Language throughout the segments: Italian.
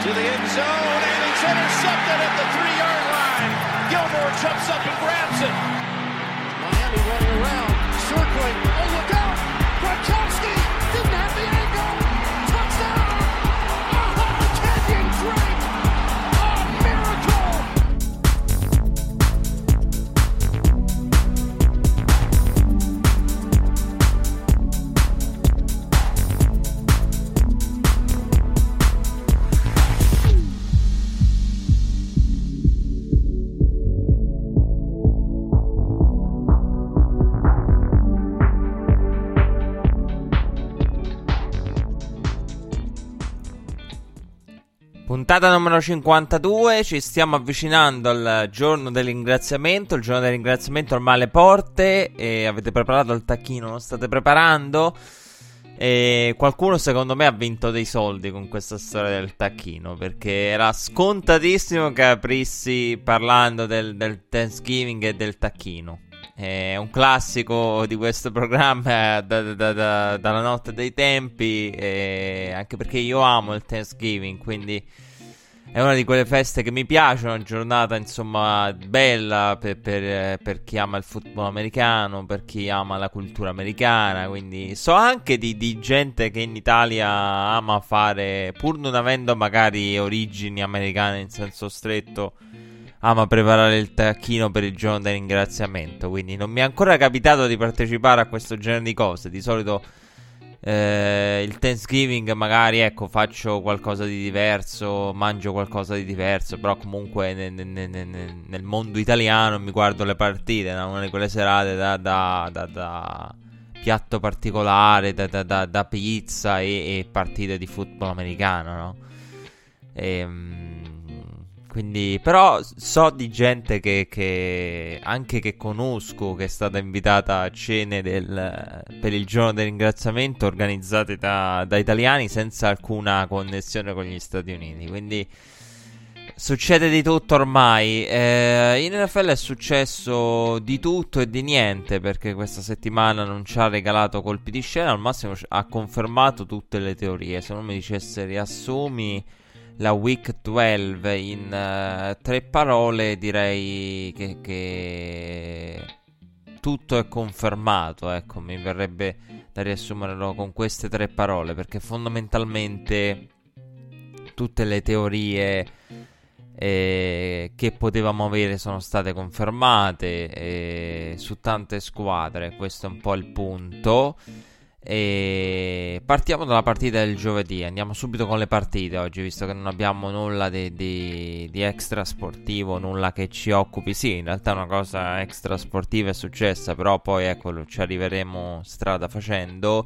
to the end zone, and it's intercepted at the 3-yard line. Gilmore jumps up and grabs it. Miami running around, circling. Oh, look out! Gronkowski didn't have the angle. Touchdown! Oh, Kenyon Drake! A miracle! Puntata numero 52, ci stiamo avvicinando al giorno del ringraziamento. Il giorno del ringraziamento ormai alle porte. E avete preparato il tacchino? Lo state preparando? E qualcuno secondo me ha vinto dei soldi con questa storia del tacchino, perché era scontatissimo che aprissi parlando del Thanksgiving e del tacchino. È un classico di questo programma dalla notte dei tempi, anche perché io amo il Thanksgiving, quindi è una di quelle feste che mi piacciono, una giornata insomma bella per chi ama il football americano, per chi ama la cultura americana, quindi so anche di gente che in Italia ama fare, pur non avendo magari origini americane in senso stretto, ama preparare il tacchino per il giorno del ringraziamento. Quindi non mi è ancora capitato di partecipare a questo genere di cose. Di solito il Thanksgiving magari, ecco, faccio qualcosa di diverso, mangio qualcosa di diverso, però comunque nel mondo italiano mi guardo le partite, no? Una di quelle serate da piatto particolare, da pizza e partite di football americano, no? Quindi, però so di gente che anche che conosco, che è stata invitata a cene per il giorno del ringraziamento organizzate da italiani senza alcuna connessione con gli Stati Uniti. Quindi succede di tutto ormai. In NFL è successo di tutto e di niente, perché questa settimana non ci ha regalato colpi di scena, al massimo ha confermato tutte le teorie. Se non mi dicesse riassumi la Week 12 in 3 parole, direi che tutto è confermato. Ecco, mi verrebbe da riassumerlo con queste 3 parole, perché fondamentalmente tutte le teorie che potevamo avere sono state confermate su tante squadre. Questo è un po' il punto. E partiamo dalla partita del giovedì. Andiamo subito con le partite oggi, visto che non abbiamo nulla di extra sportivo, nulla che ci occupi. Sì, in realtà una cosa extra sportiva è successa, però poi ecco, ci arriveremo strada facendo.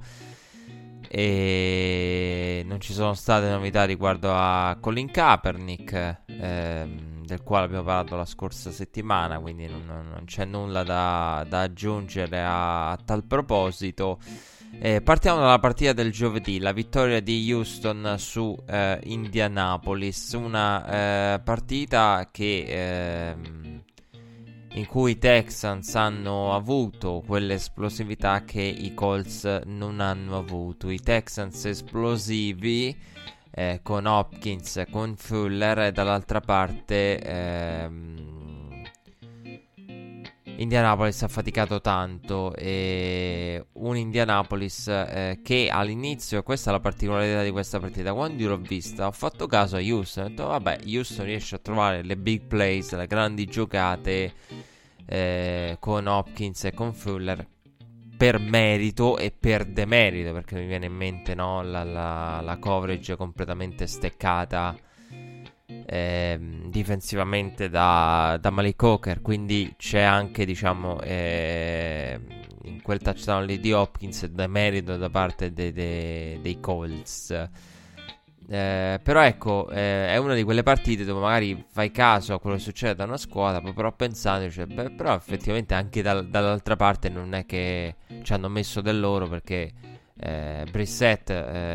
E non ci sono state novità riguardo a Colin Kaepernick, del quale abbiamo parlato la scorsa settimana, quindi non c'è nulla da aggiungere a tal proposito. Partiamo dalla partita del giovedì, la vittoria di Houston su Indianapolis, una partita che in cui i Texans hanno avuto quell'esplosività che i Colts non hanno avuto. I Texans esplosivi con Hopkins, con Fuller, e dall'altra parte Indianapolis ha faticato tanto, e un Indianapolis che all'inizio, questa è la particolarità di questa partita, quando io l'ho vista ho fatto caso a Houston, ho detto vabbè, Houston riesce a trovare le big plays, le grandi giocate con Hopkins e con Fuller, per merito e per demerito, perché mi viene in mente, no, la coverage completamente steccata difensivamente da Malik Hooker. Quindi c'è anche, diciamo, in quel touchdown lì di Hopkins demerito da parte dei Colts. Però ecco, è una di quelle partite dove magari fai caso a quello che succede da una squadra, però pensando, cioè, però effettivamente anche dall'altra parte non è che ci hanno messo del loro, perché Brissett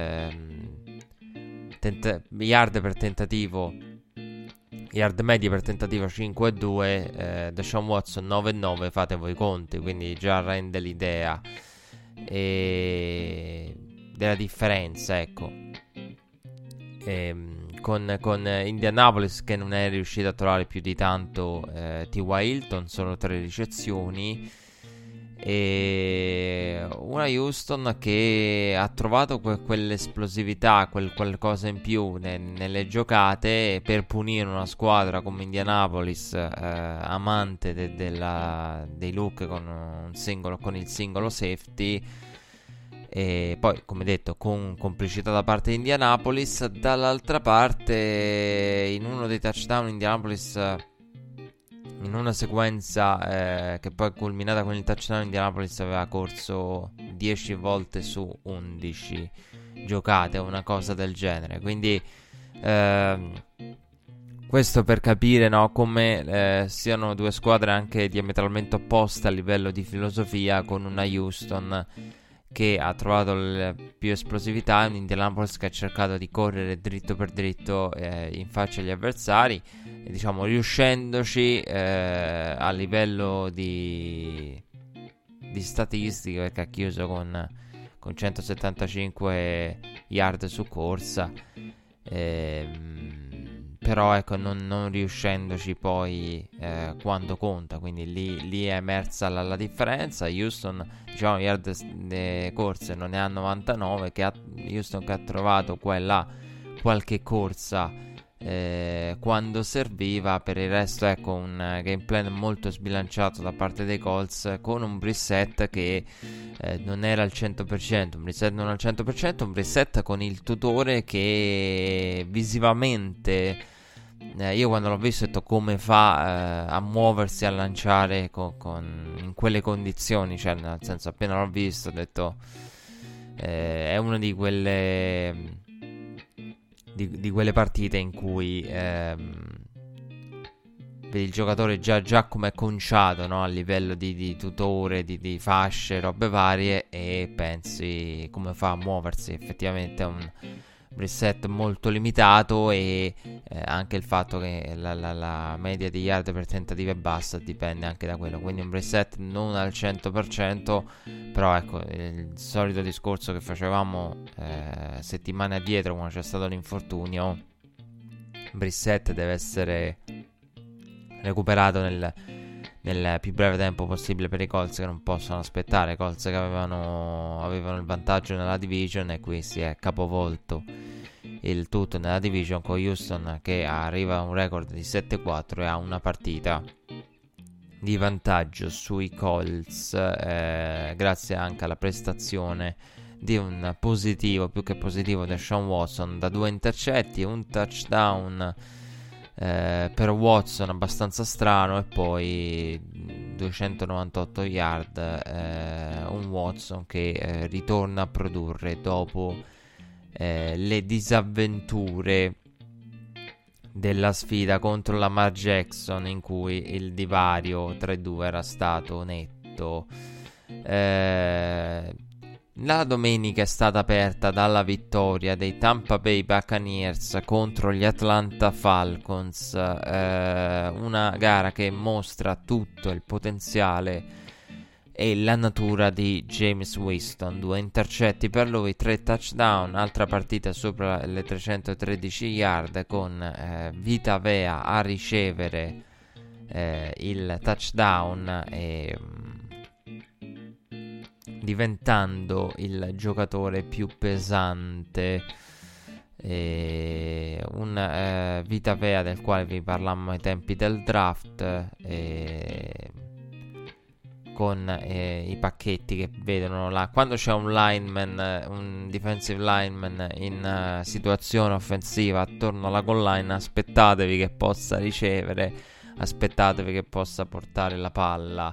yard per tentativo, yard medie per tentativo 5,2, Deshaun Watson 9,9, fate voi i conti, quindi già rende l'idea della differenza, ecco. con Indianapolis, che non è riuscito a trovare più di tanto T.Y. Hilton, solo 3 ricezioni, e una Houston che ha trovato quell'esplosività, quel qualcosa in più nelle giocate per punire una squadra come Indianapolis, amante dei look con il singolo safety. E poi, come detto, con complicità da parte di Indianapolis. Dall'altra parte, in uno dei touchdown, Indianapolis, in una sequenza che poi è culminata con il touchdown, Indianapolis aveva corso 10 volte su 11 giocate, una cosa del genere. Quindi questo per capire, no, come siano due squadre anche diametralmente opposte a livello di filosofia, con una Houston che ha trovato più esplosività, un Indianapolis che ha cercato di correre dritto per dritto in faccia agli avversari, e, diciamo, riuscendoci a livello di statistiche, perché ha chiuso con 175 yard su corsa, però ecco, non riuscendoci poi quando conta. Quindi lì è emersa la differenza. Houston, diciamo, yard corse non ne ha 99, Houston che ha trovato qua e là qualche corsa quando serviva. Per il resto, ecco, un game plan molto sbilanciato da parte dei Colts, con un Brissett che non era al 100%, un Brissett non al 100%, un Brissett con il tutore che visivamente, io quando l'ho visto ho detto: come fa a muoversi, a lanciare in quelle condizioni? Cioè, nel senso, appena l'ho visto ho detto è una di quelle di quelle partite in cui vedi il giocatore già come è conciato, no? A livello di tutore, di fasce, robe varie, e pensi come fa a muoversi. Effettivamente è un Brissett molto limitato, e anche il fatto che la media di yard per tentativa è bassa dipende anche da quello. Quindi un Brissett non al 100%, però ecco, il solito discorso che facevamo settimane addietro, quando c'è stato l'infortunio: Brissett deve essere recuperato nel più breve tempo possibile per i Colts, che non possono aspettare. I Colts che avevano il vantaggio nella division, e qui si è capovolto il tutto nella division, con Houston che arriva a un record di 7-4 e ha una partita di vantaggio sui Colts, grazie anche alla prestazione di un positivo, più che positivo, Deshaun Watson, da 2 intercetti, un touchdown per Watson abbastanza strano, e poi 298 yard, un Watson che ritorna a produrre dopo le disavventure della sfida contro Lamar Jackson, in cui il divario tra i due era stato netto. La domenica è stata aperta dalla vittoria dei Tampa Bay Buccaneers contro gli Atlanta Falcons, una gara che mostra tutto il potenziale e la natura di Jameis Winston. 2 intercetti per lui, 3 touchdown, altra partita sopra le 313 yard, con Vita Vea a ricevere il touchdown, e diventando il giocatore più pesante, un Vita Vea del quale vi parlammo ai tempi del draft, con i pacchetti che vedono là. Quando c'è un lineman, un defensive lineman in situazione offensiva attorno alla goal line, aspettatevi che possa ricevere, aspettatevi che possa portare la palla,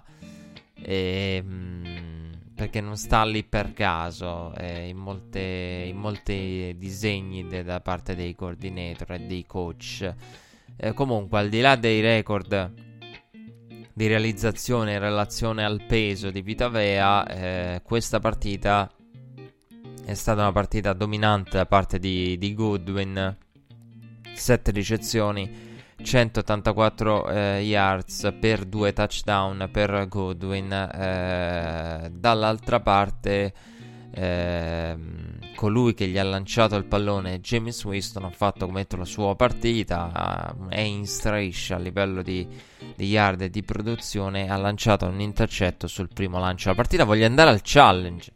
perché non sta lì per caso, in molti disegni da parte dei coordinator e dei coach. Comunque, al di là dei record di realizzazione in relazione al peso di Vita Vea, questa partita è stata una partita dominante da parte di Goodwin. 7 ricezioni, 184 yards per 2 touchdown per Goodwin. Dall'altra parte colui che gli ha lanciato il pallone, Jameis Winston, ha fatto come detto la sua partita, è in striscia a livello di yard e di produzione, ha lanciato un intercetto sul primo lancio della partita. Voglio andare al challenge.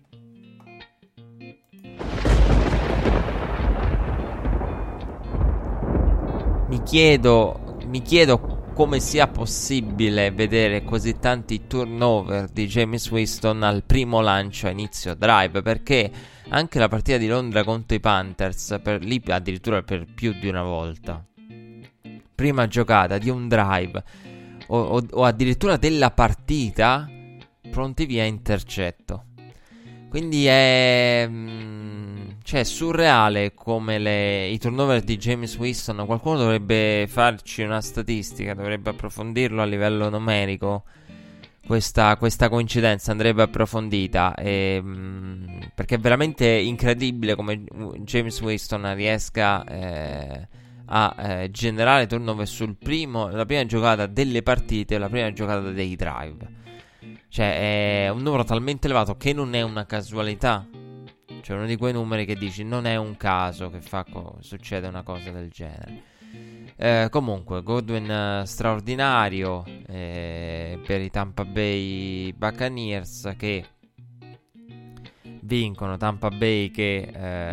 Mi chiedo come sia possibile vedere così tanti turnover di Jameis Winston al primo lancio a inizio drive, perché anche la partita di Londra contro i Panthers, lì addirittura per più di una volta, prima giocata di un drive o addirittura della partita, pronti via intercetto. Quindi è surreale come i turnover di Jameis Winston. Qualcuno dovrebbe farci una statistica, dovrebbe approfondirlo a livello numerico. Questa coincidenza andrebbe approfondita, perché è veramente incredibile come Jameis Winston riesca a generare turnover la prima giocata delle partite, la prima giocata dei drive. Cioè è un numero talmente elevato che non è una casualità. Cioè uno di quei numeri che dici non è un caso che succede una cosa del genere. Comunque Godwin straordinario per i Tampa Bay Buccaneers, che vincono. Tampa Bay che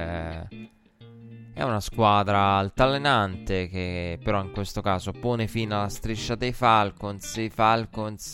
è una squadra altalenante, che però in questo caso pone fine alla striscia dei Falcons. I Falcons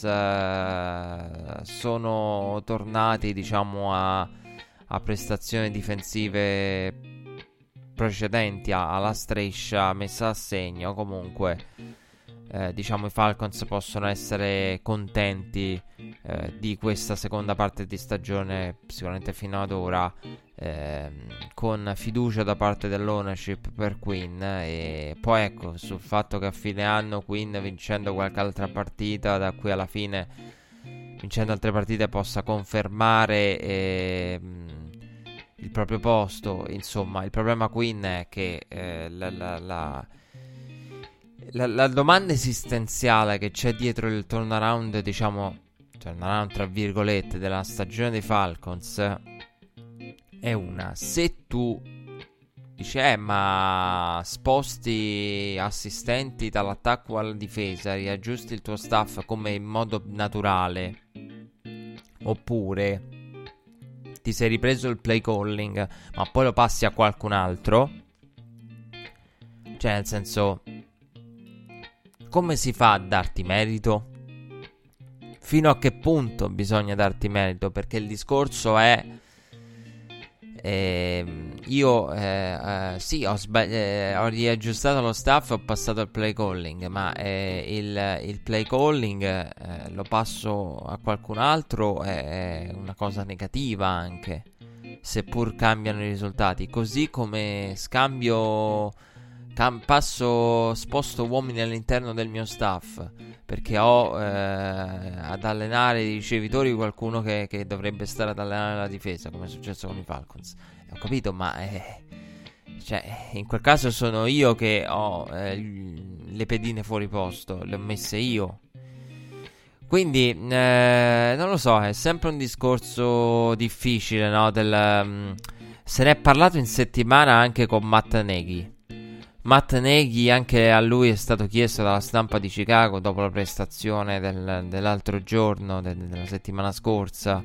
sono tornati, diciamo, a prestazioni difensive precedenti alla striscia messa a segno. Comunque diciamo i Falcons possono essere contenti di questa seconda parte di stagione, sicuramente fino ad ora, con fiducia da parte dell'ownership per Quinn. E poi ecco, sul fatto che a fine anno Quinn, vincendo qualche altra partita da qui alla fine, vincendo altre partite, possa confermare il proprio posto. Insomma, il problema Quinn è che la domanda esistenziale che c'è dietro il turnaround, diciamo, turnaround tra virgolette, della stagione dei Falcons è una: se tu dici ma sposti assistenti dall'attacco alla difesa, riaggiusti il tuo staff come in modo naturale, oppure ti sei ripreso il play calling ma poi lo passi a qualcun altro, cioè nel senso, come si fa a darti merito? Fino a che punto bisogna darti merito? Perché il discorso è sì, ho riaggiustato lo staff e ho passato il play calling, ma il play calling lo passo a qualcun altro, è una cosa negativa anche, seppur cambiano i risultati. Così come sposto uomini all'interno del mio staff perché ho ad allenare i ricevitori qualcuno che dovrebbe stare ad allenare la difesa, come è successo con i Falcons. Ho capito, ma cioè, in quel caso sono io che ho le pedine fuori posto, le ho messe io. Quindi non lo so, è sempre un discorso difficile, no? Se ne è parlato in settimana anche con Matt Nagy. Matt Nagy, anche a lui è stato chiesto dalla stampa di Chicago dopo la prestazione dell'altro giorno, della settimana scorsa,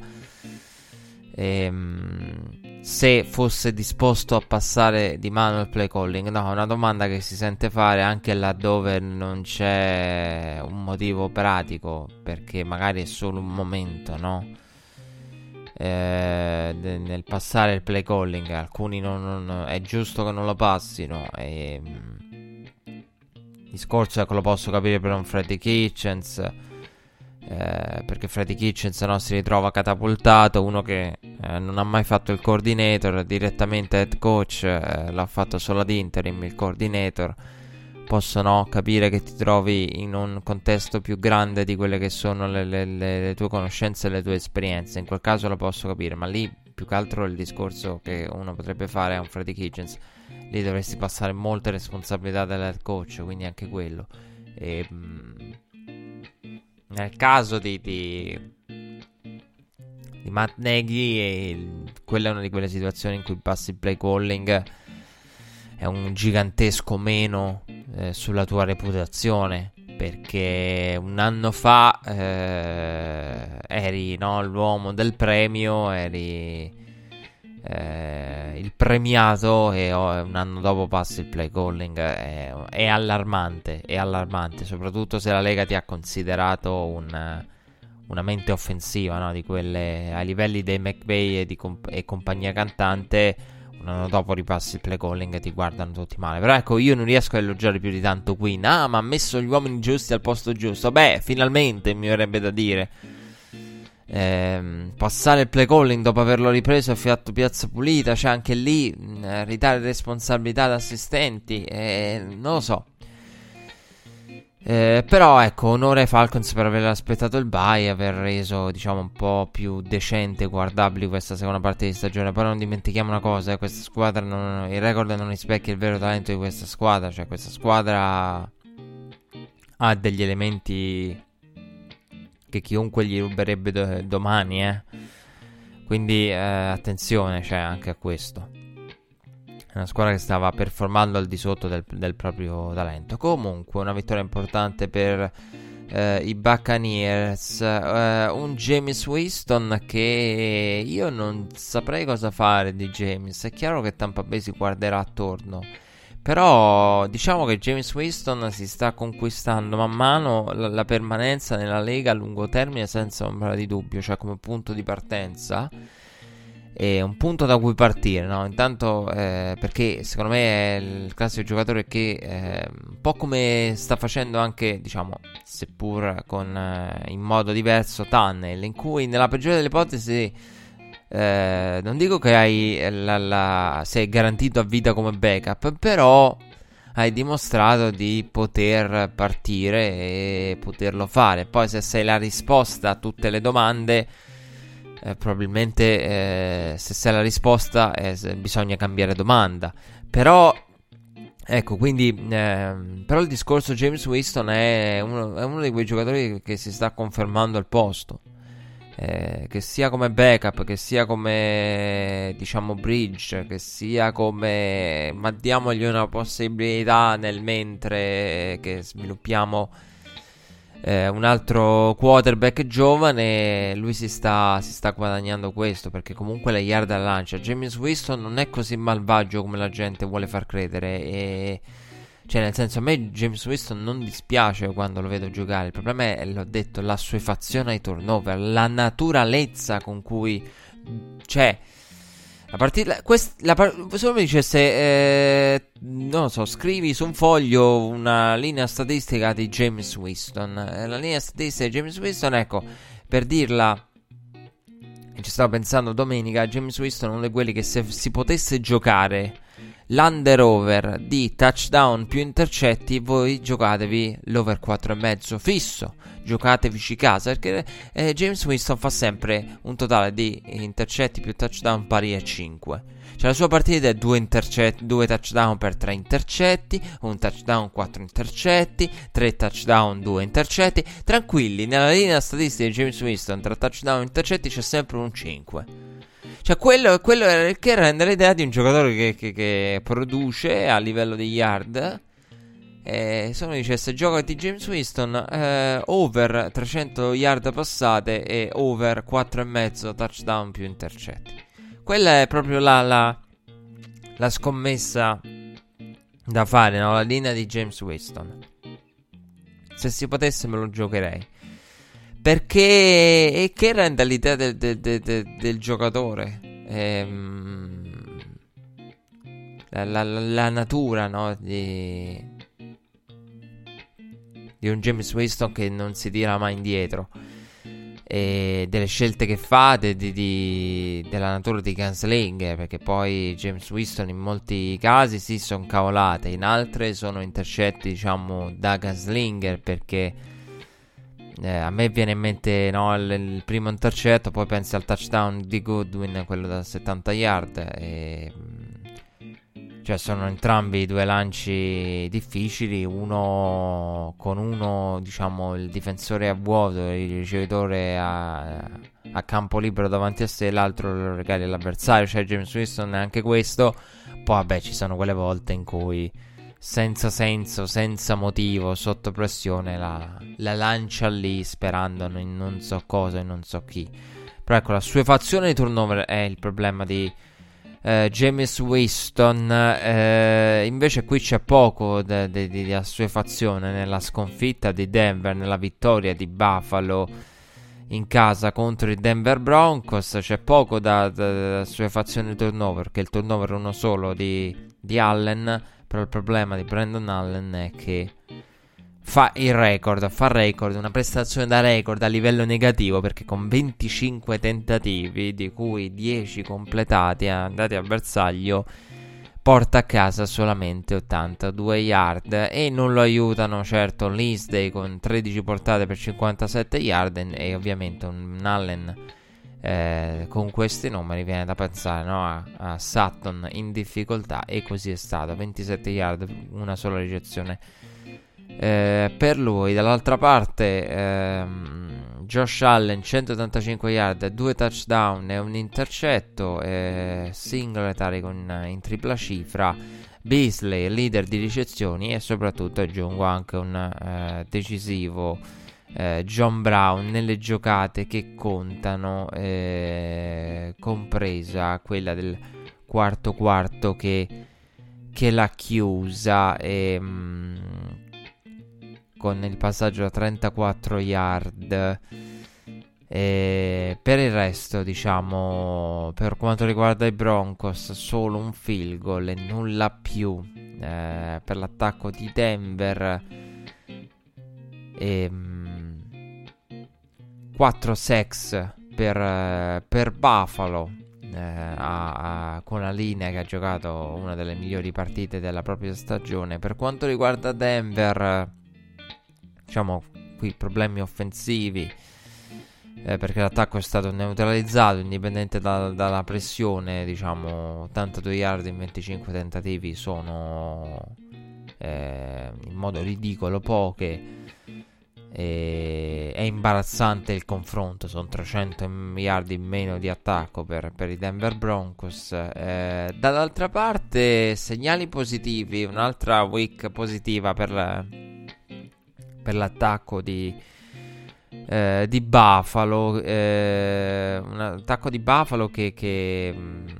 se fosse disposto a passare di mano il play calling. No, è una domanda che si sente fare anche laddove non c'è un motivo pratico, perché magari è solo un momento, no? Nel passare il play calling alcuni non è giusto che non lo passino. Il discorso è che lo posso capire per un Freddie Kitchens, perché Freddie Kitchens, no, si ritrova catapultato, uno che non ha mai fatto il coordinator, direttamente head coach, l'ha fatto solo ad interim il coordinator. Possono capire che ti trovi in un contesto più grande di quelle che sono le tue conoscenze e le tue esperienze. In quel caso lo posso capire, ma lì più che altro il discorso che uno potrebbe fare a un Freddie Kitchens, lì dovresti passare molte responsabilità dell'head coach, quindi anche quello. Nel caso di Matt Nagy, e quella è una di quelle situazioni in cui il passive play calling è un gigantesco meno sulla tua reputazione, perché un anno fa eri, no, l'uomo del premio, eri il premiato, e un anno dopo passi il play calling. È allarmante, soprattutto se la Lega ti ha considerato una mente offensiva, no? Di quelle ai livelli dei McVay e compagnia cantante. Un anno dopo ripassi il play calling e ti guardano tutti male. Però ecco, io non riesco a elogiare più di tanto Quinn. Ma ha messo gli uomini giusti al posto giusto. Beh, finalmente, mi verrebbe da dire. Passare il play calling dopo averlo ripreso e fatto piazza pulita, c'è anche lì ridare responsabilità ad assistenti, non lo so. Però ecco, onore ai Falcons per aver aspettato il bye e aver reso, diciamo, un po' più decente e guardabili questa seconda parte di stagione. Però non dimentichiamo una cosa, questa squadra il record non rispecchia il vero talento di questa squadra. Cioè, questa squadra ha degli elementi che chiunque gli ruberebbe domani, quindi attenzione, cioè, anche a questo. È una squadra che stava performando al di sotto del proprio talento. Comunque una vittoria importante per i Buccaneers. Un Jameis Winston che io non saprei cosa fare di Jameis. È chiaro che Tampa Bay si guarderà attorno, però diciamo che Jameis Winston si sta conquistando man mano la permanenza nella Lega a lungo termine senza ombra di dubbio, cioè come punto di partenza. È un punto da cui partire, no? Intanto perché secondo me è il classico giocatore che un po' come sta facendo anche, diciamo, seppur in modo diverso, Tunnel, in cui nella peggiore delle ipotesi non dico che sei garantito a vita come backup, però hai dimostrato di poter partire e poterlo fare. Poi se sei la risposta a tutte le domande, probabilmente se sei la risposta bisogna cambiare domanda. Però ecco, quindi però il discorso Jameis Winston è uno di quei giocatori che si sta confermando al posto, che sia come backup, che sia come, diciamo, bridge, che sia come, ma diamogli una possibilità nel mentre che sviluppiamo un altro quarterback giovane. Lui si sta guadagnando questo, perché comunque le yard alla lancia Jameis Winston non è così malvagio come la gente vuole far credere, e cioè, nel senso, a me Jameis Winston non dispiace quando lo vedo giocare. Il problema è, l'ho detto, l'assuefazione ai turnover, la naturalezza con cui, cioè, la partita, se uno mi dicesse, non lo so, scrivi su un foglio una linea statistica di Jameis Winston, la linea statistica di Jameis Winston, ecco, per dirla, ci stavo pensando domenica, Jameis Winston è uno di quelli che, se si potesse giocare l'under over di touchdown più intercetti, voi giocatevi l'over 4,5 fisso, giocatevici casa, perché Jameis Winston fa sempre un totale di intercetti più touchdown pari a 5. Cioè la sua partita è 2 touchdown per 3 intercetti, un touchdown 4 intercetti, 3 touchdown 2 intercetti. Tranquilli, nella linea statistica di Jameis Winston tra touchdown e intercetti c'è sempre un 5. Cioè quello è che rende l'idea di un giocatore che produce a livello di yard. Se uno dicesse gioca di Jameis Winston, over 300 yard passate e over 4,5 touchdown più intercetti. Quella è proprio la scommessa da fare, no? La linea di Jameis Winston. Se si potesse me lo giocherei, perché che rende l'idea del giocatore, la natura, no? Di un Jameis Winston che non si tira mai indietro, e delle scelte che fa, della natura di gunslinger, perché poi Jameis Winston in molti casi sì sono cavolate, in altre sono intercetti, diciamo, da gunslinger, perché a me viene in mente, no, il primo intercetto, poi pensi al touchdown di Goodwin, quello da 70 yard, cioè sono entrambi due lanci difficili, uno, diciamo, il difensore a vuoto, il ricevitore a campo libero davanti a sé, l'altro lo regali all'avversario. Cioè James Winston neanche questo. Poi vabbè, ci sono quelle volte in cui senza senso, senza motivo, sotto pressione la lancia lì sperando in non so cosa e non so chi. Però ecco, la assuefazione di turnover è il problema di James Winston. Invece qui c'è poco di assuefazione nella sconfitta di Denver, nella vittoria di Buffalo in casa contro i Denver Broncos. C'è poco da assuefazione di turnover, perché il turnover è uno solo di Allen. Però il problema di Brandon Allen è che fa record, una prestazione da record a livello negativo, perché con 25 tentativi, di cui 10 completati, andati al bersaglio, porta a casa solamente 82 yard. E non lo aiutano certo Lindsay con 13 portate per 57 yard e ovviamente un Allen con questi numeri viene da pensare, no, a Sutton in difficoltà, e così è stato. 27 yard, una sola ricezione per lui. Dall'altra parte Josh Allen 185 yard, 2 touchdown e un intercetto. Singletary in tripla cifra. Beasley leader di ricezioni, e soprattutto aggiungo anche un decisivo John Brown nelle giocate che contano, compresa quella del quarto che l'ha chiusa, con il passaggio da 34 yard. Per il resto, diciamo, per quanto riguarda i Broncos, solo un field goal e nulla più per l'attacco di Denver. 4 sacks per Buffalo, con la linea che ha giocato una delle migliori partite della propria stagione. Per quanto riguarda Denver, diciamo qui problemi offensivi, perché l'attacco è stato neutralizzato, indipendente dalla pressione. Diciamo 82 yard in 25 tentativi sono in modo ridicolo poche. È imbarazzante il confronto, sono 300 yard in meno di attacco per i Denver Broncos. Dall'altra parte segnali positivi, un'altra week positiva per l'attacco di Buffalo, un attacco di Buffalo che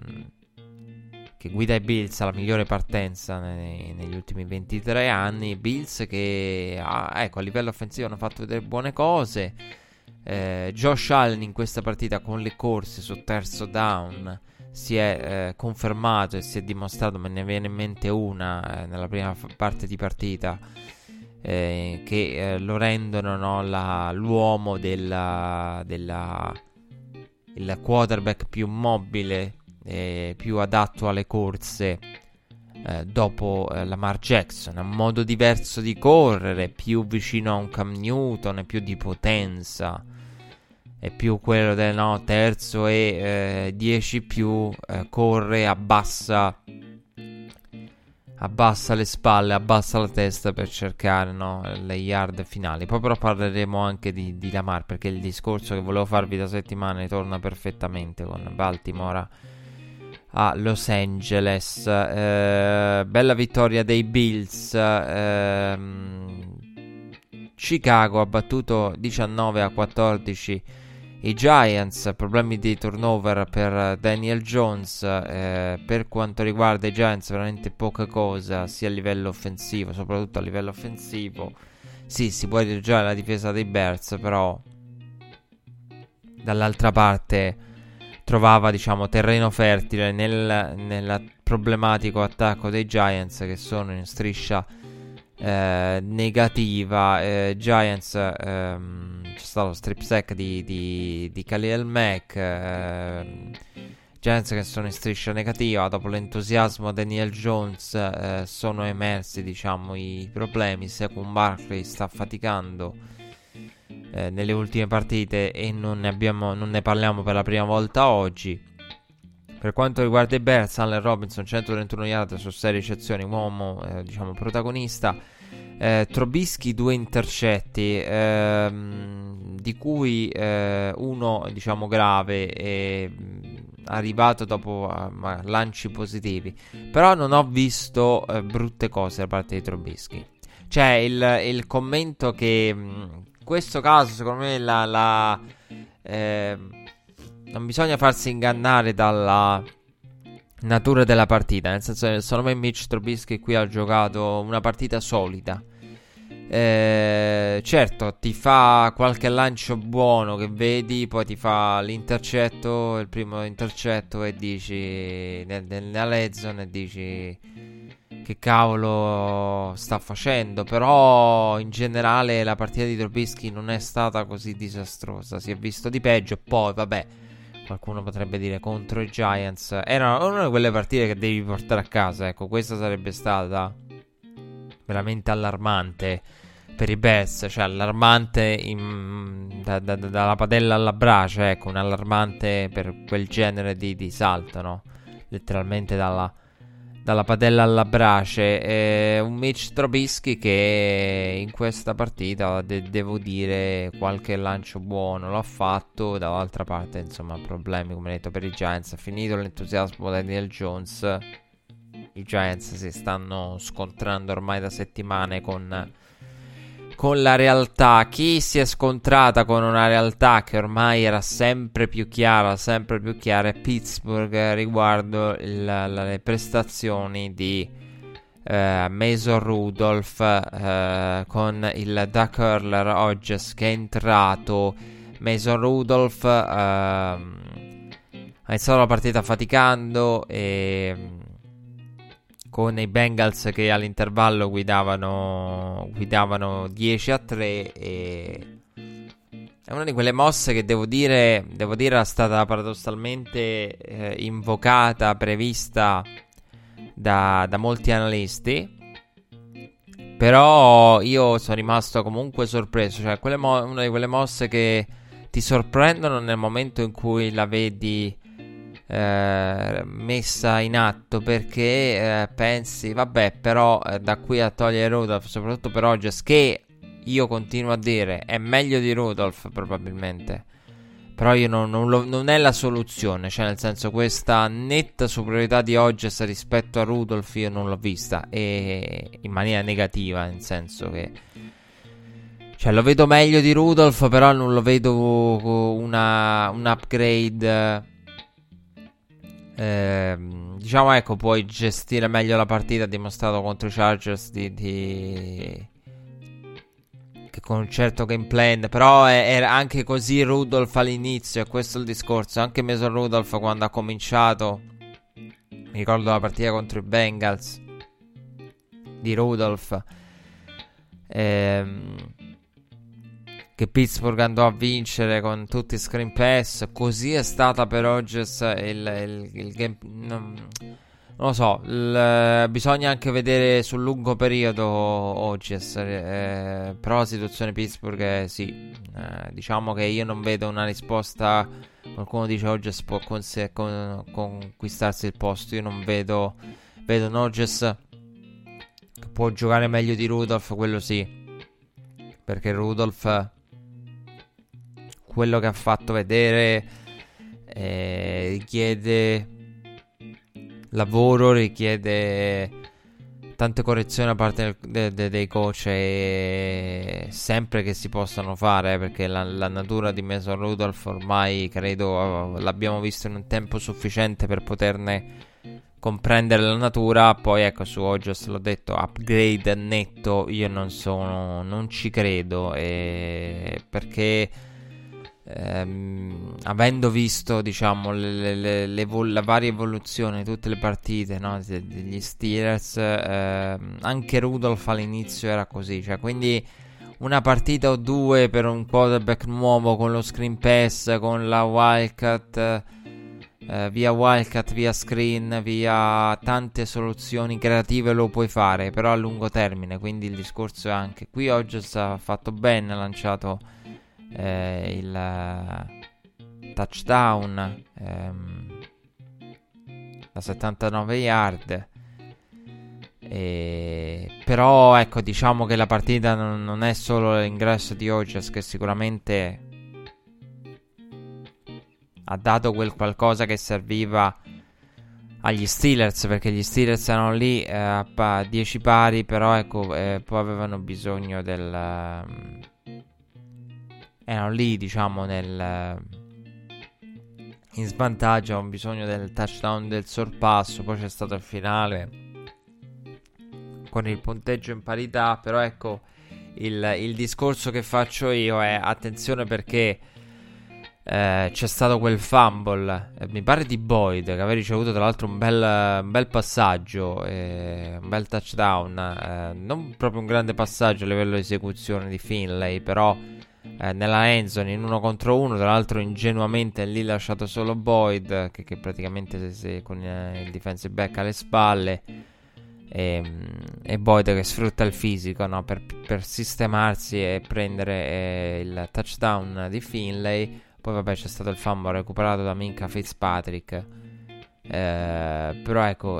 guida i Bills alla migliore partenza negli ultimi 23 anni. Bills che ecco, a livello offensivo hanno fatto vedere buone cose. Josh Allen in questa partita con le corse su terzo down si è confermato e si è dimostrato, me ne viene in mente una nella prima parte di partita, che lo rendono, no, l'uomo il quarterback più mobile, più adatto alle corse dopo Lamar Jackson. Ha un modo diverso di correre, più vicino a un Cam Newton, più di potenza, è più quello del terzo e 10 più, corre, abbassa le spalle, abbassa la testa per cercare, no, le yard finali. Poi però parleremo anche di Lamar, perché il discorso che volevo farvi da settimane torna perfettamente con Baltimore a Los Angeles. Bella vittoria dei Bills. Chicago ha battuto 19-14 i Giants. Problemi di turnover per Daniel Jones. Per quanto riguarda i Giants, veramente poca cosa, sia a livello offensivo, soprattutto a livello offensivo. Sì, si può elogiare la difesa dei Bears, però dall'altra parte trovava, diciamo, terreno fertile nel problematico attacco dei Giants, che sono in striscia negativa. Giants, c'è stato lo strip sack di Khalil Mack. Giants che sono in striscia negativa dopo l'entusiasmo Daniel Jones. Sono emersi, diciamo, i problemi. Saquon Barkley sta faticando nelle ultime partite e non ne parliamo per la prima volta oggi. Per quanto riguarda i Bears, Allen Robinson 131 yard su 6 ricezioni, uomo diciamo protagonista. Trubisky 2 intercetti, di cui uno diciamo grave e arrivato dopo lanci positivi. Però non ho visto brutte cose da parte di Trubisky. Cioè il commento che in questo caso secondo me non bisogna farsi ingannare dalla natura della partita, nel senso che secondo me Mitch Trubisky qui ha giocato una partita solida. Certo, ti fa qualche lancio buono che vedi, poi ti fa l'intercetto, il primo intercetto, e dici nella red zone, e dici che cavolo sta facendo. Però in generale la partita di Trubisky non è stata così disastrosa, si è visto di peggio. Poi vabbè, qualcuno potrebbe dire contro i Giants era una di quelle partite che devi portare a casa. Ecco, questa sarebbe stata veramente allarmante per i Bears, cioè allarmante dalla padella alla brace, ecco, un allarmante per quel genere di salto, no? Letteralmente dalla padella alla brace. Un Mitch Trubisky che in questa partita devo dire qualche lancio buono l'ha fatto. Dall'altra parte insomma problemi, come detto, per i Giants. È finito l'entusiasmo da Daniel Jones. I Giants si stanno scontrando ormai da settimane con la realtà. Chi si è scontrata con una realtà che ormai era sempre più chiara è Pittsburgh riguardo le prestazioni di Mason Rudolph, con il Duck Hurler Hodges che è entrato. Mason Rudolph ha iniziato la partita faticando e con i Bengals che all'intervallo guidavano 10-3, e è una di quelle mosse che devo dire era stata paradossalmente invocata, prevista da molti analisti. Però io sono rimasto comunque sorpreso. Cioè una di quelle mosse che ti sorprendono nel momento in cui la vedi messa in atto, perché pensi vabbè, però da qui a togliere Rudolph, soprattutto per Hodges, che io continuo a dire è meglio di Rudolph probabilmente, però io non è la soluzione. Cioè nel senso, questa netta superiorità di Hodges rispetto a Rudolph io non l'ho vista, e in maniera negativa, nel senso che cioè lo vedo meglio di Rudolph, però non lo vedo un upgrade. Diciamo, ecco, puoi gestire meglio la partita. Ha dimostrato contro i Chargers che con un certo game plan. Però era anche così Rudolph all'inizio, e questo è il discorso. Anche Mason Rudolph quando ha cominciato, mi ricordo la partita contro i Bengals di Rudolph, che Pittsburgh andò a vincere con tutti i screen pass. Così è stata per Hodges il game. Non lo so, bisogna anche vedere sul lungo periodo Hodges, però la situazione Pittsburgh è sì, diciamo che io non vedo una risposta. Qualcuno dice Hodges può conquistarsi il posto. Io non vedo un Hodges che può giocare meglio di Rudolph, quello sì, perché Rudolph, quello che ha fatto vedere, richiede lavoro, richiede tante correzioni da parte dei coach, e sempre che si possano fare, perché la natura di Mason Rudolph ormai credo l'abbiamo visto in un tempo sufficiente per poterne comprendere la natura. Poi ecco, su Hodges l'ho detto, upgrade netto io non ci credo, perché avendo visto, diciamo, la varia evoluzione di tutte le partite, no, degli Steelers, anche Rudolph all'inizio era così. Cioè, quindi una partita o due per un quarterback nuovo, con lo screen pass, con la Wildcat, via screen, via tante soluzioni creative, lo puoi fare, però a lungo termine. Quindi il discorso è anche qui Hodges ha fatto bene, ha lanciato il touchdown da 79 yard, Però ecco, diciamo che la partita non è solo l'ingresso di Hodges, che sicuramente ha dato quel qualcosa che serviva agli Steelers, perché gli Steelers erano lì a 10 pari, però ecco, poi avevano bisogno erano lì, diciamo, in svantaggio, avevano bisogno del touchdown, del sorpasso. Poi c'è stato il finale con il punteggio in parità. Però ecco, il discorso che faccio io è attenzione, perché c'è stato quel fumble, mi pare di Boyd, che aveva ricevuto tra l'altro un bel passaggio, un bel touchdown, non proprio un grande passaggio a livello di esecuzione di Finlay, però nella endzone in 1 contro 1, tra l'altro ingenuamente lì lasciato solo Boyd, che praticamente con il defensive back alle spalle, e Boyd che sfrutta il fisico, no, per sistemarsi e prendere il touchdown di Finlay. Poi vabbè, c'è stato il fumble recuperato da Minkah Fitzpatrick, però ecco,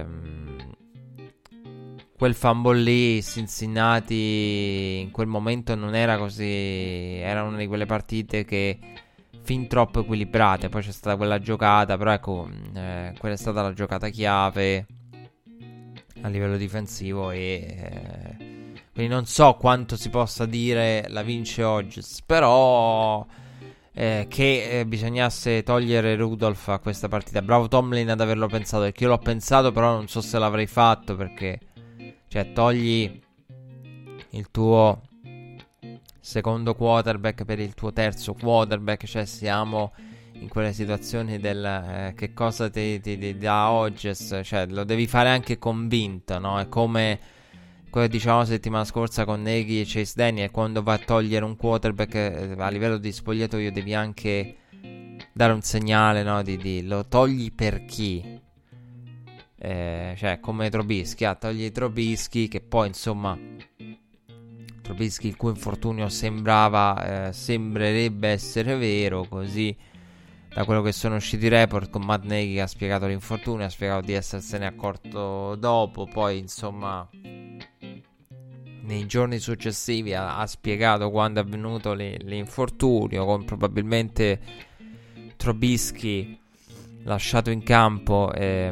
quel fumble lì, Cincinnati in quel momento non era così, era una di quelle partite che fin troppo equilibrate. Poi c'è stata quella giocata, però ecco, quella è stata la giocata chiave a livello difensivo, e quindi non so quanto si possa dire la vince Hodges, però che bisognasse togliere Rudolph a questa partita. Bravo Tomlin ad averlo pensato, perché io l'ho pensato, però non so se l'avrei fatto, perché cioè togli il tuo secondo quarterback per il tuo terzo quarterback, cioè siamo in quelle situazioni del che cosa ti dà Hodges, cioè lo devi fare anche convinto, no? È come quello che dicevamo settimana scorsa con Nagy e Chase Daniel, quando va a togliere un quarterback a livello di spogliatoio devi anche dare un segnale, no? Lo togli per chi? Cioè come Trubisky, togli Trubisky, che poi insomma Trubisky il cui infortunio sembrerebbe essere vero, così da quello che sono usciti i report, con Matt Nagy che ha spiegato l'infortunio, ha spiegato di essersene accorto dopo, poi insomma nei giorni successivi ha spiegato quando è avvenuto l'infortunio, con probabilmente Trubisky lasciato in campo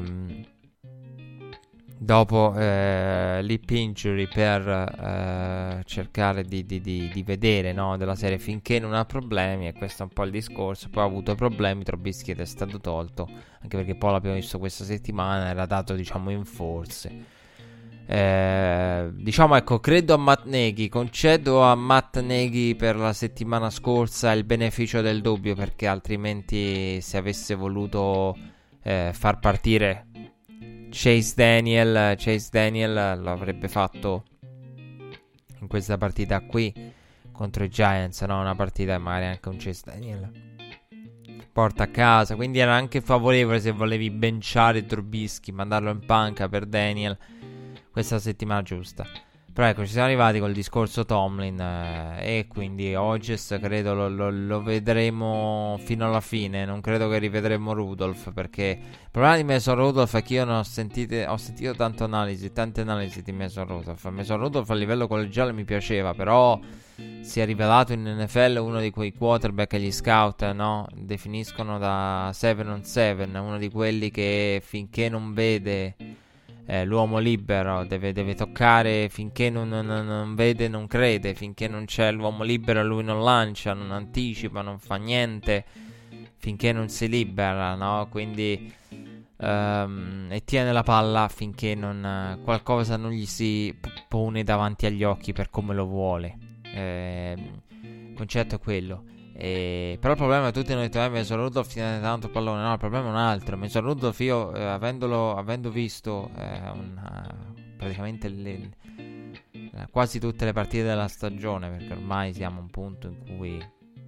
dopo lip injury per cercare di vedere, no, della serie finché non ha problemi, e questo è un po' il discorso. Poi ha avuto problemi Trubisky ed è stato tolto, anche perché poi l'abbiamo visto questa settimana, era dato diciamo in forze. Diciamo, ecco, credo a Matt Nagy, concedo a Matt Nagy per la settimana scorsa il beneficio del dubbio, perché altrimenti se avesse voluto far partire Chase Daniel lo avrebbe fatto in questa partita qui contro i Giants, no? Una partita magari anche un Chase Daniel porta a casa, quindi era anche favorevole se volevi benciare Trubisky, mandarlo in panca per Daniel questa settimana giusta. Però ecco, ci siamo arrivati col discorso Tomlin, e quindi Hodges credo lo vedremo fino alla fine. Non credo che rivedremo Rudolph, perché il problema di Mason Rudolph è che io non ho sentito tante analisi di Mason Rudolph. Mason Rudolph a livello collegiale mi piaceva, però si è rivelato in NFL uno di quei quarterback che gli scout, no, definiscono da 7 on 7, uno di quelli che finché non vede l'uomo libero deve toccare, finché non vede non crede, finché non c'è l'uomo libero lui non lancia, non anticipa, non fa niente finché non si libera, no? Quindi e tiene la palla finché qualcosa non gli si pone davanti agli occhi per come lo vuole. Il concetto è quello. Però il problema è che tutti hanno detto Mason Rudolph tiene tanto pallone. No, il problema è un altro. Mason Rudolph, io avendo visto praticamente quasi tutte le partite della stagione, perché ormai siamo a un punto in cui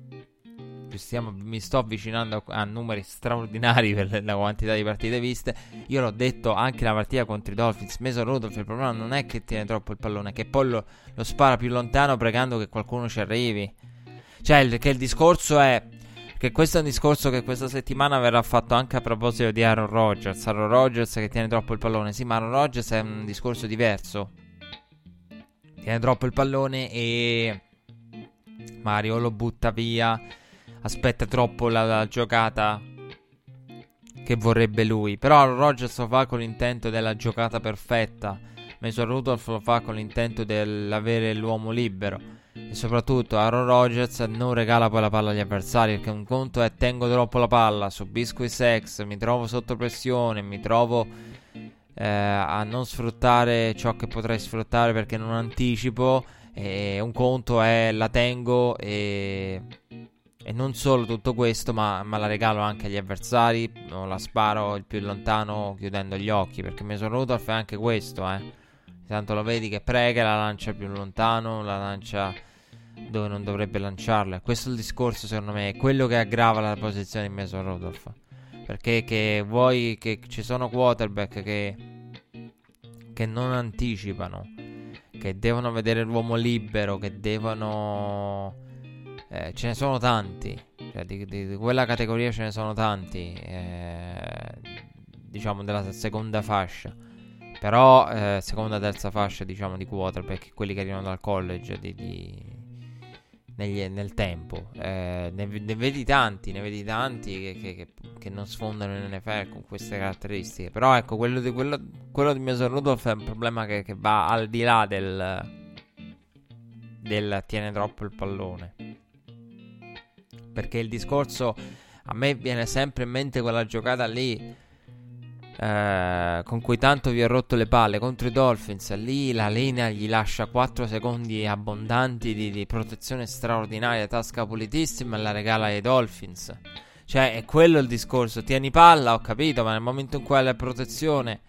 mi sto avvicinando a numeri straordinari per la quantità di partite viste. Io l'ho detto anche la partita contro i Dolphins, Mason Rudolph il problema non è che tiene troppo il pallone, è che poi lo spara più lontano pregando che qualcuno ci arrivi. Cioè che il discorso è Che questo è un discorso che questa settimana verrà fatto anche a proposito di Aaron Rodgers. Aaron Rodgers che tiene troppo il pallone. Sì, ma Aaron Rodgers è un discorso diverso. Tiene troppo il pallone e Mario lo butta via. Aspetta troppo la giocata che vorrebbe lui. Però Aaron Rodgers lo fa con l'intento della giocata perfetta. Mason Rudolph lo fa con l'intento dell'avere l'uomo libero. E soprattutto Aaron Rodgers non regala poi la palla agli avversari, perché un conto è tengo troppo la palla, subisco i sacks, mi trovo sotto pressione, mi trovo a non sfruttare ciò che potrei sfruttare perché non anticipo, e un conto è la tengo e non solo tutto questo, ma la regalo anche agli avversari o la sparo il più lontano chiudendo gli occhi, perché Mason Rudolph è anche questo, tanto lo vedi che prega, la lancia più lontano, la lancia dove non dovrebbe lanciarla. Questo è il discorso, secondo me, è quello che aggrava la posizione di Mason Rudolph, perché che vuoi che ci sono quarterback che non anticipano, che devono vedere l'uomo libero, che devono ce ne sono tanti, cioè di quella categoria ce ne sono tanti, diciamo della seconda fascia. Però seconda, terza fascia, diciamo, di quarterback, quelli che arrivano dal college nel tempo, ne vedi tanti che non sfondano in NFL con queste caratteristiche. Però ecco, quello di Mason Rudolph è un problema che va al di là del tiene troppo il pallone, perché il discorso, a me viene sempre in mente quella giocata lì con cui tanto vi ho rotto le palle contro i Dolphins. Lì la linea gli lascia 4 secondi abbondanti di protezione straordinaria, tasca pulitissima, e la regala ai Dolphins. Cioè è quello il discorso. Tieni palla, ho capito, ma nel momento in cui hai la protezione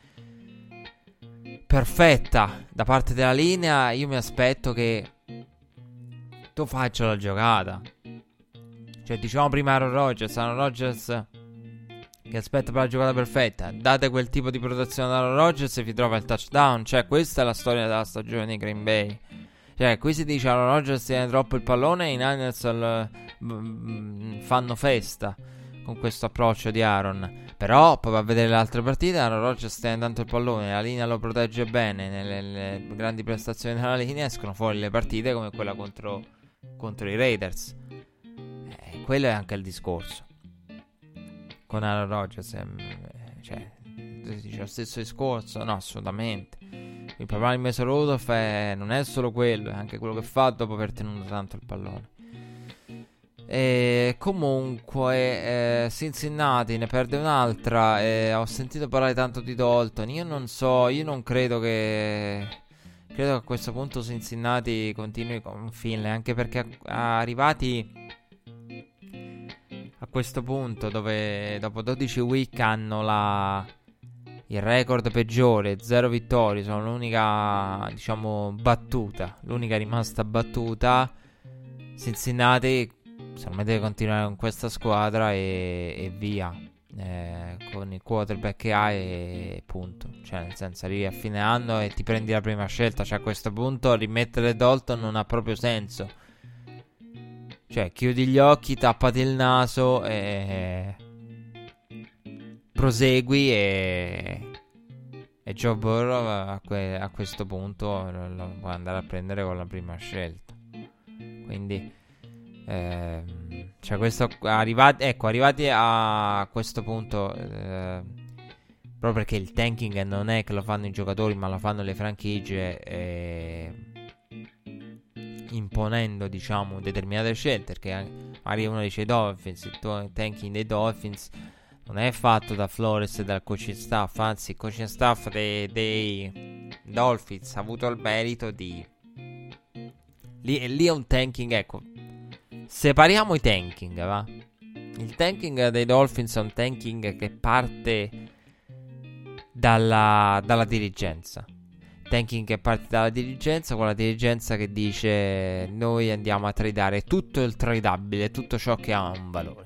perfetta da parte della linea, io mi aspetto che tu faccia la giocata. Cioè, diciamo prima Aaron Rodgers che aspetta per la giocata perfetta. Date quel tipo di protezione ad Aaron Rodgers e vi trova il touchdown. Cioè, questa è la storia della stagione di Green Bay. Cioè, qui si dice Aaron Rodgers tiene troppo il pallone e i Niners fanno festa con questo approccio di Aaron. Però poi va a vedere le altre partite, Aaron Rodgers tiene tanto il pallone, la linea lo protegge bene, nelle grandi prestazioni della linea escono fuori le partite come quella contro i Raiders. Quello è anche il discorso con Aaron Rodgers, cioè dice lo stesso discorso? No, assolutamente. Il problema di Mason Rudolph non è solo quello, è anche quello che fa dopo aver tenuto tanto il pallone. E comunque Cincinnati ne perde un'altra. Ho sentito parlare tanto di Dalton. Io non credo che a questo punto Cincinnati continui con Finley, anche perché arrivati a questo punto dove dopo 12 week hanno il record peggiore, 0 vittorie, sono l'unica, diciamo, battuta, l'unica rimasta battuta. Cincinnati secondo me deve continuare con questa squadra e via, con il quarterback che ha e punto. Cioè, nel senso, arrivi a fine anno e ti prendi la prima scelta. Cioè, a questo punto rimettere Dalton non ha proprio senso. Cioè, chiudi gli occhi, tappati il naso e prosegui e Joe Burrow a questo punto lo puoi andare a prendere con la prima scelta. Quindi cioè questo arrivati a questo punto, proprio perché il tanking non è che lo fanno i giocatori ma lo fanno le franchigie, imponendo, diciamo, determinate scelte, perché magari uno dice i Dolphins, il tanking dei Dolphins non è fatto da Flores e dal coaching staff, anzi il coaching staff dei Dolphins ha avuto il merito di lì è un tanking, ecco, separiamo i tanking, va? Il tanking dei Dolphins è un tanking che parte dalla dirigenza. Tanking che parte dalla dirigenza, con la dirigenza che dice noi andiamo a tradare tutto il tradabile, tutto ciò che ha un valore.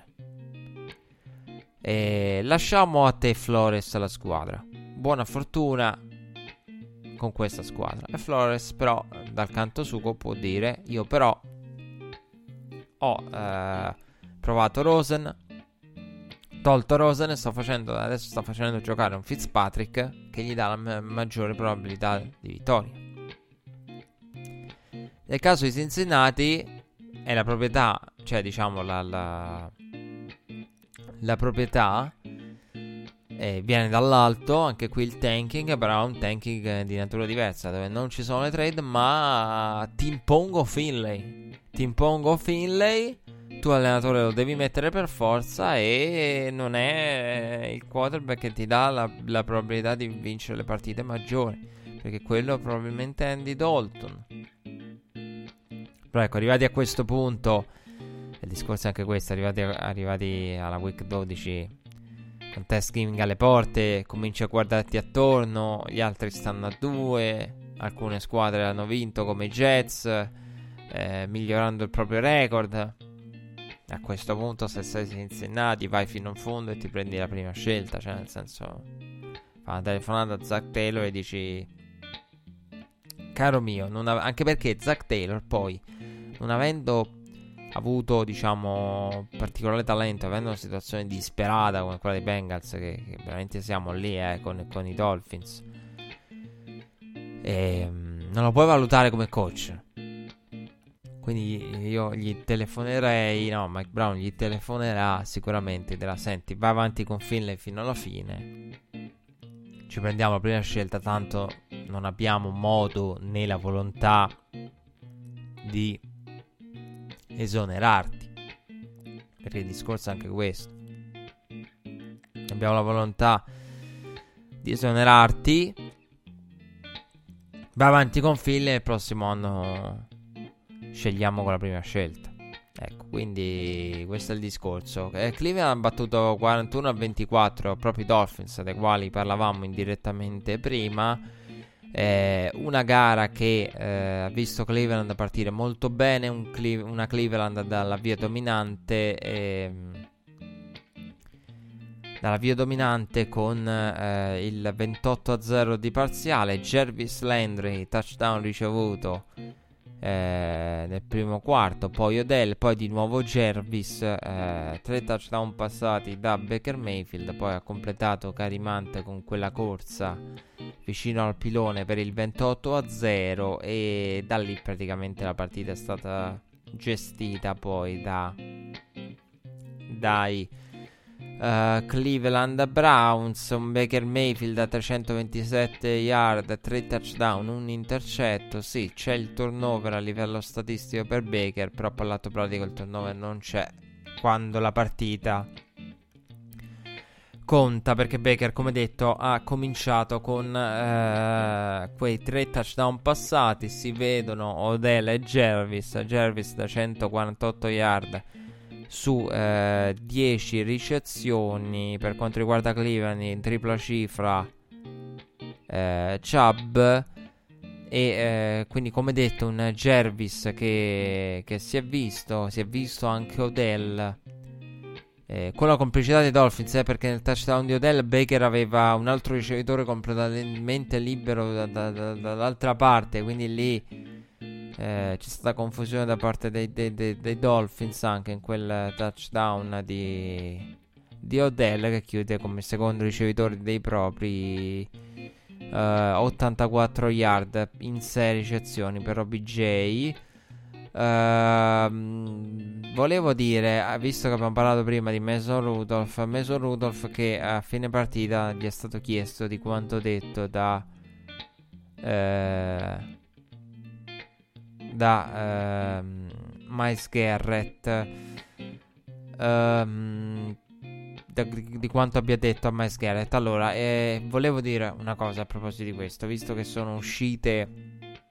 E lasciamo a te Flores la squadra. Buona fortuna con questa squadra. E Flores però dal canto suo può dire io però ho provato Rosen, tolto Rosen, adesso sta facendo giocare un Fitzpatrick che gli dà la maggiore probabilità di vittoria. Nel caso di Cincinnati è la proprietà, cioè diciamo la proprietà viene dall'alto, anche qui il tanking, però è un tanking di natura diversa, dove non ci sono le trade, ma ti impongo Finlay, tu allenatore lo devi mettere per forza, e non è il quarterback che ti dà la probabilità di vincere le partite maggiori, perché quello probabilmente è Andy Dalton. Però ecco, arrivati a questo punto, il discorso è anche questo, arrivati alla week 12, con Thanksgiving alle porte, cominci a guardarti attorno, gli altri stanno a 2, alcune squadre hanno vinto come i Jets, migliorando il proprio record. A questo punto, se sei Cincinnati, vai fino in fondo e ti prendi la prima scelta, cioè nel senso, fa una telefonata a Zach Taylor e dici: caro mio, anche perché Zach Taylor poi, non avendo avuto, diciamo, particolare talento, avendo una situazione disperata come quella dei Bengals, che veramente siamo lì con i Dolphins, non lo puoi valutare come coach. Quindi io gli telefonerei, Mike Brown gli telefonerà sicuramente, dirà: senti, vai avanti con Finlay fino alla fine, ci prendiamo la prima scelta, tanto non abbiamo modo né la volontà di esonerarti, perché il discorso è anche questo, abbiamo la volontà di esonerarti, vai avanti con Finlay e il prossimo anno scegliamo con la prima scelta. Ecco, quindi questo è il discorso. Cleveland ha battuto 41-24 proprio i Dolphins, dei quali parlavamo indirettamente prima. Una gara che ha visto Cleveland partire molto bene, una Cleveland dalla via dominante con il 28-0 di parziale. Jarvis Landry, touchdown ricevuto nel primo quarto, poi Odell, poi di nuovo Jarvis, 3 touchdown passati da Baker Mayfield, poi ha completato Carimante con quella corsa vicino al pilone per il 28-0, e da lì praticamente la partita è stata gestita poi dai Cleveland Browns. Un Baker Mayfield a 327 yard, 3 touchdown, un intercetto. Sì, c'è il turnover a livello statistico per Baker, però per l'atto pratico il turnover non c'è quando la partita conta, perché Baker, come detto, ha cominciato con quei 3 touchdown passati. Si vedono Odell e Jarvis da 148 yard su 10 ricezioni. Per quanto riguarda Cleveland, in tripla cifra Chubb, e quindi, come detto, un Jarvis che si è visto anche Odell, con la complicità dei Dolphins, perché nel touchdown di Odell Baker aveva un altro ricevitore completamente libero dall'altra parte, quindi lì c'è stata confusione da parte dei Dolphins anche in quel touchdown di Odell, che chiude come secondo ricevitore dei propri 84 yard in 6 ricezioni per OBJ. Volevo dire, visto che abbiamo parlato prima di Mason Rudolph, che a fine partita gli è stato chiesto di quanto detto da Myles Garrett, di quanto abbia detto a Myles Garrett. Allora, volevo dire una cosa a proposito di questo, visto che sono uscite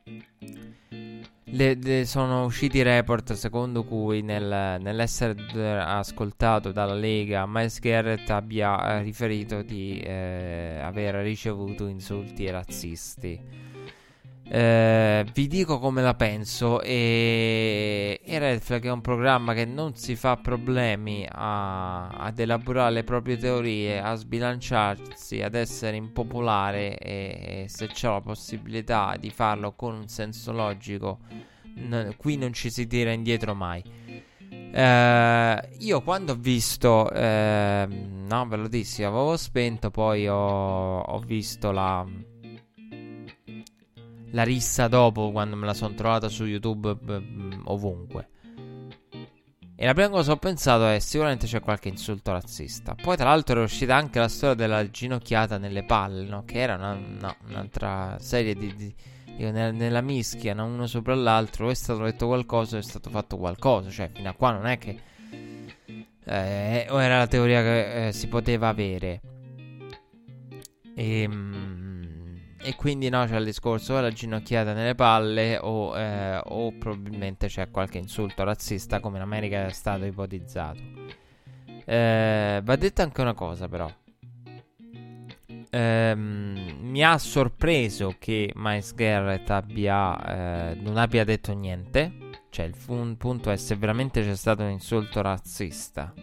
sono usciti report secondo cui nell'essere ascoltato dalla Lega, Myles Garrett abbia riferito di aver ricevuto insulti razzisti. Vi dico come la penso, e Red Flag è un programma che non si fa problemi ad elaborare le proprie teorie, a sbilanciarsi, ad essere impopolare, e se c'è la possibilità di farlo con un senso logico, qui non ci si tira indietro mai. Io quando ho visto, no, ve lo dissi, avevo spento, poi ho visto la rissa dopo, quando me la sono trovata su YouTube ovunque. E la prima cosa che ho pensato è sicuramente c'è qualche insulto razzista. Poi tra l'altro era uscita anche la storia della ginocchiata nelle palle, no? Che era un'altra serie nella mischia, no? Uno sopra l'altro. È stato detto qualcosa, è stato fatto qualcosa. Cioè fino a qua non è che o era la teoria che si poteva avere. E quindi no, c'è il discorso, o la ginocchiata nelle palle o probabilmente c'è qualche insulto razzista, come in America è stato ipotizzato. Va detta anche una cosa però, mi ha sorpreso che Myles Garrett non abbia detto niente. Cioè il punto è se veramente c'è stato un insulto razzista.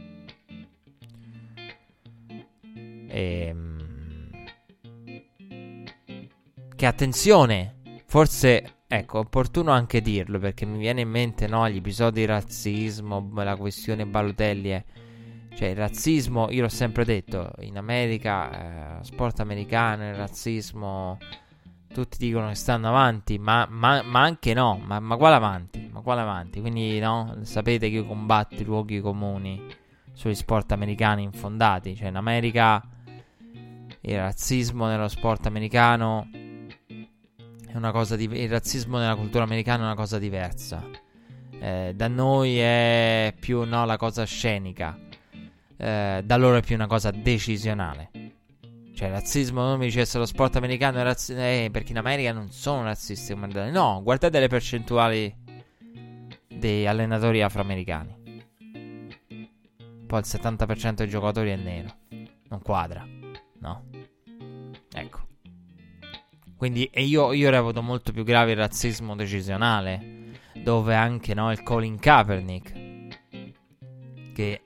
Che attenzione, forse, ecco, è opportuno anche dirlo, perché mi viene in mente, no, gli episodi di razzismo, la questione Balotelli cioè il razzismo, io l'ho sempre detto, in America, sport americano, il razzismo, tutti dicono che stanno avanti, ma anche no, ma quale avanti, quindi no, sapete che io combatto i luoghi comuni sugli sport americani infondati, cioè in America il razzismo nello sport americano è una cosa il razzismo nella cultura americana è una cosa diversa. Da noi è più la cosa scenica, da loro è più una cosa decisionale. Cioè il razzismo, non mi dicesse lo sport americano è perché in America non sono razzisti come da noi. No, guardate le percentuali dei allenatori afroamericani. Poi il 70% dei giocatori è nero, non quadra, no? Ecco. Quindi io reputo molto più grave il razzismo decisionale, dove anche il Colin Kaepernick che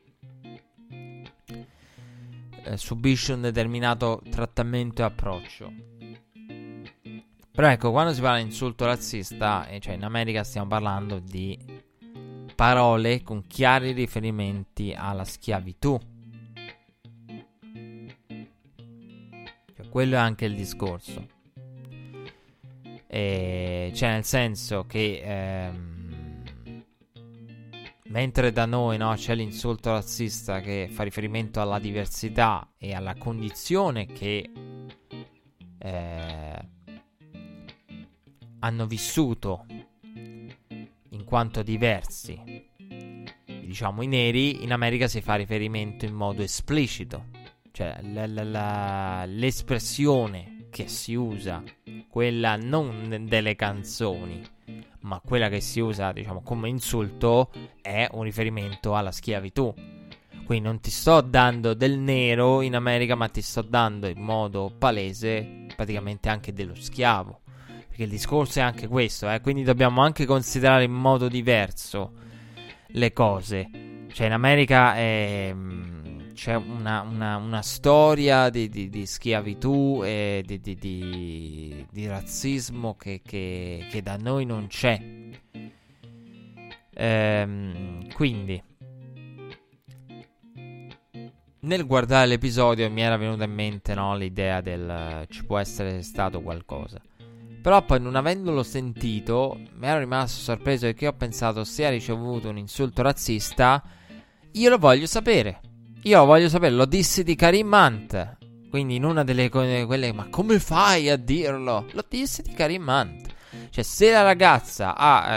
subisce un determinato trattamento e approccio. Però ecco, quando si parla di insulto razzista, cioè in America stiamo parlando di parole con chiari riferimenti alla schiavitù. Cioè quello è anche il discorso. Cioè nel senso che mentre da noi c'è l'insulto razzista che fa riferimento alla diversità e alla condizione che hanno vissuto in quanto diversi, diciamo i neri, in America si fa riferimento in modo esplicito, cioè l'espressione che si usa, quella non delle canzoni, ma quella che si usa, diciamo, come insulto, è un riferimento alla schiavitù. Quindi non ti sto dando del nero in America, ma ti sto dando in modo palese praticamente anche dello schiavo, perché il discorso è anche questo, quindi dobbiamo anche considerare in modo diverso le cose. Cioè in America c'è una storia di schiavitù e di razzismo che da noi non c'è. Quindi nel guardare l'episodio mi era venuta in mente l'idea del ci può essere stato qualcosa. Però poi non avendolo sentito mi ero rimasto sorpreso, perché ho pensato, se ha ricevuto un insulto razzista io lo voglio sapere. Lo dissi di Karim Hunt, quindi in una delle quelle, ma come fai a dirlo? Lo dissi di Karim Hunt. Cioè se la ragazza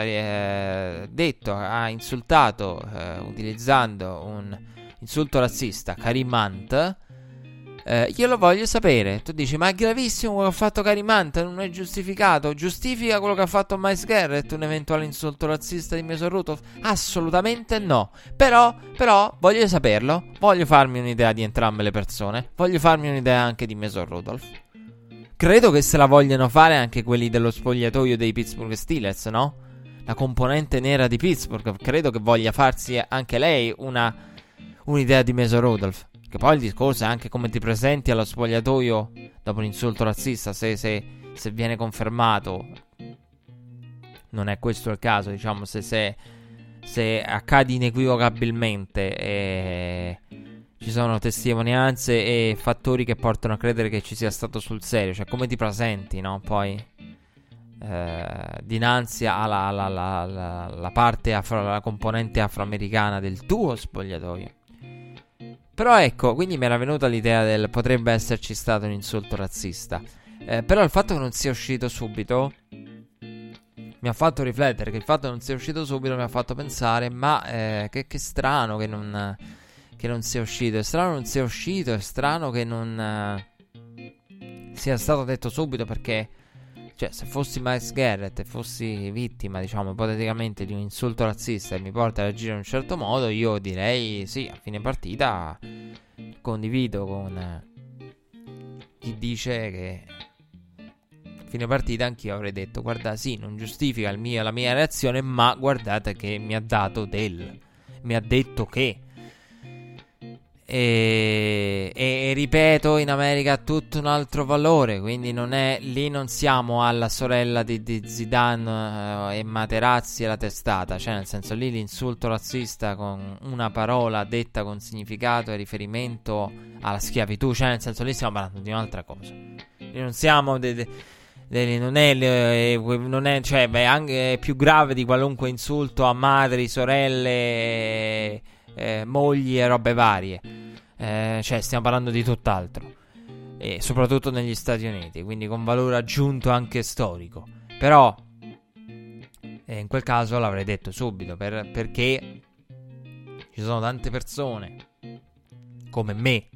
ha insultato utilizzando un insulto razzista Karim Hunt, io lo voglio sapere. Tu dici, ma è gravissimo quello che ha fatto Karim Hunt, non è giustificato. Giustifica quello che ha fatto Myles Garrett un eventuale insulto razzista di Mason Rudolph? Assolutamente no. Però voglio saperlo. Voglio farmi un'idea di entrambe le persone. Voglio farmi un'idea anche di Mason Rudolph. Credo che se la vogliano fare anche quelli dello spogliatoio dei Pittsburgh Steelers, no? La componente nera di Pittsburgh, credo che voglia farsi anche lei un'idea di Mason Rudolph. Che poi il discorso è anche come ti presenti allo spogliatoio dopo un insulto razzista. Se viene confermato, non è questo il caso, diciamo, se se accade inequivocabilmente e ci sono testimonianze e fattori che portano a credere che ci sia stato sul serio, cioè come ti presenti, no? Poi dinanzi alla parte la componente afroamericana del tuo spogliatoio. Però ecco, quindi mi era venuta l'idea del potrebbe esserci stato un insulto razzista. Però il fatto che non sia uscito subito mi ha fatto riflettere, che il fatto che non sia uscito subito mi ha fatto pensare, ma che strano che non sia uscito. È strano che non sia uscito, è strano che non sia stato detto subito, perché cioè, se fossi Myles Garrett e fossi vittima, diciamo, ipoteticamente di un insulto razzista e mi porta ad agire in un certo modo, io direi sì, a fine partita condivido con chi dice che a fine partita anch'io avrei detto: guarda, sì, non giustifica la mia reazione, ma guardate che mi ha detto che. E ripeto, in America ha tutto un altro valore, quindi lì non siamo alla sorella di Zidane e Materazzi e la testata, cioè nel senso, lì l'insulto razzista con una parola detta con significato e riferimento alla schiavitù, cioè nel senso, lì stiamo parlando di un'altra cosa. Lì non siamo non è cioè, beh, anche è più grave di qualunque insulto a madri, sorelle, mogli e robe varie. Cioè stiamo parlando di tutt'altro, e soprattutto negli Stati Uniti, quindi con valore aggiunto anche storico. Però in quel caso l'avrei detto subito, perché ci sono tante persone come me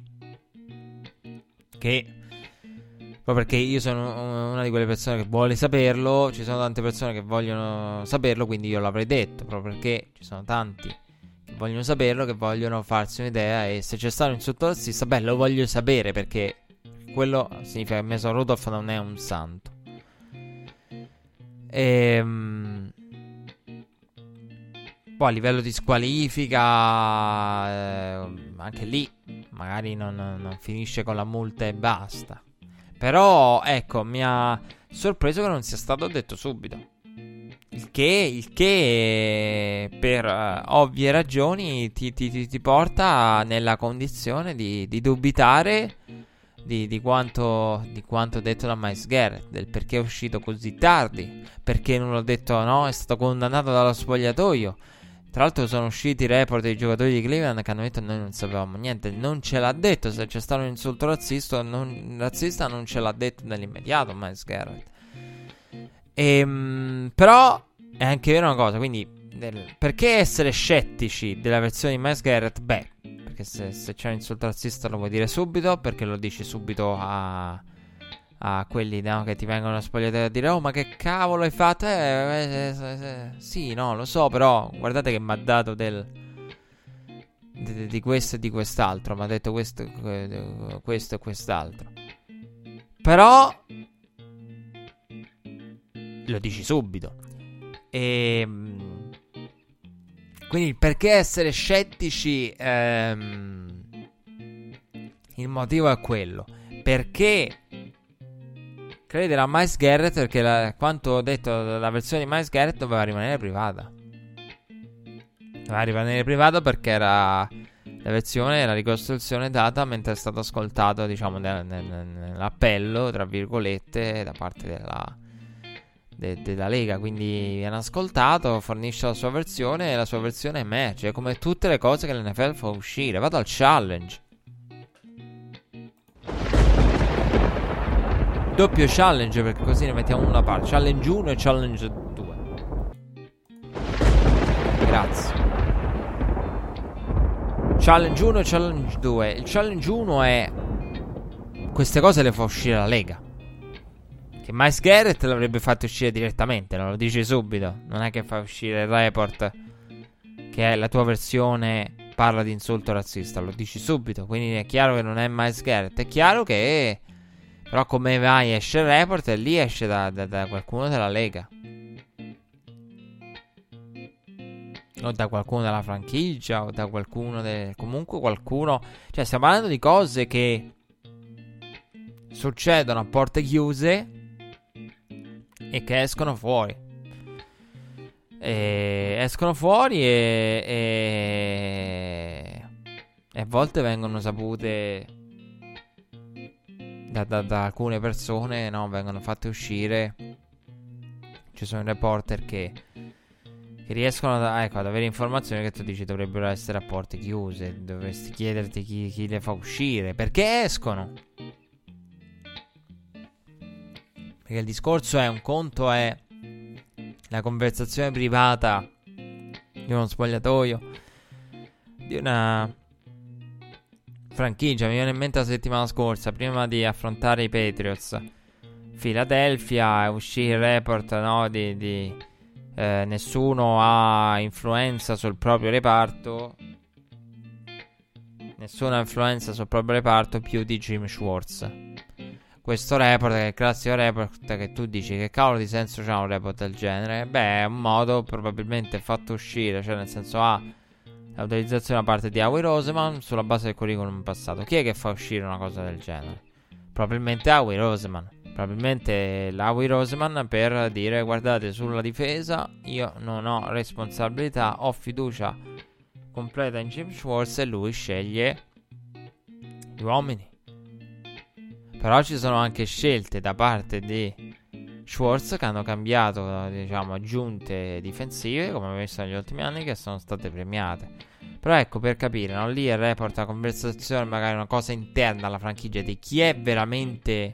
che, proprio perché io sono una di quelle persone che vuole saperlo, ci sono tante persone che vogliono saperlo, quindi io l'avrei detto, proprio perché ci sono tanti vogliono saperlo, che vogliono farsi un'idea. E se c'è stato un insulto razzista, beh, lo voglio sapere, perché quello significa che Mason Rudolph non è un santo. Poi a livello di squalifica, anche lì magari non finisce con la multa e basta. Però ecco, mi ha sorpreso che non sia stato detto subito. Il che per ovvie ragioni ti porta nella condizione di dubitare di quanto detto da Myles Garrett, del perché è uscito così tardi, perché non l'ho detto, no, è stato condannato dallo spogliatoio. Tra l'altro sono usciti i report dei giocatori di Cleveland che hanno detto: noi non sapevamo niente, non ce l'ha detto. Se c'è stato un insulto razzista non ce l'ha detto nell'immediato Myles Garrett. Però è anche vero una cosa, quindi perché essere scettici della versione di Myles Garrett? Beh, perché se c'è un insulto razzista lo vuoi dire subito, perché lo dici subito a quelli, no, che ti vengono spogliati a dire: oh, ma che cavolo hai fatto? Sì, no, lo so, però guardate che mi ha dato di questo e di quest'altro, mi ha detto questo e quest'altro. Però lo dici subito. E quindi perché essere scettici? Il motivo è quello, perché credere a Myles Garrett, perché quanto ho detto, la versione di Myles Garrett doveva rimanere privata. Perché era la versione, la ricostruzione data mentre è stato ascoltato, diciamo, nell'appello, tra virgolette, da parte della Lega. Quindi viene ascoltato, fornisce la sua versione, e la sua versione è match, è come tutte le cose che l'NFL fa uscire. Vado al challenge, doppio challenge, perché così ne mettiamo una parte: challenge 1 e challenge 2. Grazie. Challenge 1 e challenge 2. Il challenge 1 è: queste cose le fa uscire la Lega. Che Myles Garrett l'avrebbe fatto uscire direttamente, non lo dici subito. Non è che fa uscire il report che è la tua versione parla di insulto razzista, lo dici subito. Quindi è chiaro che non è Myles Garrett. È chiaro che però come vai, esce il report e lì esce da qualcuno della Lega, o da qualcuno della franchigia, o da qualcuno comunque qualcuno. Cioè stiamo parlando di cose che succedono a porte chiuse e che escono fuori. escono fuori e a volte vengono sapute da alcune persone, no? Vengono fatte uscire. Ci sono reporter che riescono ad avere informazioni che tu dici dovrebbero essere a porte chiuse. Dovresti chiederti chi le fa uscire, perché escono. Perché il discorso è, un conto è la conversazione privata di uno spogliatoio di una franchigia. Mi viene in mente la settimana scorsa, prima di affrontare i Patriots, Philadelphia, uscì il report, no, di nessuno ha influenza sul proprio reparto. Nessuno ha influenza sul proprio reparto più di Jim Schwartz. Questo report, che è il classico report che tu dici che cavolo di senso c'ha un report del genere? Beh, è un modo probabilmente fatto uscire, cioè nel senso ha l'autorizzazione da parte di Howie Roseman sulla base del curriculum passato. Chi è che fa uscire una cosa del genere? Probabilmente Howie Roseman. Probabilmente l'Howie Roseman per dire: guardate, sulla difesa io non ho responsabilità, ho fiducia completa in Jim Schwartz e lui sceglie gli uomini. Però ci sono anche scelte da parte di Schwartz che hanno cambiato, diciamo, aggiunte difensive, come abbiamo visto negli ultimi anni, che sono state premiate. Però ecco, per capire, no? Lì il report, la conversazione, magari una cosa interna alla franchigia di chi è veramente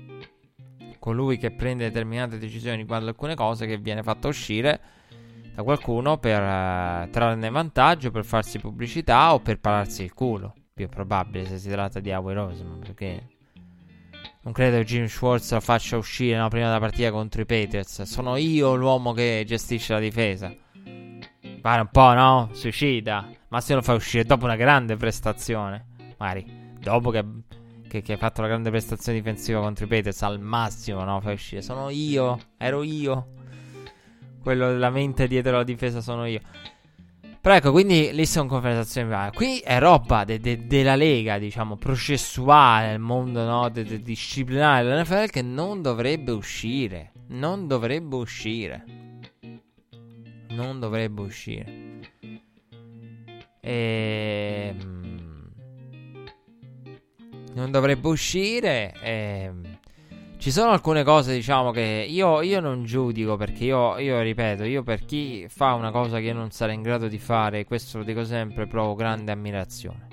colui che prende determinate decisioni riguardo alcune cose, che viene fatta uscire da qualcuno per trarne vantaggio, per farsi pubblicità o per pararsi il culo. Più probabile se si tratta di Howie Roseman, perché non credo che Jim Schwartz lo faccia uscire, no, prima della partita contro i Patriots. Sono io l'uomo che gestisce la difesa. Pare un po', no? Suicida. Ma se lo fa uscire dopo una grande prestazione, magari dopo che hai fatto la grande prestazione difensiva contro i Patriots, al massimo, no? Fai uscire. Sono io. Ero io. Quello della mente dietro la difesa sono io. Però ecco, quindi lì sono conversazioni varie. Qui è roba della Lega, diciamo, processuale, nel mondo, no, disciplinare dell'NFL, che non dovrebbe uscire. Non dovrebbe uscire. Non dovrebbe uscire. Non dovrebbe uscire. Ci sono alcune cose, diciamo, che io non giudico, perché io ripeto, io per chi fa una cosa che io non sarei in grado di fare, questo lo dico sempre, provo grande ammirazione.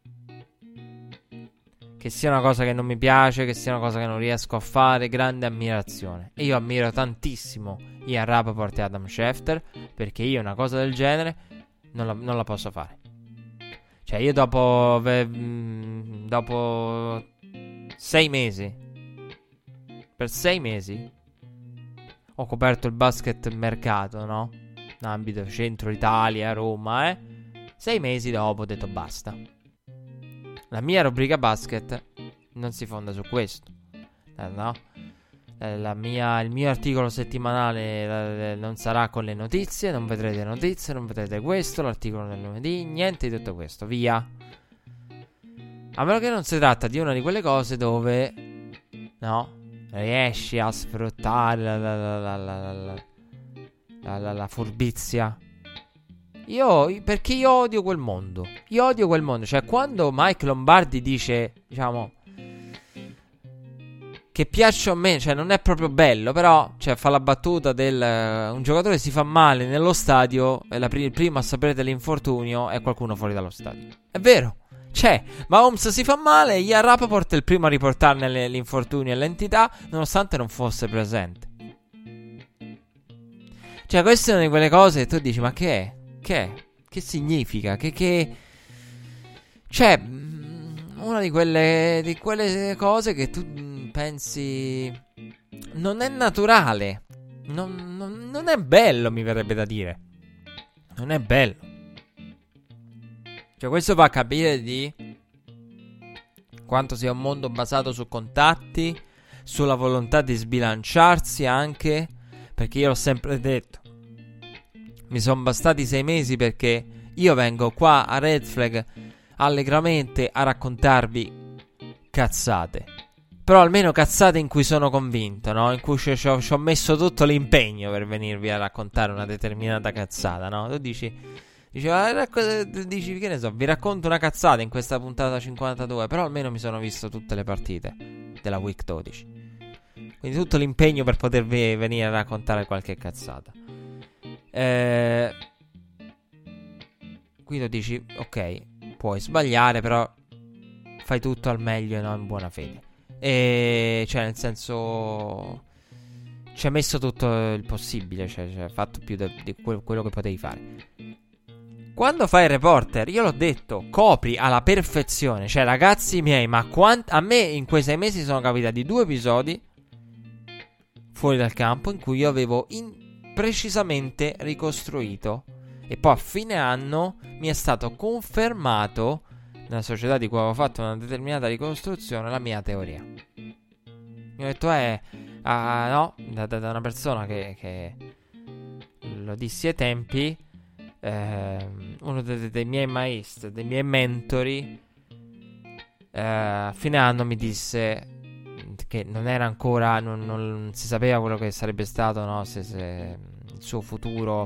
Che sia una cosa che non mi piace, che sia una cosa che non riesco a fare, grande ammirazione. E io ammiro tantissimo Ian Rapoport e Adam Schefter, perché io una cosa del genere non la posso fare. Cioè io dopo 6 mesi, per 6 mesi ho coperto il basket mercato, no? In ambito centro Italia, Roma, 6 mesi dopo ho detto basta. La mia rubrica basket non si fonda su questo, no? Il mio articolo settimanale non sarà con le notizie, non vedrete notizie, non vedrete questo, l'articolo del lunedì, niente di tutto questo, via. A meno che non si tratta di una di quelle cose dove, no, riesci a sfruttare la furbizia. Perché io odio quel mondo. Io odio quel mondo. Cioè, quando Mike Lombardi dice, diciamo, che piace a me, cioè non è proprio bello, però, cioè, fa la battuta del un giocatore si fa male nello stadio e il primo a sapere dell'infortunio è qualcuno fuori dallo stadio. È vero. Cioè, Mahomes si fa male, Ian Rapoport è il primo a riportarne l'infortunio e l'entità, nonostante non fosse presente. Cioè, queste sono di quelle cose che tu dici, ma che è? Che significa? Cioè, una di quelle cose che tu pensi non è naturale. Non è bello, mi verrebbe da dire. Non è bello. Cioè, questo fa capire di quanto sia un mondo basato su contatti, sulla volontà di sbilanciarsi anche, perché io l'ho sempre detto. Mi sono bastati 6 mesi perché io vengo qua a Red Flag allegramente a raccontarvi cazzate. Però almeno cazzate in cui sono convinto, no? In cui ci ho messo tutto l'impegno per venirvi a raccontare una determinata cazzata, no? Tu dici, che ne so, vi racconto una cazzata in questa puntata 52, però almeno mi sono visto tutte le partite della Week 12. Quindi tutto l'impegno per potervi venire a raccontare qualche cazzata. Qui tu dici, ok, puoi sbagliare, però fai tutto al meglio e non in buona fede. E cioè, nel senso, ci hai messo tutto il possibile, cioè hai fatto più di quello che potevi fare. Quando fai il reporter, io l'ho detto, copri alla perfezione. Cioè, ragazzi miei, ma a me in quei 6 mesi sono capitati 2 episodi fuori dal campo in cui io avevo precisamente ricostruito, e poi a fine anno mi è stato confermato nella società di cui avevo fatto una determinata ricostruzione la mia teoria. Mi ho detto no, da una persona che lo dissi ai tempi, uno dei miei maestri, dei miei mentori, a fine anno mi disse che non era ancora, non si sapeva quello che sarebbe stato, no, se il suo futuro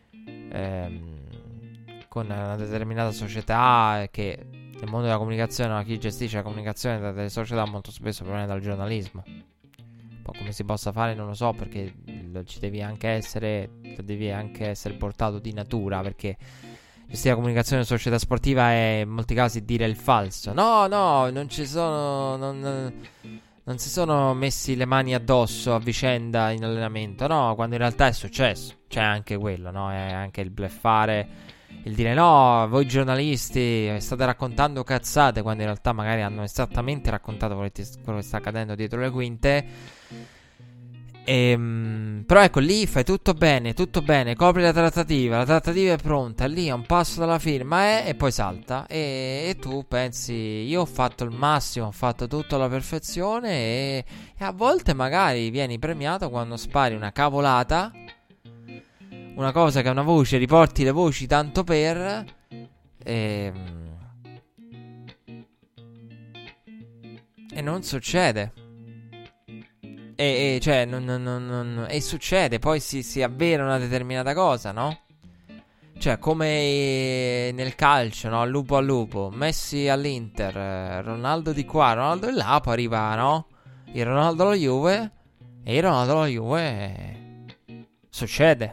con una determinata società, che nel mondo della comunicazione, no, chi gestisce la comunicazione delle società molto spesso proviene dal giornalismo. Poi come si possa fare non lo so, perché devi anche essere portato di natura, perché gestire la comunicazione in società sportiva è in molti casi dire il falso. No, non ci sono, non si sono messi le mani addosso a vicenda in allenamento, no, quando in realtà è successo. C'è anche quello, no, è anche il bluffare, il dire no, voi giornalisti state raccontando cazzate, quando in realtà magari hanno esattamente raccontato quello che sta accadendo dietro le quinte. Però ecco, lì fai tutto bene, copri la trattativa è pronta, lì a un passo dalla firma e poi salta, e tu pensi io ho fatto il massimo, ho fatto tutto alla perfezione, e a volte magari vieni premiato quando spari una cavolata, una cosa che è una voce, riporti le voci tanto per, e non succede. Cioè, e succede, poi si avvera una determinata cosa, no? Cioè, come nel calcio, no? Lupo a lupo, Messi all'Inter, Ronaldo di qua, Ronaldo di là, poi arriva, no? Il Ronaldo alla Juve, e il Ronaldo alla Juve succede.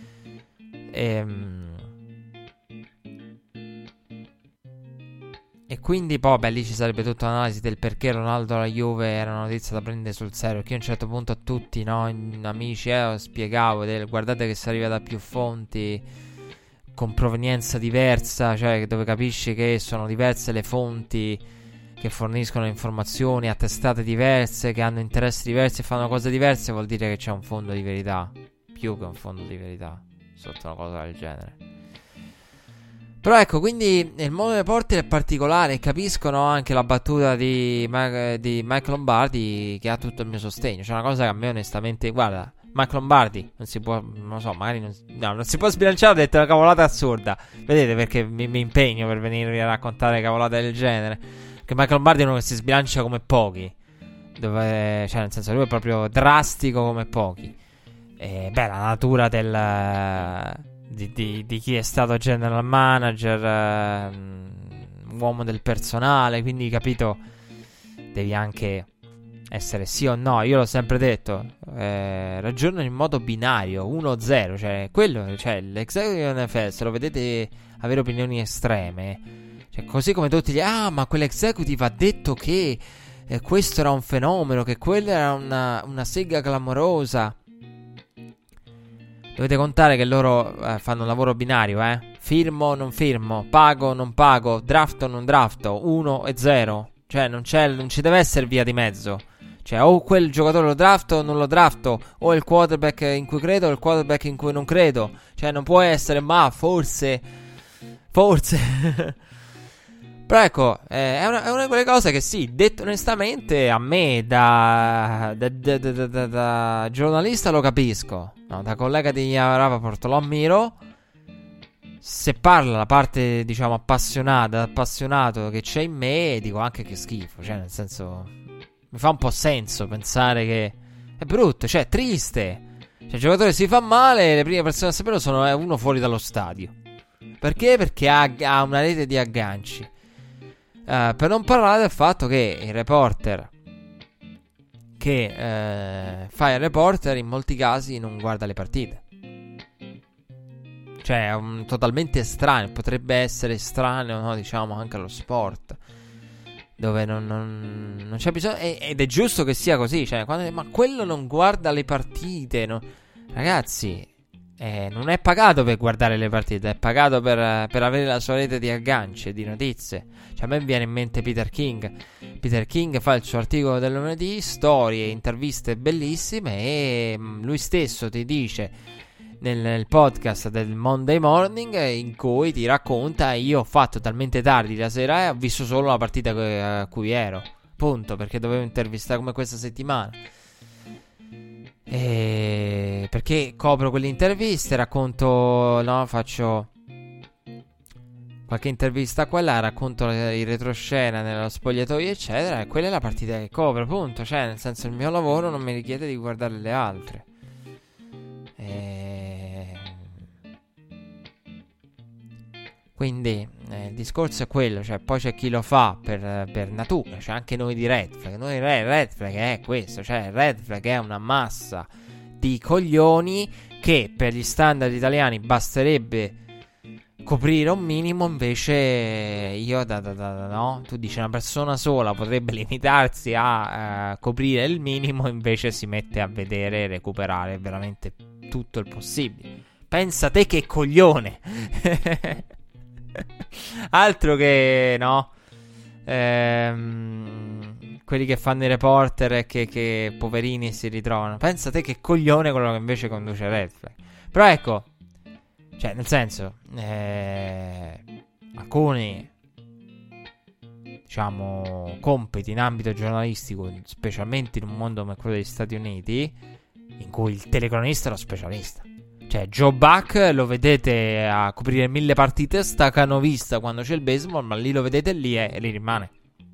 E quindi poi lì ci sarebbe tutta un'analisi del perché Ronaldo alla Juve era una notizia da prendere sul serio. Che io a un certo punto a tutti, no, amici, spiegavo guardate che si arriva da più fonti con provenienza diversa, cioè dove capisci che sono diverse le fonti che forniscono informazioni a testate diverse, che hanno interessi diversi e fanno cose diverse, vuol dire che c'è un fondo di verità, più che un fondo di verità sotto una cosa del genere. Però ecco, quindi il mondo dei reporter è particolare, capiscono anche la battuta di Mike Lombardi, che ha tutto il mio sostegno. C'è una cosa che a me onestamente, guarda, Mike Lombardi non si può, non lo so, magari non si può sbilanciare, ho detto una cavolata assurda. Vedete perché mi impegno per venirvi a raccontare cavolate del genere, che Mike Lombardi è uno che si sbilancia come pochi, cioè nel senso, lui è proprio drastico come pochi. La natura di chi è stato general manager, uomo del personale, quindi capito, devi anche essere sì o no. Io l'ho sempre detto, ragiono in modo binario 1-0, cioè quello, cioè l'executive NFL, se lo vedete avere opinioni estreme, cioè così come tutti ma quell'executive ha detto che questo era un fenomeno, che quella era una sega clamorosa. Dovete contare che loro fanno un lavoro binario, firmo, non firmo, pago, non pago, drafto, non drafto, 1 e 0. Cioè non ci deve essere via di mezzo. Cioè o quel giocatore lo drafto o non lo drafto, o il quarterback in cui credo o il quarterback in cui non credo. Cioè non può essere, ma forse Però ecco, è una di quelle cose che sì, detto onestamente, a me da giornalista lo capisco, no, da collega di Rapaport lo ammiro. Se parla la parte, diciamo, appassionato che c'è in me, dico anche che schifo, cioè nel senso, mi fa un po' senso pensare che è brutto, cioè è triste. Cioè il giocatore si fa male, le prime persone a saperlo sono uno fuori dallo stadio. Perché? Perché ha una rete di agganci. Per non parlare del fatto che il reporter che fa il reporter in molti casi non guarda le partite. Cioè è totalmente estraneo. Potrebbe essere estraneo, no? Diciamo anche allo sport, dove non c'è bisogno. Ed è giusto che sia così. Cioè, ma quello non guarda le partite, no? Ragazzi, non è pagato per guardare le partite, è pagato per avere la sua rete di agganci e di notizie. Cioè, a me viene in mente Peter King. Peter King fa il suo articolo del lunedì, storie, interviste bellissime, e lui stesso ti dice nel podcast del Monday Morning, in cui ti racconta: io ho fatto talmente tardi la sera e ho visto solo la partita a cui ero, punto, perché dovevo intervistare, come questa settimana. Perché copro quelle interviste, racconto, no, faccio qualche intervista qua e là, racconto il retroscena nello spogliatoio eccetera, e quella è la partita che copro, punto. Cioè, nel senso, il mio lavoro non mi richiede di guardare le altre. Quindi il discorso è quello. Cioè, poi c'è chi lo fa per natura. C'è anche noi di Red Flag. Noi Red Flag è questo. Cioè, Red Flag è una massa di coglioni che per gli standard italiani basterebbe coprire un minimo. Invece io no, tu dici una persona sola potrebbe limitarsi a coprire il minimo, invece si mette a vedere e recuperare veramente tutto il possibile. Pensa te che coglione. Altro che, no, quelli che fanno i reporter e che poverini si ritrovano. Pensa te che coglione quello che invece conduce Red Flag. Però ecco, cioè, nel senso, alcuni, diciamo, compiti in ambito giornalistico, specialmente in un mondo come quello degli Stati Uniti, in cui il telecronista è lo specialista. Cioè, Joe Buck lo vedete a coprire 1000 partite stacanovista quando c'è il baseball, ma lì lo vedete lì e lì rimane.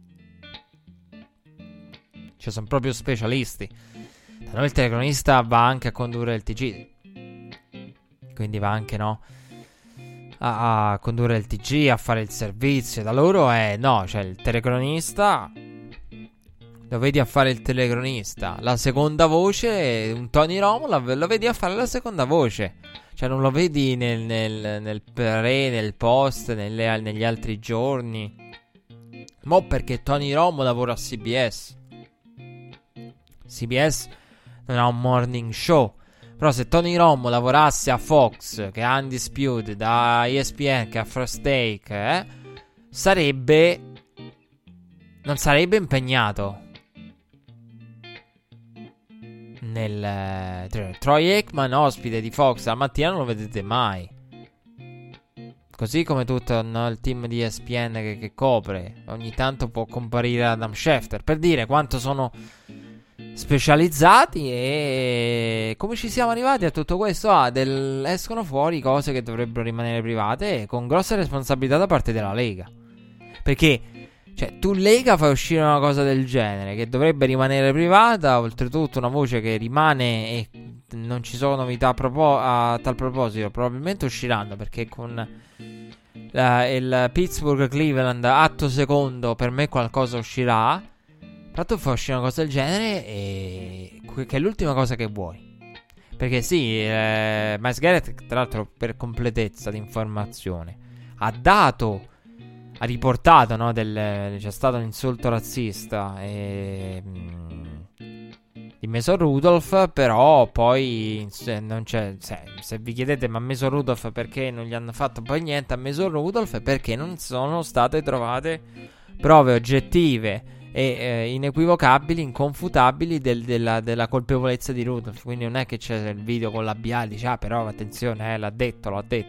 Cioè, sono proprio specialisti. Da noi il telecronista va anche a condurre il TG. Quindi va anche, no, a condurre il TG, a fare il servizio. Da loro è, no, cioè il telecronista lo vedi a fare il telecronista. La seconda voce, un Tony Romo, lo vedi a fare la seconda voce. Cioè non lo vedi nel pre, nel post, negli altri giorni. Mo' perché Tony Romo lavora a CBS. CBS non ha un morning show. Però se Tony Romo lavorasse a Fox, che ha Undisputed, da ESPN, che ha First Take, non sarebbe impegnato Troy Aikman, ospite di Fox, la mattina non lo vedete mai. Così come tutto, no, il team di ESPN che copre. Ogni tanto può comparire Adam Schefter, per dire quanto sono specializzati e come ci siamo arrivati a tutto questo. Escono fuori cose che dovrebbero rimanere private, con grossa responsabilità da parte della Lega. Perché, cioè, tu Lega fai uscire una cosa del genere che dovrebbe rimanere privata, oltretutto una voce che rimane, e non ci sono novità a tal proposito. Probabilmente usciranno, perché con il Pittsburgh Cleveland atto secondo per me qualcosa uscirà. Però tu fai uscire una cosa del genere, e che è l'ultima cosa che vuoi. Perché sì, Myles Garrett, tra l'altro, per completezza di informazione, ha riportato, no, c'è stato un insulto razzista di Mason Rudolph. Però poi non c'è, se vi chiedete ma Mason Rudolph perché non gli hanno fatto poi niente a Mason Rudolph, è perché non sono state trovate prove oggettive e inequivocabili, inconfutabili della colpevolezza di Rudolph. Quindi non è che c'è il video con labiale, dice però attenzione, l'ha detto.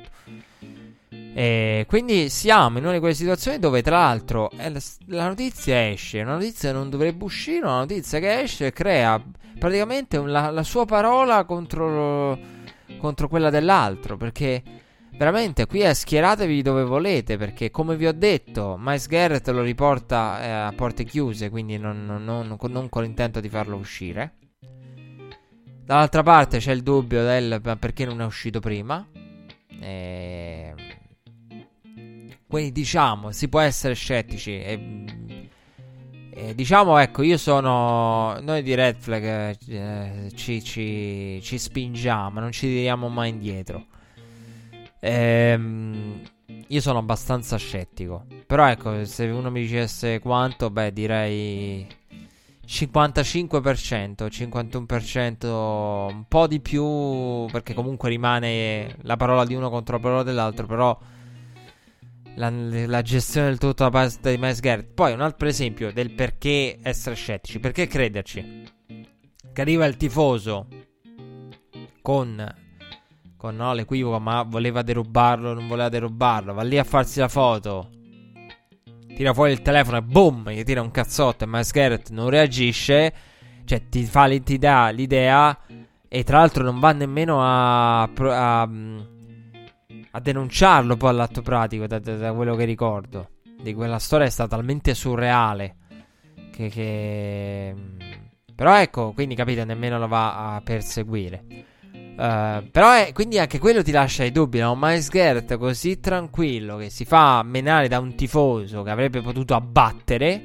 Quindi siamo in una di quelle situazioni dove, tra l'altro, la notizia esce, una notizia non dovrebbe uscire, una notizia che esce crea praticamente la sua parola contro quella dell'altro, perché veramente qui schieratevi dove volete, perché come vi ho detto Myles Garrett lo riporta a porte chiuse, quindi non con l'intento di farlo uscire. Dall'altra parte c'è il dubbio del perché non è uscito prima. Quindi diciamo si può essere scettici diciamo, ecco, noi di Red Flag ci spingiamo, non ci tiriamo mai indietro. Io sono abbastanza scettico, però ecco, se uno mi dicesse quanto, beh, direi 55%, 51%, un po' di più, perché comunque rimane la parola di uno contro la parola dell'altro, però la gestione del tutto da parte di Myles Garrett. Poi un altro esempio del perché essere scettici, perché crederci, che arriva il tifoso con no, l'equivoco, ma voleva derubarlo, non voleva derubarlo, va lì a farsi la foto, tira fuori il telefono e boom, gli tira un cazzotto e Myles Garrett non reagisce, cioè ti dà l'idea, e tra l'altro non va nemmeno a denunciarlo poi all'atto pratico, da quello che ricordo di quella storia. È stata talmente surreale che però ecco, quindi capite, nemmeno lo va a perseguire. Però quindi anche quello ti lascia i dubbi, no? Myles Garrett così tranquillo che si fa menare da un tifoso che avrebbe potuto abbattere,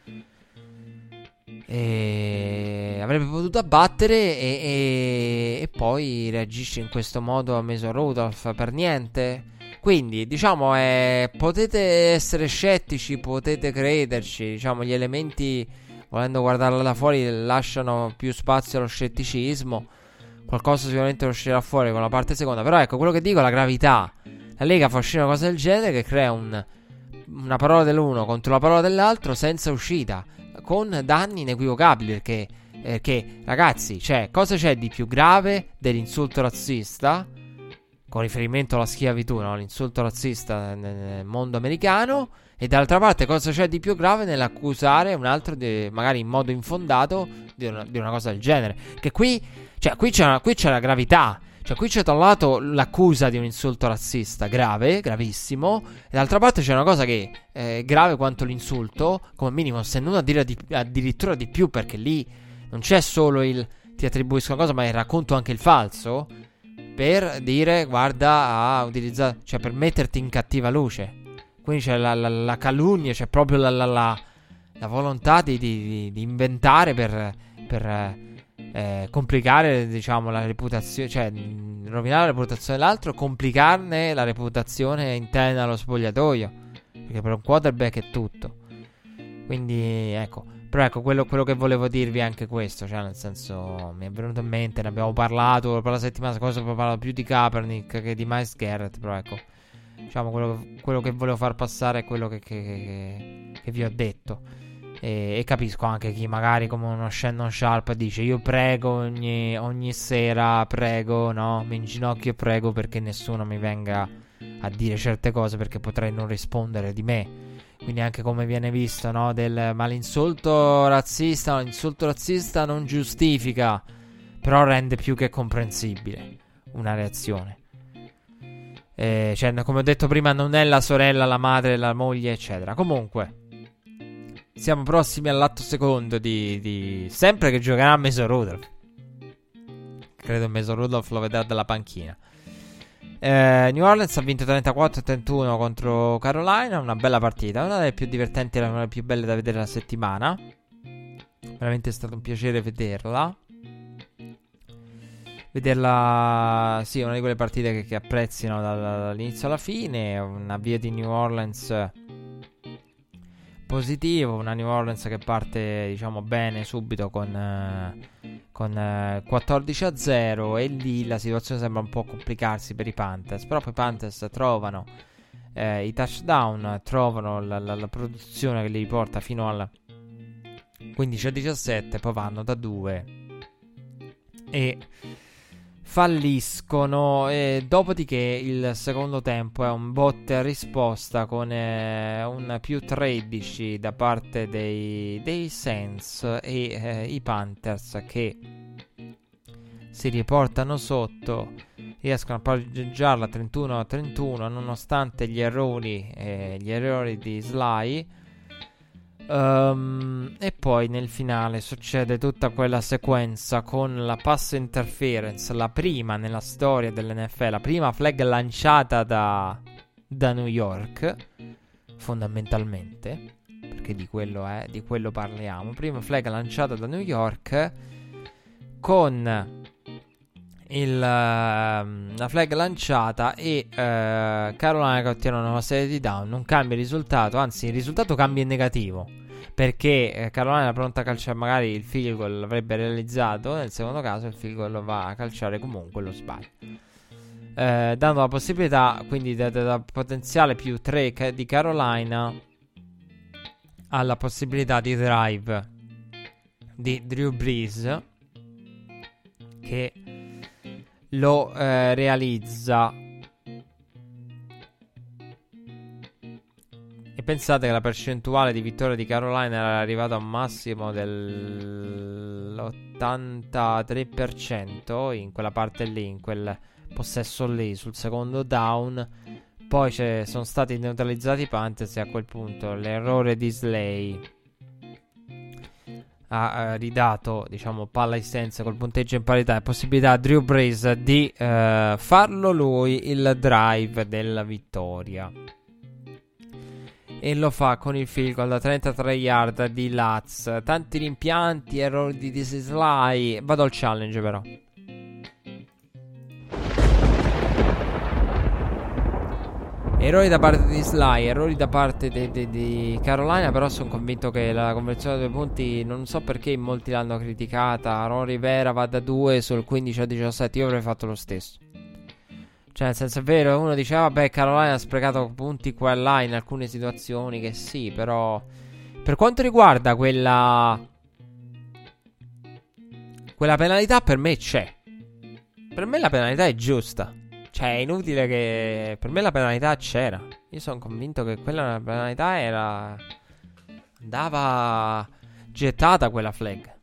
e poi reagisce in questo modo a Mason Rudolph per niente. Quindi diciamo potete essere scettici, potete crederci, diciamo gli elementi, volendo guardarla da fuori, lasciano più spazio allo scetticismo. Qualcosa sicuramente uscirà fuori con la parte seconda. Però ecco, quello che dico è la gravità. La Lega fa uscire una cosa del genere che crea una parola dell'uno contro la parola dell'altro senza uscita, con danni inequivocabili. Perché ragazzi, cosa c'è di più grave dell'insulto razzista, con riferimento alla schiavitù, no? L'insulto razzista nel mondo americano. E dall'altra parte cosa c'è di più grave nell'accusare un altro magari in modo infondato di una cosa del genere. Che qui c'è la gravità. Cioè qui c'è da un lato l'accusa di un insulto razzista grave, gravissimo, e dall'altra parte c'è una cosa che è grave quanto l'insulto, come minimo, se non addirittura di più, perché lì non c'è solo ti attribuisco una cosa, ma racconto anche il falso, per dire guarda a utilizzare, cioè per metterti in cattiva luce. Quindi c'è la calunnia, c'è proprio la volontà di inventare per complicare, diciamo, la reputazione, cioè rovinare la reputazione dell'altro, complicarne la reputazione interna allo spogliatoio, perché per un quarterback è tutto. Quindi ecco, però ecco, quello che volevo dirvi è anche questo, cioè nel senso, mi è venuto in mente, ne abbiamo parlato per la settimana scorsa, ho parlato più di Kaepernick che di Myles Garrett, però ecco, diciamo quello che volevo far passare è quello che vi ho detto. E capisco anche chi magari come uno Shannon Sharp dice io prego ogni sera, prego, no, mi inginocchio e prego perché nessuno mi venga a dire certe cose perché potrei non rispondere di me. Quindi anche come viene visto, no, ma l'insulto razzista non giustifica, però rende più che comprensibile una reazione. Cioè, come ho detto prima, non è la sorella, la madre, la moglie, eccetera. Comunque siamo prossimi all'atto secondo sempre che giocherà Mason Rudolph. Credo Mason Rudolph lo vedrà dalla panchina. New Orleans ha vinto 34-31 contro Carolina. Una bella partita, una delle più divertenti e una delle più belle da vedere la settimana. Veramente è stato un piacere vederla. Sì, una di quelle partite che apprezzino dall'inizio alla fine. Un avvio di New Orleans positivo, una New Orleans che parte, diciamo, bene subito con 14-0, e lì la situazione sembra un po' complicarsi per i Panthers, però poi i Panthers trovano i touchdown, trovano la produzione che li riporta fino al 15-17, poi vanno da 2 e falliscono, e dopodiché il secondo tempo è un botta e risposta con un più 13 da parte dei Saints, e i Panthers che si riportano sotto riescono a pareggiarla 31-31 nonostante gli errori di Sly. E poi nel finale succede tutta quella sequenza con la pass interference, la prima nella storia dell'NFL, la prima flag lanciata da New York, fondamentalmente, perché di quello parliamo. Prima flag lanciata da New York, con la flag lanciata e Carolina che ottiene una serie di down. Non cambia il risultato, anzi il risultato cambia in negativo, perché Carolina è pronta a calciare, magari il field goal l'avrebbe realizzato, nel secondo caso il field goal va a calciare comunque, lo sbaglio, dando la possibilità quindi da potenziale più 3 di Carolina alla possibilità di drive di Drew Brees, che lo realizza. E pensate che la percentuale di vittoria di Carolina era arrivata a un massimo dell'83% in quella parte lì, in quel possesso lì, sul secondo down. Poi sono stati neutralizzati i Panthers, e a quel punto l'errore di Slay ha ridato, diciamo, palla ai Saints col punteggio in parità e possibilità a Drew Brees di farlo lui il drive della vittoria. E lo fa con il field goal da 33 yard di Lutz. Tanti rimpianti, errori di Sly. Vado al challenge però. Errori da parte di Sly, errori da parte di Carolina, però sono convinto che la conversione a 2 punti, non so perché in molti l'hanno criticata. Ron Rivera va da 2 sul 15-17, io avrei fatto lo stesso. Cioè, nel senso, è vero, uno diceva, vabbè, Carolina ha sprecato punti qua e là in alcune situazioni, che sì, però per quanto riguarda quella penalità, per me c'è. Per me la penalità è giusta. Cioè, è inutile che... Per me la penalità c'era. Io sono convinto che quella penalità andava gettata, quella flag.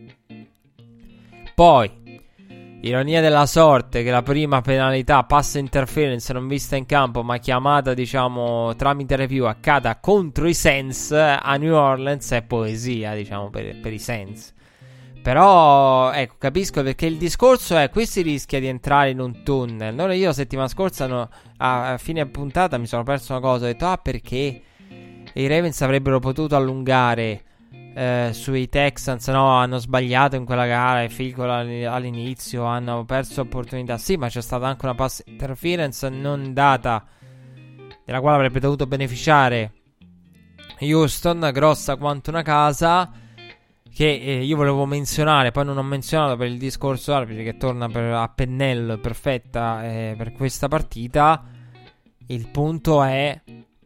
Poi, ironia della sorte, che la prima penalità, pass interference non vista in campo ma chiamata, diciamo, tramite review, accada contro i Saints a New Orleans, è poesia, diciamo, per i Saints. Però, ecco, capisco, perché il discorso è, qui si rischia di entrare in un tunnel. Allora io settimana scorsa a fine puntata mi sono perso una cosa, ho detto, perché i Ravens avrebbero potuto allungare sui Texans, no, hanno sbagliato in quella gara, il field goal all'inizio, hanno perso opportunità. Sì, ma c'è stata anche una pass interference non data, della quale avrebbe dovuto beneficiare Houston, grossa quanto una casa, che io volevo menzionare, poi non ho menzionato per il discorso arbitri, che torna a pennello, perfetta per questa partita. Il punto è,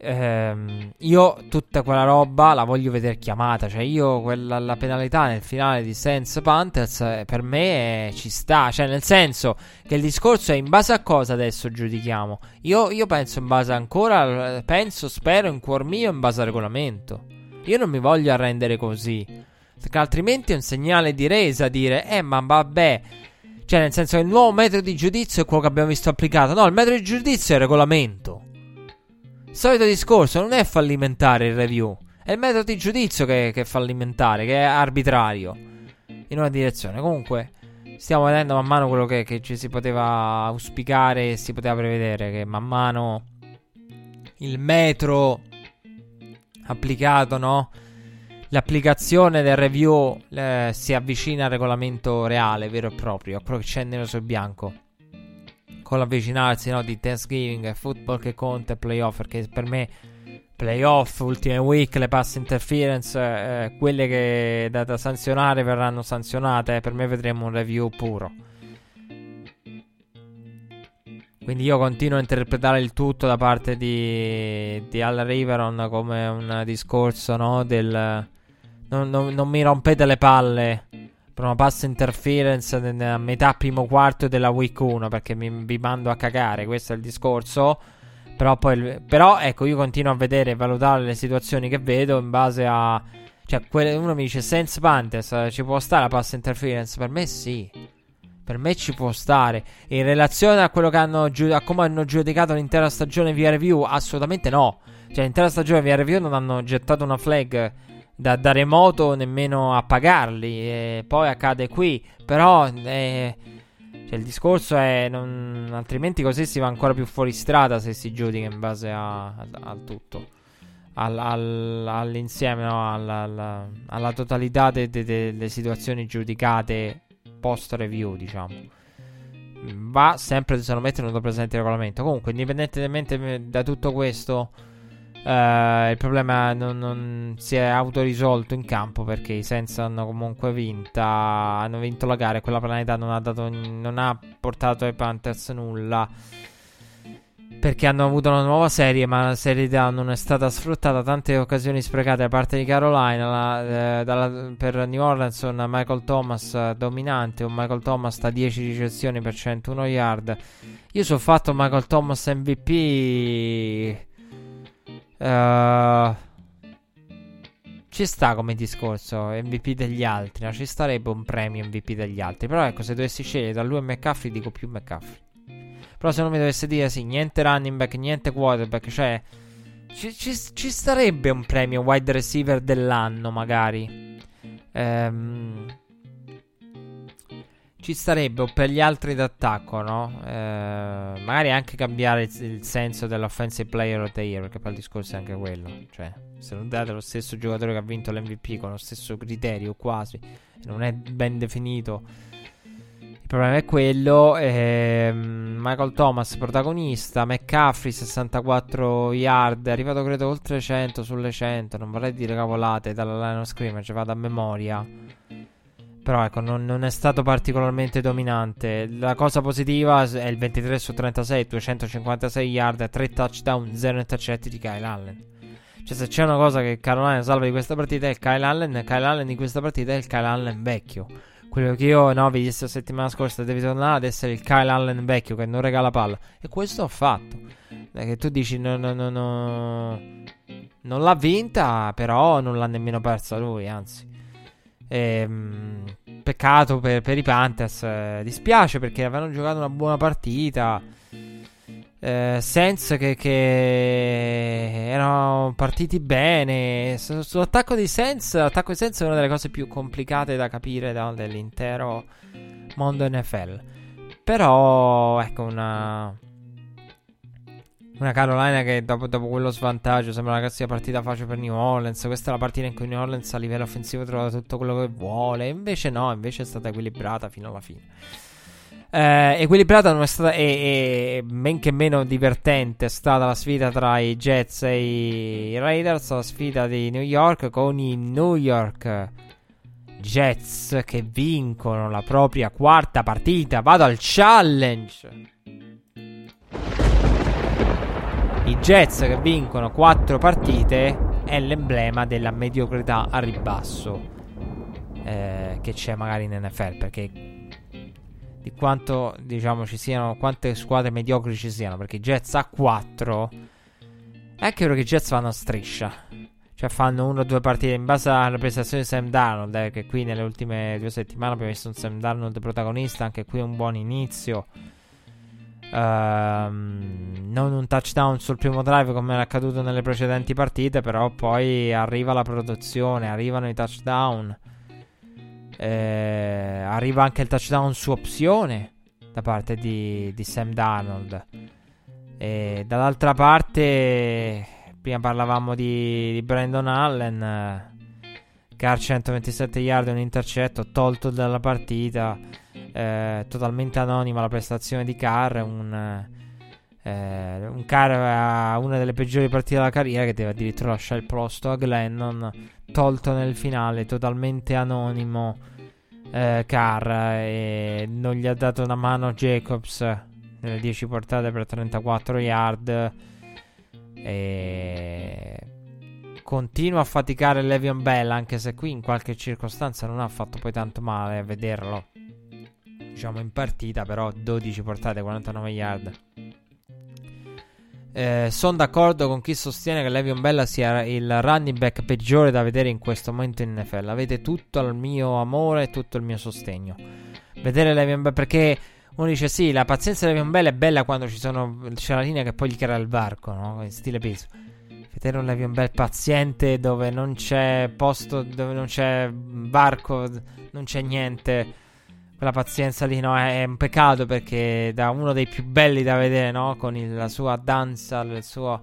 io tutta quella roba la voglio vedere chiamata. Cioè io la penalità nel finale di Saints Panthers per me ci sta. Cioè, nel senso che il discorso è in base a cosa adesso giudichiamo. Io penso in base ancora, spero in cuor mio in base al regolamento. Io non mi voglio arrendere così, perché altrimenti è un segnale di resa dire ma vabbè, cioè nel senso che il nuovo metodo di giudizio è quello che abbiamo visto applicato. No, il metodo di giudizio è il regolamento. Il solito discorso, non è fallimentare il review, è il metodo di giudizio che è fallimentare, che è arbitrario in una direzione. Comunque stiamo vedendo man mano quello che ci si poteva auspicare e si poteva prevedere, che man mano il metro applicato, no? L'applicazione del review si avvicina al regolamento reale, vero e proprio, a quello che c'è nero su bianco, con l'avvicinarsi, no, di Thanksgiving, football che conta e playoff, perché per me playoff, ultime week, le pass interference, quelle che da sanzionare verranno sanzionate, per me vedremo un review puro. Quindi io continuo a interpretare il tutto da parte di Al Riveron come un discorso, no, del non mi rompete le palle per una pass interference a metà primo quarto della week 1, perché vi mando a cagare, questo è il discorso. Però ecco, io continuo a vedere e valutare le situazioni che vedo in base a, cioè uno mi dice Saints Panthers, ci può stare la pass interference? Per me sì, Per me ci può stare. In relazione a quello che a come hanno giudicato l'intera stagione via review, assolutamente no. Cioè, l'intera stagione via review non hanno gettato una flag da remoto nemmeno a pagarli. E poi accade qui. Però cioè, il discorso è altrimenti così si va ancora più fuori strada se si giudica in base al tutto, all'insieme, no? alla totalità delle situazioni giudicate post review, diciamo. Va sempre, secondo me, tenuto presente il regolamento. Comunque, indipendentemente da tutto questo, il problema non si è autorisolto in campo, perché i Saints hanno comunque vinto la gara e quella penalità non ha portato ai Panthers nulla, perché hanno avuto una nuova serie, ma la serie non è stata sfruttata. Tante occasioni sprecate da parte di Carolina. Per New Orleans un Michael Thomas dominante, un Michael Thomas da 10 ricezioni per 101 yard. Io sono fatto Michael Thomas MVP. Ci sta come discorso MVP degli altri, no? Ci starebbe un premio MVP degli altri. Però ecco, se dovessi scegliere tra lui e McCaffrey, dico più McCaffrey. Però se non mi dovesse dire sì, niente running back, niente quarterback, cioè ci starebbe un premio wide receiver dell'anno magari. Ci starebbe, o per gli altri d'attacco, no? Magari anche cambiare il senso dell'offensive player of the year, perché poi il discorso è anche quello. Cioè, se non date lo stesso giocatore che ha vinto l'MVP con lo stesso criterio quasi, non è ben definito, il problema è quello. Michael Thomas protagonista, McCaffrey 64 yard, è arrivato credo oltre 100 sulle 100, non vorrei dire cavolate, dalla line of scrimmage, vado a memoria. Però ecco, non è stato particolarmente dominante. La cosa positiva è il 23 su 36, 256 yard, 3 touchdown, 0 intercetti di Kyle Allen. Cioè, se c'è una cosa che Carolina salva di questa partita è il Kyle Allen. Kyle Allen di questa partita è il Kyle Allen vecchio. Quello che io vi dissi la settimana scorsa, devi tornare ad essere il Kyle Allen vecchio che non regala palla. E questo ho fatto. Che tu dici non l'ha vinta, però non l'ha nemmeno persa lui, anzi. Peccato per i Panthers. Dispiace perché avevano giocato una buona partita. Saints che erano partiti bene. Sull'attacco di Saints, l'attacco di Saints è una delle cose più complicate da capire dell'intero mondo NFL. Però ecco, una Carolina che dopo quello svantaggio sembra che sia partita facile per New Orleans. Questa è la partita in cui New Orleans a livello offensivo trova tutto quello che vuole. Invece no, invece è stata equilibrata fino alla fine. Equilibrata non è stata, e men che meno divertente è stata la sfida tra i Jets e i Raiders, la sfida di New York, con i New York Jets che vincono la propria quarta partita. Vado al challenge. I Jets che vincono 4 partite è l'emblema della mediocrità a ribasso che c'è magari in NFL, perché di quanto, diciamo, ci siano, quante squadre mediocri ci siano, perché i Jets a 4 è anche vero che i Jets vanno a striscia, cioè fanno 1 o 2 partite in base alla prestazione di Sam Darnold, che qui nelle ultime 2 settimane abbiamo visto un Sam Darnold protagonista, anche qui un buon inizio. Non un touchdown sul primo drive come era accaduto nelle precedenti partite, però poi arriva la produzione, arrivano i touchdown, arriva anche il touchdown su opzione da parte di Sam Darnold. E dall'altra parte, prima parlavamo di Brandon Allen, Carr 127 yard e un intercetto, tolto dalla partita. Totalmente anonima la prestazione di Carr. Un Carr ha una delle peggiori partite della carriera, che deve addirittura lasciare il posto a Glennon, tolto nel finale, totalmente anonimo. Carr, e non gli ha dato una mano Jacobs nelle 10 portate per 34 yard. E continua a faticare Le'Veon Bell, anche se qui in qualche circostanza non ha fatto poi tanto male a vederlo, diciamo, in partita. Però 12 portate, 49 yard. Sono d'accordo con chi sostiene che Le'Veon Bell sia il running back peggiore da vedere in questo momento in NFL. Avete tutto il mio amore e tutto il mio sostegno, vedere Le'Veon Bell, perché uno dice sì, la pazienza di Le'Veon Bell è bella quando c'è la linea che poi gli crea il varco, no? In stile peso. Vedere un Le'Veon Bell paziente dove non c'è posto, dove non c'è varco, non c'è niente, quella pazienza lì, no? È un peccato, perché da uno dei più belli da vedere, no? Con la sua danza, il suo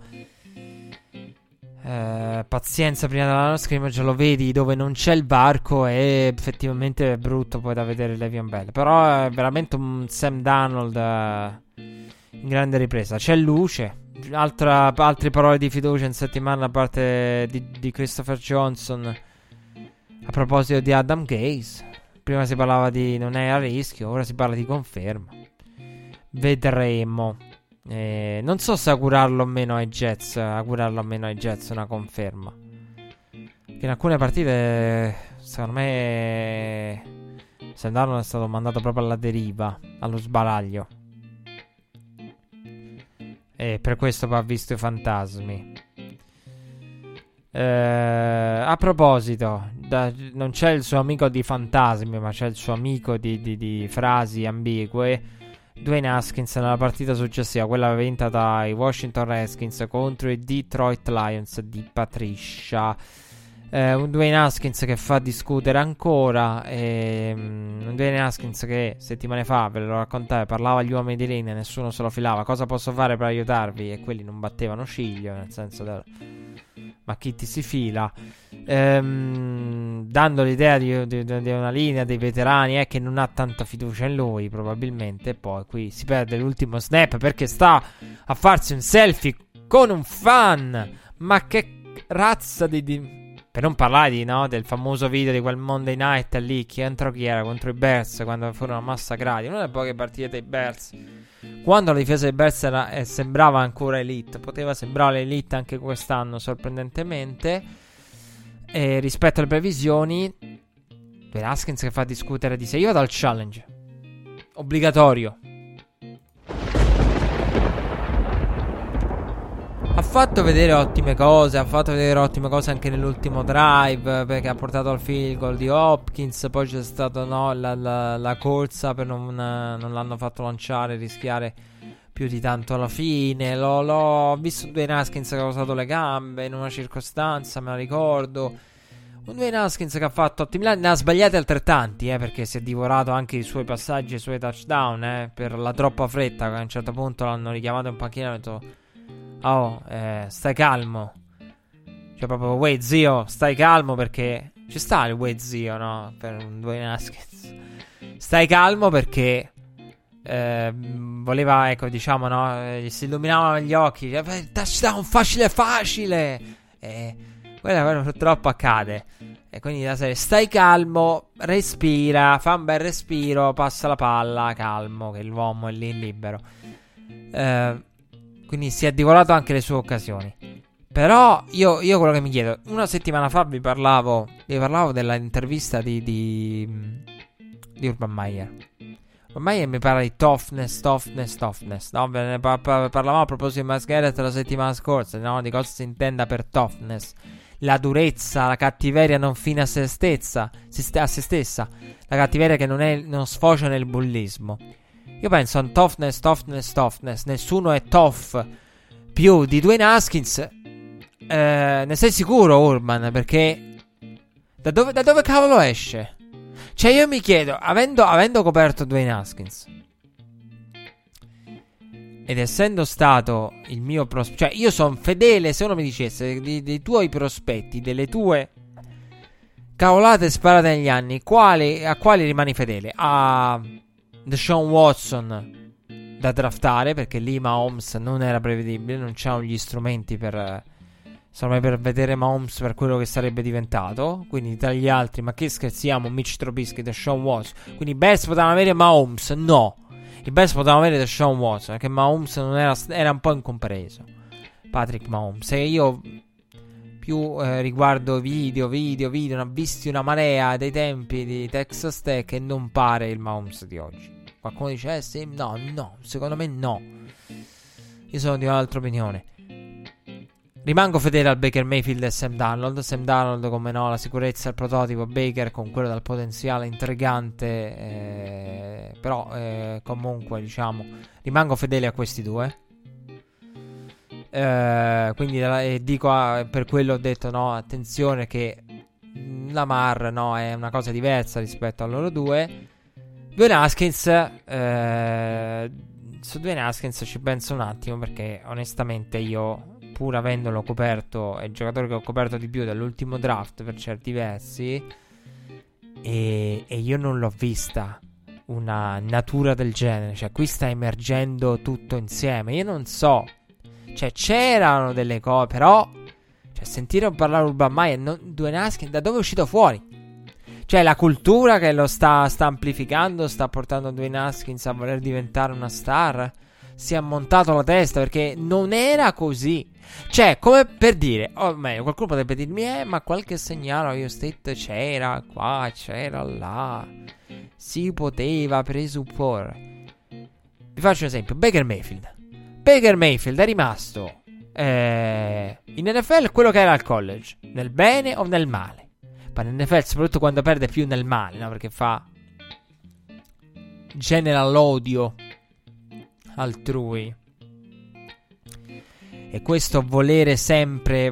pazienza prima della scrimmage, lo vedi dove non c'è il varco, e effettivamente è brutto poi da vedere Le'Veon Bell. Però è veramente un Sam Darnold in grande ripresa. C'è luce. Altre parole di fiducia in settimana da parte di Christopher Johnson a proposito di Adam Gase. Prima si parlava di non è a rischio, ora si parla di conferma. Vedremo. Non so se augurarlo o meno ai Jets una conferma, che in alcune partite secondo me Sam Darnold è stato mandato proprio alla deriva, allo sbaraglio, e per questo poi ha visto i fantasmi. A proposito, non c'è il suo amico di fantasmi, ma c'è il suo amico di frasi ambigue, Dwayne Haskins, nella partita successiva, quella vinta dai Washington Redskins contro i Detroit Lions di Patricia. Un Dwayne Haskins che fa discutere ancora, un Dwayne Haskins che settimane fa, ve lo raccontai, parlava agli uomini di linea, nessuno se lo filava. Cosa posso fare per aiutarvi? E quelli non battevano ciglio, nel senso ma chi ti si fila, dando l'idea di una linea dei veterani che non ha tanta fiducia in lui probabilmente. Poi qui si perde l'ultimo snap perché sta a farsi un selfie con un fan. Ma che razza per non parlare del famoso video di quel Monday Night lì, chi era contro i Bears, quando furono massacrati, una delle poche partite dei Bears quando la difesa dei Bears sembrava ancora elite. Poteva sembrare elite anche quest'anno, sorprendentemente, rispetto alle previsioni. Per Haskins che fa discutere di sé. Io vado al challenge obbligatorio. Ha fatto vedere ottime cose anche nell'ultimo drive, perché ha portato al field goal di Hopkins. Poi c'è stata la corsa per non l'hanno fatto lanciare, rischiare più di tanto alla fine. L'ho visto Dwayne Haskins che ha usato le gambe in una circostanza, me la ricordo. Un Dwayne Haskins che ha fatto ottimi anni, ne ha sbagliati altrettanti, perché si è divorato anche i suoi passaggi e i suoi touchdown, per la troppa fretta, che a un certo punto l'hanno richiamato in panchina e hanno detto: stai calmo. Cioè proprio, wait zio, stai calmo, perché ci sta il wait zio, no? Per un Dwayne Haskins. Stai calmo perché voleva, gli si illuminavano gli occhi. Touchdown facile. Quello purtroppo accade. E quindi la serie, stai calmo, respira, fa un bel respiro, passa la palla, calmo, che l'uomo è lì libero. Quindi si è divorato anche le sue occasioni. Però io quello che mi chiedo, una settimana fa vi parlavo della intervista di Urban Meyer. Urban Meyer mi parla di toughness, no? Parlavamo a proposito di Myles Garrett la settimana scorsa, no? Di cosa si intenda per toughness. La durezza, la cattiveria non fine a se stessa, la cattiveria che non sfocia nel bullismo. Io penso a toughness. Nessuno è tough più di Dwayne Haskins. Ne sei sicuro, Urban? Perché da dove cavolo esce? Cioè io mi chiedo, avendo coperto Dwayne Haskins ed essendo stato il mio prospetto, cioè io sono fedele, se uno mi dicesse dei tuoi prospetti, delle tue cavolate sparate negli anni, a quali rimani fedele? A Deshaun Watson da draftare, perché lì Mahomes non era prevedibile, non c'erano gli strumenti per vedere Mahomes per quello che sarebbe diventato. Quindi tra gli altri, ma che scherziamo, Mitch Trubisky, Deshaun Watson. Quindi i Bears potevano avere Mahomes? No, i Bears potevano avere Deshaun Watson, perché Mahomes non era un po' incompreso, Patrick Mahomes. E io più riguardo video, ne ho visti una marea dei tempi di Texas Tech e non pare il Mahomes di oggi. Qualcuno dice sì, no, secondo me no. Io sono di un'altra opinione. rimango fedele al Baker Mayfield e Sam Darnold, come no, la sicurezza, il prototipo Baker con quello dal potenziale intrigante, però comunque diciamo rimango fedele a questi due. Quindi dico, per quello ho detto, no, attenzione che Lamar, no, è una cosa diversa rispetto a loro due. Dwayne Haskins, su Dwayne Haskins ci penso un attimo, perché onestamente io, pur avendolo coperto, è il giocatore che ho coperto di più dall'ultimo draft per certi versi, e io non l'ho vista una natura del genere. Cioè qui sta emergendo tutto insieme. Io non so, cioè c'erano delle cose, però cioè, sentire parlare Urban Meyer, Dwayne Haskins, da dove è uscito fuori? Cioè la cultura che lo sta amplificando, sta portando Dwayne Haskins a voler diventare una star. Si è montato la testa, perché non era così. Cioè, come per dire, o meglio, qualcuno potrebbe dirmi, ma qualche segnale a Ohio State c'era qua, c'era là, si poteva presupporre. Vi faccio un esempio: Baker Mayfield è rimasto in NFL quello che era al college, nel bene o nel male. Ma in NFL, soprattutto quando perde, più nel male, no? Perché genera l'odio altrui. E questo volere sempre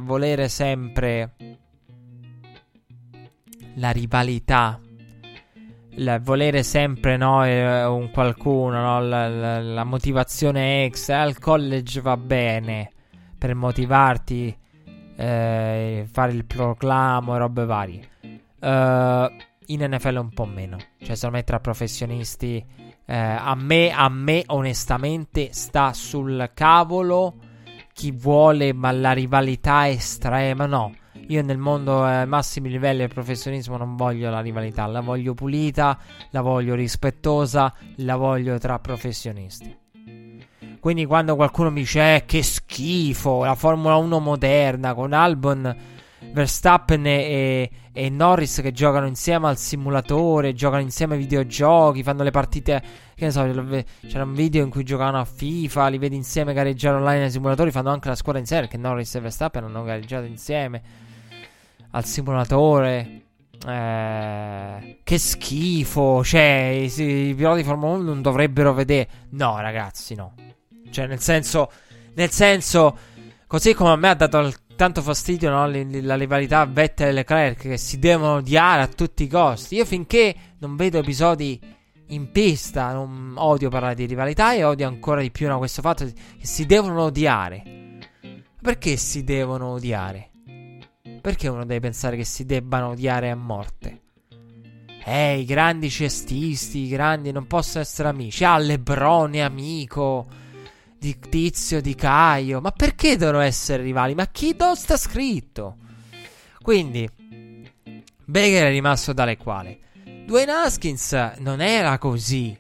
la rivalità, volere sempre, no, un qualcuno, no, la motivazione extra. Al college va bene per motivarti, fare il proclamo e robe varie. In NFL un po' meno, cioè solamente tra professionisti. A me onestamente sta sul cavolo chi vuole, ma la rivalità estrema no. Io nel mondo massimi livelli del professionismo non voglio la rivalità, la voglio pulita, la voglio rispettosa, la voglio tra professionisti. Quindi quando qualcuno mi dice che schifo la Formula 1 moderna con Albon, Verstappen e Norris che giocano insieme al simulatore, giocano insieme ai videogiochi, fanno le partite, che ne so, c'era un video in cui giocavano a FIFA, li vedi insieme gareggiare online ai simulatori, fanno anche la squadra insieme, perché Norris e Verstappen hanno gareggiato insieme al simulatore. Che schifo, cioè i piloti di Formula 1 non dovrebbero vedere. No ragazzi, no. Cioè nel senso, così come a me ha dato tanto fastidio, no, la rivalità Vettel e Leclerc, che si devono odiare a tutti i costi. Io finché non vedo episodi in pista non odio parlare di rivalità, e odio ancora di più, no, questo fatto che si devono odiare. Perché si devono odiare? Perché uno deve pensare che si debbano odiare a morte? I grandi cestisti, i grandi non possono essere amici. LeBron è amico di Tizio, di Caio. Ma perché devono essere rivali? Ma chi sta scritto? Quindi Baker è rimasto tale quale. Dwayne Haskins non era così.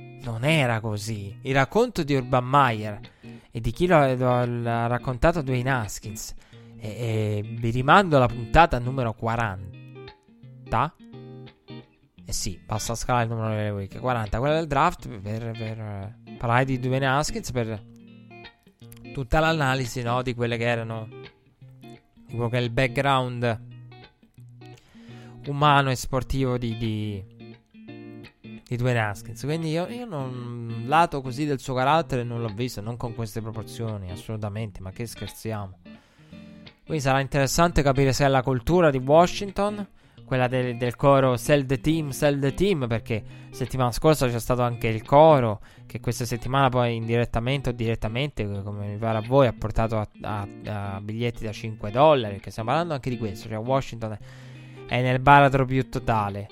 Il racconto di Urban Meyer e di chi lo ha raccontato Dwayne Haskins, e vi rimando alla puntata numero 40. Sì, basta scalare il numero delle week 40, quella del draft, per parlare di Dwayne Haskins, per tutta l'analisi, no, di quelle che erano, di quello che è il background umano e sportivo di Dwayne Haskins. Quindi io non, lato così del suo carattere non l'ho visto, non con queste proporzioni, assolutamente, ma che scherziamo. Quindi sarà interessante capire se è la cultura di Washington, quella del coro sell the team, perché settimana scorsa c'è stato anche il coro, che questa settimana poi indirettamente o direttamente, come mi pare a voi, ha portato a biglietti da $5, perché stiamo parlando anche di questo, cioè Washington è nel baratro più totale.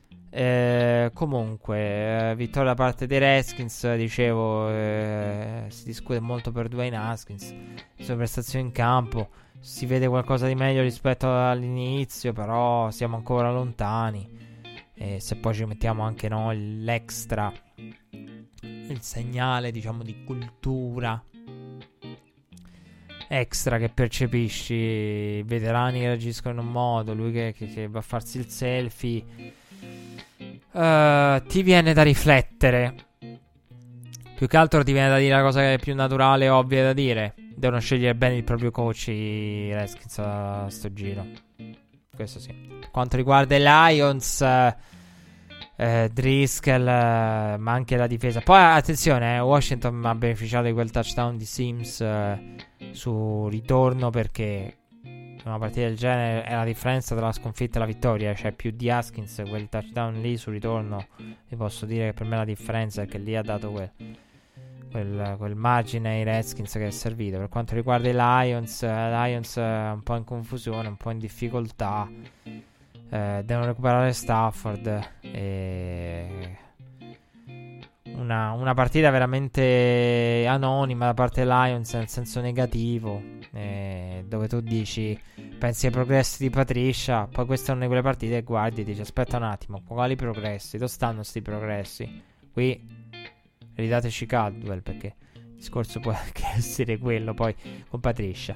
Comunque vittoria da parte dei Redskins, dicevo, si discute molto per Dwayne Haskins, le sue prestazioni in campo. Si vede qualcosa di meglio rispetto all'inizio, però siamo ancora lontani. E se poi ci mettiamo anche l'extra, il segnale, diciamo, di cultura extra che percepisci, i veterani che reagiscono in un modo, lui che va a farsi il selfie, ti viene da riflettere. Più che altro ti viene da dire la cosa che è più naturale e ovvia da dire. devono scegliere bene il proprio coach i Redskins a sto giro. Questo sì. Per quanto riguarda i Lions, Driscoll, ma anche la difesa. Poi attenzione, Washington ha beneficiato di quel touchdown di Sims su ritorno, perché in una partita del genere è la differenza tra la sconfitta e la vittoria. Cioè più di Haskins, quel touchdown lì su ritorno, vi posso dire che per me la differenza è che lì ha dato quel margine ai Redskins che è servito. Per quanto riguarda i Lions un po' in confusione, un po' in difficoltà, devono recuperare Stafford, una partita veramente anonima da parte dei Lions nel senso negativo, dove tu dici, pensi ai progressi di Patricia, poi questa è una di quelle partite che guardi e dici aspetta un attimo, quali progressi? Dove stanno sti progressi? Qui ridateci Caldwell, perché il discorso può anche essere quello poi con Patricia.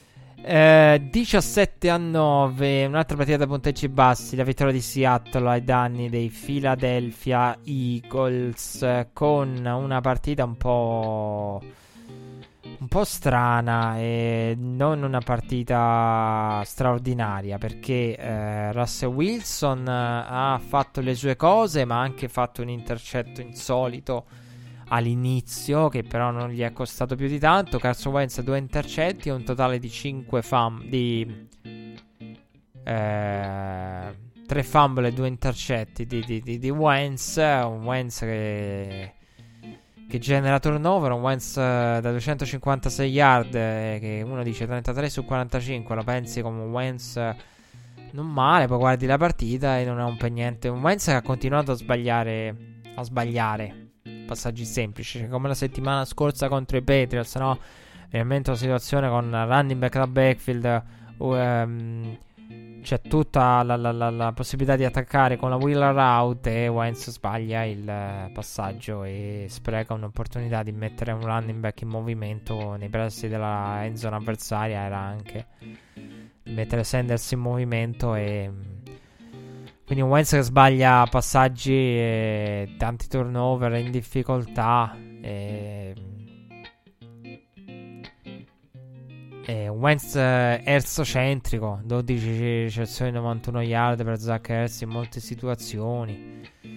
17-9, un'altra partita da punteggi bassi, la vittoria di Seattle ai danni dei Philadelphia Eagles, con una partita un po' strana e non una partita straordinaria, perché Russell Wilson ha fatto le sue cose, ma ha anche fatto un intercetto insolito all'inizio, che però non gli è costato più di tanto. Carson Wentz 2 intercetti, un totale di 3 fumble e 2 intercetti di Wentz. Un Wentz che genera turnover, un Wentz da 256 yard, che uno dice 33 su 45, lo pensi come un Wentz non male, poi guardi la partita e non è un per niente un Wentz che ha continuato a sbagliare passaggi semplici, cioè come la settimana scorsa contro i Patriots, no? Veramente una situazione con running back da backfield, c'è tutta la possibilità di attaccare con la wheel route, e Wentz sbaglia il passaggio e spreca un'opportunità di mettere un running back in movimento nei pressi della end zone avversaria. Era anche di mettere Sanders in movimento, e quindi un Wentz che sbaglia passaggi e tanti turnover, in difficoltà, e un Wentz erzocentrico, 12 ricezioni, 91 yard per Zach Ertz in molte situazioni.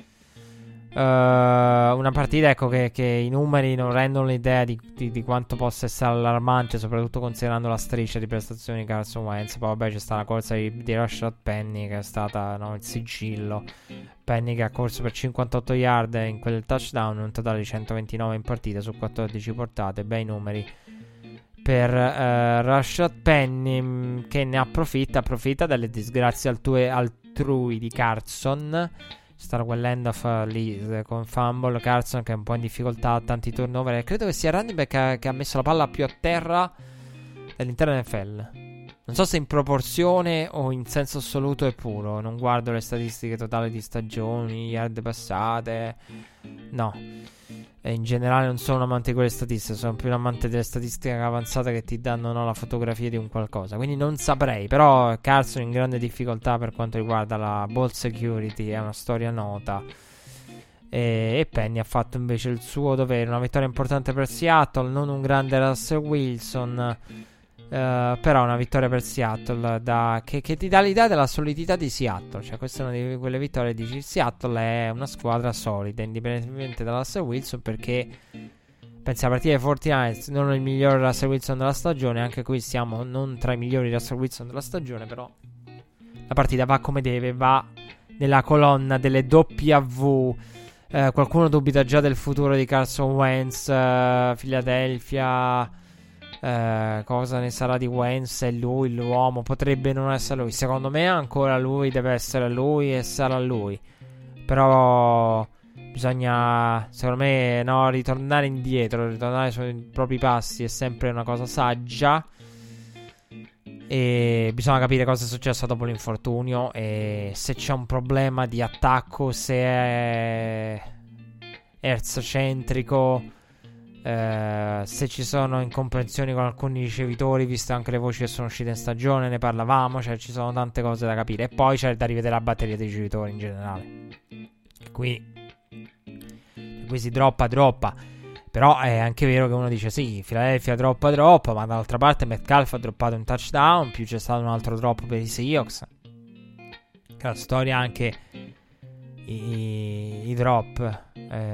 Una partita, ecco, che i numeri non rendono l'idea di quanto possa essere allarmante, soprattutto considerando la striscia di prestazioni di Carson Wentz. Poi vabbè, c'è stata la corsa di Rashad Penny, che è stata, no, il sigillo. Penny che ha corso per 58 yard in quel touchdown, un totale di 129 in partita su 14 portate. Bei numeri per Rashad Penny, che ne approfitta delle disgrazie altrui di Carson. C'è quell'end-off lì con fumble, Carson che è un po' in difficoltà, tanti turnover. Credo che sia il running back che ha messo la palla più a terra dell'intera NFL. Non so se in proporzione o in senso assoluto e puro. Non guardo le statistiche totali di stagioni, yard passate, no. E in generale non sono un amante di quelle statistiche, sono più un amante delle statistiche avanzate che ti danno, no, la fotografia di un qualcosa. Quindi non saprei, però Carson in grande difficoltà per quanto riguarda la ball security, è una storia nota. E Penny ha fatto invece il suo dovere. Una vittoria importante per Seattle, non un grande Russell Wilson, però una vittoria per Seattle che ti dà l'idea della solidità di Seattle. Cioè questa è una di quelle vittorie, dici Seattle è una squadra solida indipendentemente da Russell Wilson, perché pensi alla partita dei 49ers, non il miglior Russell Wilson della stagione, anche qui siamo non tra i migliori Russell Wilson della stagione, però la partita va come deve, va nella colonna delle W. Qualcuno dubita già del futuro di Carson Wentz, Philadelphia. Cosa ne sarà di Wentz? È lui l'uomo? Potrebbe non essere lui. Secondo me ancora lui deve essere lui e sarà lui. Però bisogna, secondo me, no, ritornare indietro, ritornare sui propri passi è sempre una cosa saggia. E bisogna capire cosa è successo dopo l'infortunio e se c'è un problema di attacco, se è erzocentrico, se ci sono incomprensioni con alcuni ricevitori, visto anche le voci che sono uscite in stagione, ne parlavamo, cioè ci sono tante cose da capire. E poi c'è da rivedere la batteria dei ricevitori in generale. Qui si droppa. Però è anche vero che uno dice sì, Philadelphia droppa, ma dall'altra parte Metcalf ha droppato un touchdown, più c'è stato un altro drop per i Seahawks. Che la storia anche i drop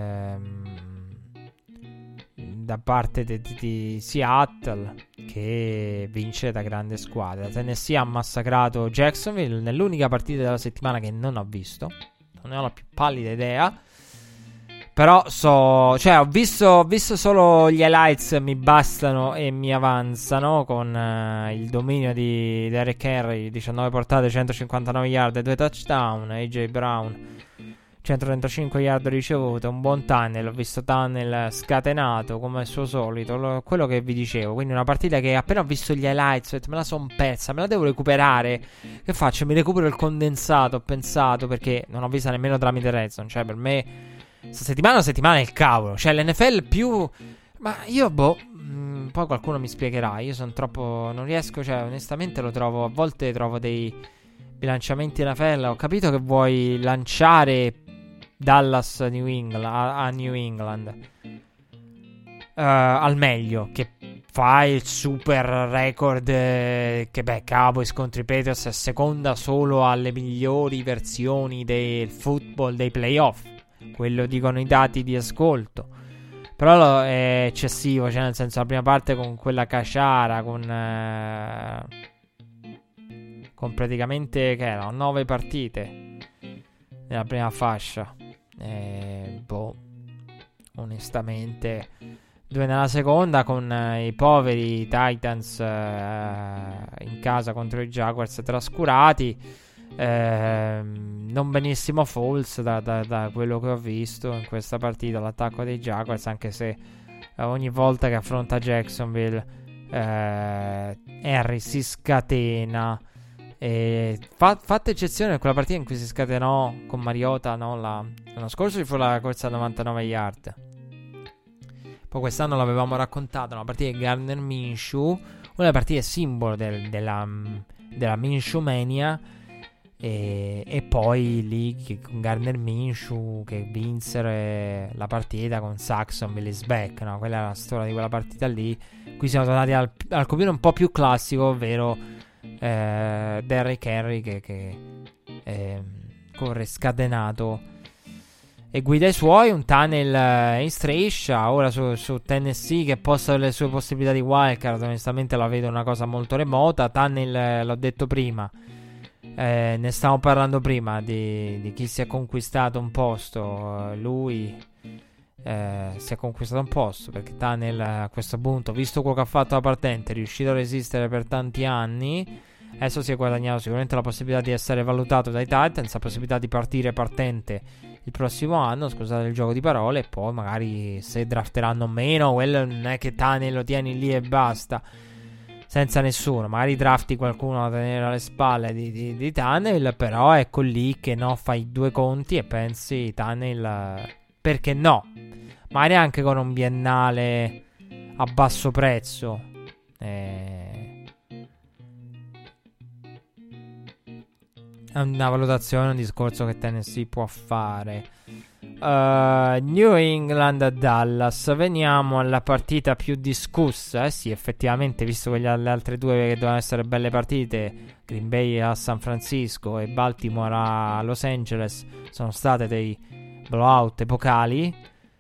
da parte di Seattle, che vince da grande squadra. Tennessee ha massacrato Jacksonville nell'unica partita della settimana che non ho visto, non ne ho la più pallida idea. Però ho visto solo gli highlights, mi bastano e mi avanzano, con il dominio di Derrick Henry, 19 portate, 159 yard e 2 touchdown. AJ Brown 135 yard ricevute, un buon tunnel. Ho visto tunnel scatenato come al suo solito, quello che vi dicevo. Quindi una partita che appena ho visto gli highlights ho detto me la son persa, me la devo recuperare. Che faccio? Mi recupero il condensato, ho pensato, perché non ho vista nemmeno tramite Red Zone. Cioè per me questa settimana è il cavolo. Cioè l'NFL più... Ma io poi qualcuno mi spiegherà. Io sono troppo... non riesco, cioè onestamente lo trovo... A volte trovo dei bilanciamenti NFL. Ho capito che vuoi lanciare Dallas New England, a New England al meglio, che fai il super record che Cowboys contro i Patriots asseconda solo alle migliori versioni del football dei playoff. Quello dicono i dati di ascolto. Però è eccessivo, cioè nel senso, la prima parte con quella caciara, con praticamente che erano 9 partite nella prima fascia, onestamente 2 nella seconda, con i poveri Titans in casa contro i Jaguars trascurati. Non benissimo Foles da quello che ho visto in questa partita, l'attacco dei Jaguars, anche se ogni volta che affronta Jacksonville Harry si scatena. Fatta eccezione per quella partita in cui si scatenò con Mariota, no? L'anno scorso ci fu la corsa a 99 yard. Poi quest'anno l'avevamo raccontato, una partita di Gardner Minshew, una delle partite simbolo della Minshew Mania. E poi lì con Gardner Minshew che vinsero la partita con Saxonville is back, no? Quella è la storia di quella partita lì. Qui siamo tornati al copione un po' più classico, ovvero Derrick Henry che corre scatenato e guida i suoi, un tunnel in striscia. Ora su Tennessee, che possa avere le sue possibilità di wildcard, onestamente la vedo una cosa molto remota. Tunnel, l'ho detto prima, ne stavamo parlando prima di chi si è conquistato un posto. Lui si è conquistato un posto perché Tunnel a questo punto, visto quello che ha fatto la partente, è riuscito a resistere per tanti anni. Adesso si è guadagnato sicuramente la possibilità di essere valutato dai Titans, la possibilità di partire partente il prossimo anno, scusate il gioco di parole. E poi magari se drafteranno meno, quello non è che Tunnel lo tieni lì e basta senza nessuno, magari drafti qualcuno da tenere alle spalle di Tunnel. Però ecco lì che no, fai due conti e pensi Tunnel, perché no, magari anche con un biennale a basso prezzo, è una valutazione, un discorso che Tennessee può fare. New England Dallas. Veniamo alla partita più discussa. Sì, effettivamente, visto che le altre due che dovevano essere belle partite, Green Bay a San Francisco e Baltimore a Los Angeles, sono state dei blowout epocali.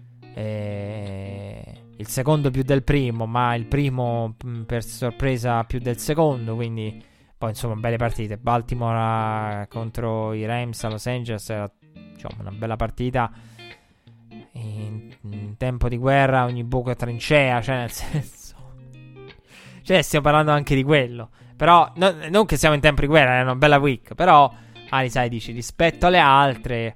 Il secondo più del primo, ma il primo per sorpresa più del secondo. Quindi poi insomma belle partite. Baltimore contro i Rams a Los Angeles era, diciamo, una bella partita. In tempo di guerra ogni buco è trincea, cioè nel senso, cioè stiamo parlando anche di quello. Però non che siamo in tempo di guerra, è una bella week. Però sai, dici, rispetto alle altre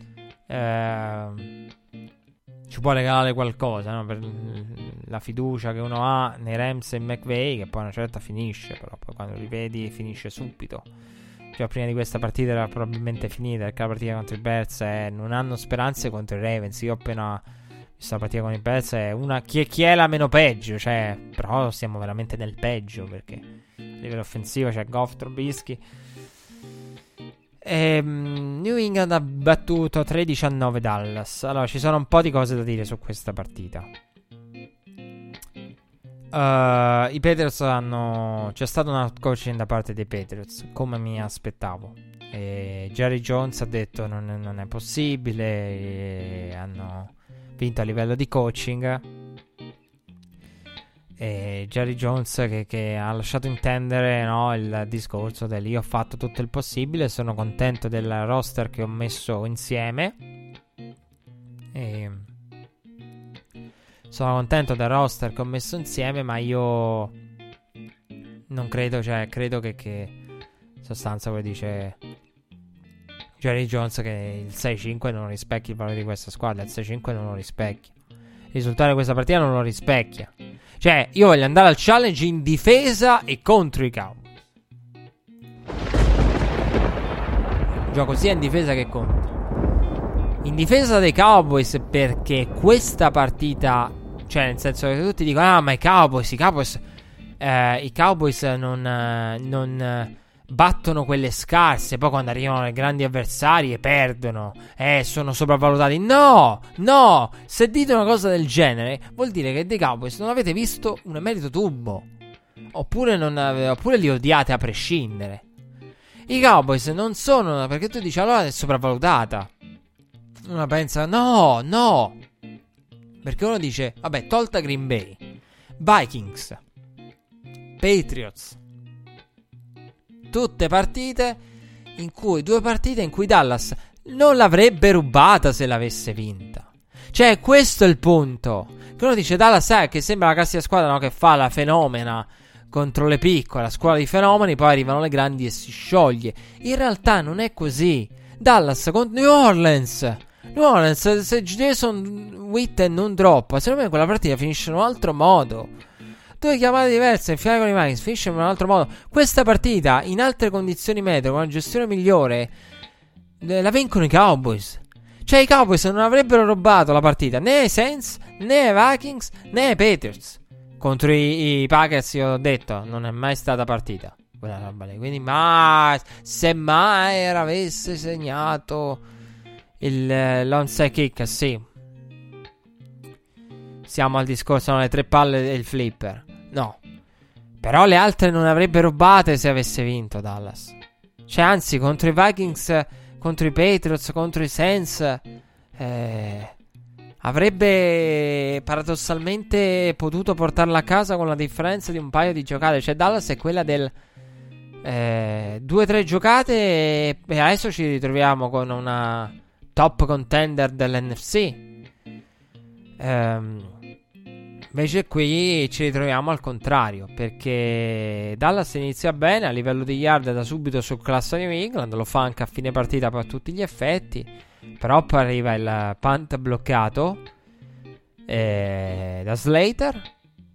ci può regalare qualcosa, no? Per la fiducia che uno ha nei Rams e in McVay, che poi una certa finisce, però poi quando rivedi finisce subito. Cioè prima di questa partita era probabilmente finita, perché la partita contro i Bears non hanno speranze contro i Ravens. Io ho appena visto la partita con i Bears, è una chi è la meno peggio, cioè, però siamo veramente nel peggio, perché a livello offensivo c'è Goff, Trubisky. New England ha battuto 13-9 Dallas. Allora, ci sono un po' di cose da dire su questa partita. I Patriots c'è stato un out coaching da parte dei Patriots, come mi aspettavo. E Jerry Jones ha detto non è possibile. E hanno vinto a livello di coaching. E Jerry Jones che ha lasciato intendere, no, il discorso del io ho fatto tutto il possibile, sono contento del roster che ho messo insieme. E sono contento del roster che ho messo insieme, ma io non credo, cioè credo che in sostanza come dice Jerry Jones, che il 6-5 non rispecchia il valore di questa squadra. Il 6-5 non lo rispecchia. Il risultato di questa partita non lo rispecchia. Cioè io voglio andare al challenge in difesa e contro i Cowboys. Gioco sia in difesa che contro. In difesa dei Cowboys perché questa partita, cioè nel senso che tutti dicono ma i Cowboys non battono quelle scarse, poi quando arrivano i grandi avversari e perdono, sono sopravvalutati. No, se dite una cosa del genere vuol dire che dei Cowboys non avete visto un emerito tubo, oppure li odiate a prescindere. I Cowboys non sono, perché tu dici allora è sopravvalutata. Uno pensa no, perché uno dice vabbè, tolta Green Bay, Vikings, Patriots, tutte partite in cui Dallas non l'avrebbe rubata se l'avesse vinta. Cioè questo è il punto, che uno dice Dallas che sembra la classica squadra, no, che fa la fenomena contro le piccole, la scuola di fenomeni, poi arrivano le grandi e si scioglie. In realtà non è così. Dallas contro New Orleans, se Jason Witten non droppa, secondo me quella partita finisce in un altro modo. Due chiamate diverse in finale con i Vikings, finisce in un altro modo. Questa partita in altre condizioni meteo, con una gestione migliore, la vincono i Cowboys. Cioè i Cowboys non avrebbero rubato la partita né ai Saints, né ai Vikings, né ai Patriots. Contro i Packers io ho detto non è mai stata partita quella roba lì. Quindi se mai avesse segnato l'onside kick, sì, siamo al discorso, le 3 palle e il flipper. No, però le altre non avrebbe rubate se avesse vinto Dallas. Cioè anzi, contro i Vikings, contro i Patriots, contro i Saints, avrebbe paradossalmente potuto portarla a casa con la differenza di un paio di giocate. Cioè Dallas è quella del 2-3 giocate e adesso ci ritroviamo con una top contender dell'NFC. Invece qui ci ritroviamo al contrario, perché Dallas inizia bene a livello di yard da subito sul classe New England, lo fa anche a fine partita per tutti gli effetti, però poi arriva il punt bloccato da Slater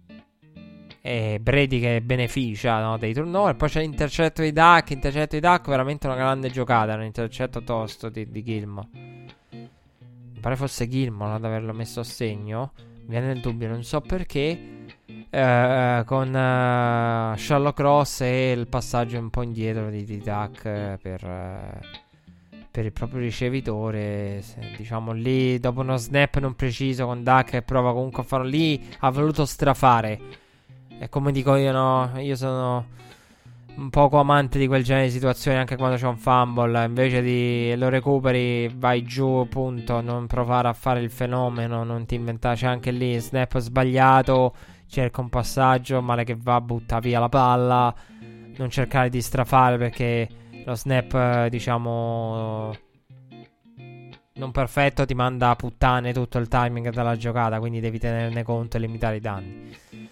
e Brady che beneficia, no, dei turnover. Poi c'è l'intercetto di Duck, veramente una grande giocata, un intercetto tosto di Gilmore. Mi pare fosse Gilmore ad averlo messo a segno. Mi viene il dubbio, non so perché. Con Sherlock Ross e il passaggio un po' indietro di Duck per il proprio ricevitore. Diciamo lì, dopo uno snap non preciso con Duck che prova comunque a farlo lì, ha voluto strafare. E come dico io, no, io sono un poco amante di quel genere di situazioni. Anche quando c'è un fumble, invece di lo recuperi, vai giù, punto. Non provare a fare il fenomeno, non ti inventare. C'è anche lì snap sbagliato, cerca un passaggio, male che va, butta via la palla. Non cercare di strafare, perché lo snap, diciamo, non perfetto ti manda a puttane tutto il timing della giocata, quindi devi tenerne conto e limitare i danni.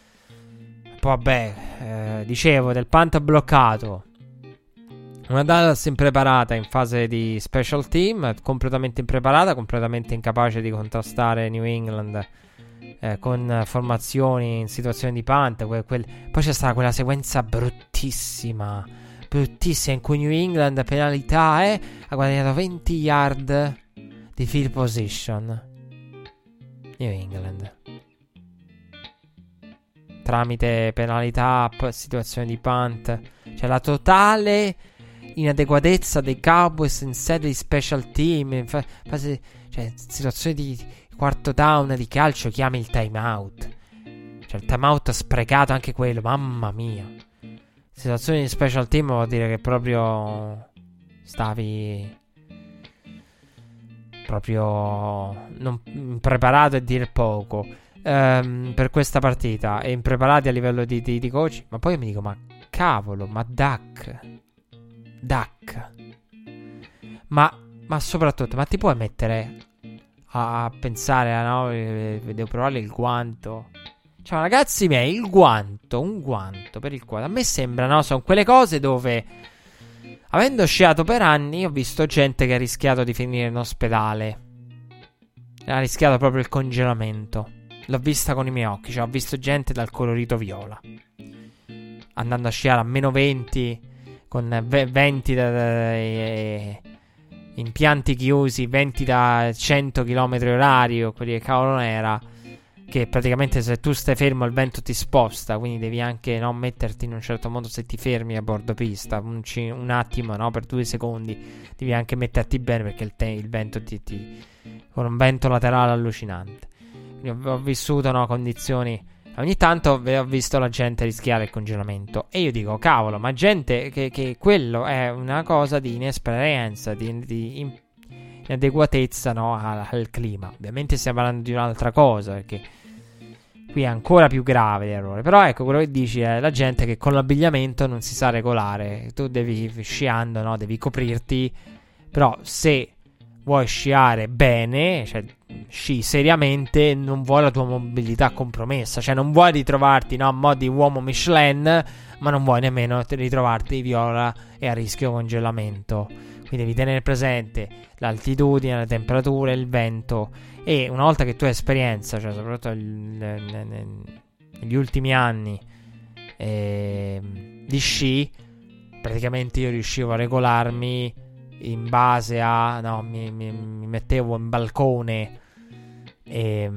Vabbè, dicevo del punt bloccato, una Dallas impreparata in fase di special team, completamente impreparata, completamente incapace di contrastare New England con formazioni in situazioni di punt. Poi c'è stata quella sequenza bruttissima in cui New England penalità ha guadagnato 20 yard di field position. New England tramite penalità, situazione di punt. Cioè la totale inadeguatezza dei Cowboys in sede di special team, in situazione di quarto down di calcio, chiami il timeout. Cioè Cioè il timeout sprecato, anche quello, mamma mia. Situazioni di special team vuol dire che proprio stavi proprio non impreparato, a dir poco, per questa partita, e impreparati a livello di coach. Ma poi io mi dico, ma cavolo, ma Dak, ma soprattutto, ma ti puoi mettere a pensare no, devo provare il guanto. Cioè, ragazzi miei, un guanto per il quadro. A me sembra, no, sono quelle cose dove, avendo sciato per anni, ho visto gente che ha rischiato di finire in ospedale. Ha rischiato proprio il congelamento. L'ho vista con i miei occhi. Cioè, ho visto gente dal colorito viola andando a sciare a meno 20, con 20 impianti chiusi, 20 da 100 km orari, o quelli che cavolo non era. Che praticamente se tu stai fermo il vento ti sposta, quindi devi anche non metterti in un certo modo se ti fermi a bordo pista un attimo, no, per 2 secondi devi anche metterti bene, perché il vento con un vento laterale allucinante. Quindi ho vissuto, no, condizioni. Ogni tanto ho visto la gente rischiare il congelamento, e io dico, cavolo, ma gente che quello è una cosa di inesperienza, di inadeguatezza, no, al clima. Ovviamente stiamo parlando di un'altra cosa, perché qui è ancora più grave l'errore. Però ecco, quello che dici è la gente che con l'abbigliamento non si sa regolare. Tu devi, sciando, no, devi coprirti. Però se vuoi sciare bene, cioè sci seriamente, non vuoi la tua mobilità compromessa. Cioè non vuoi ritrovarti, no, a mo' di uomo Michelin, ma non vuoi nemmeno ritrovarti viola e a rischio congelamento. Quindi devi tenere presente l'altitudine, la temperatura, il vento. E una volta che tu hai esperienza, cioè soprattutto negli ultimi anni di sci, praticamente io riuscivo a regolarmi in base a, no, mi mettevo in balcone e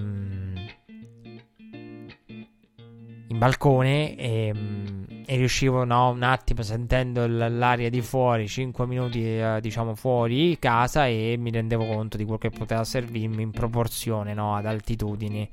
riuscivo, no, un attimo, sentendo l'aria di fuori, 5 minuti diciamo fuori casa, e mi rendevo conto di quello che poteva servirmi in proporzione, no, ad altitudini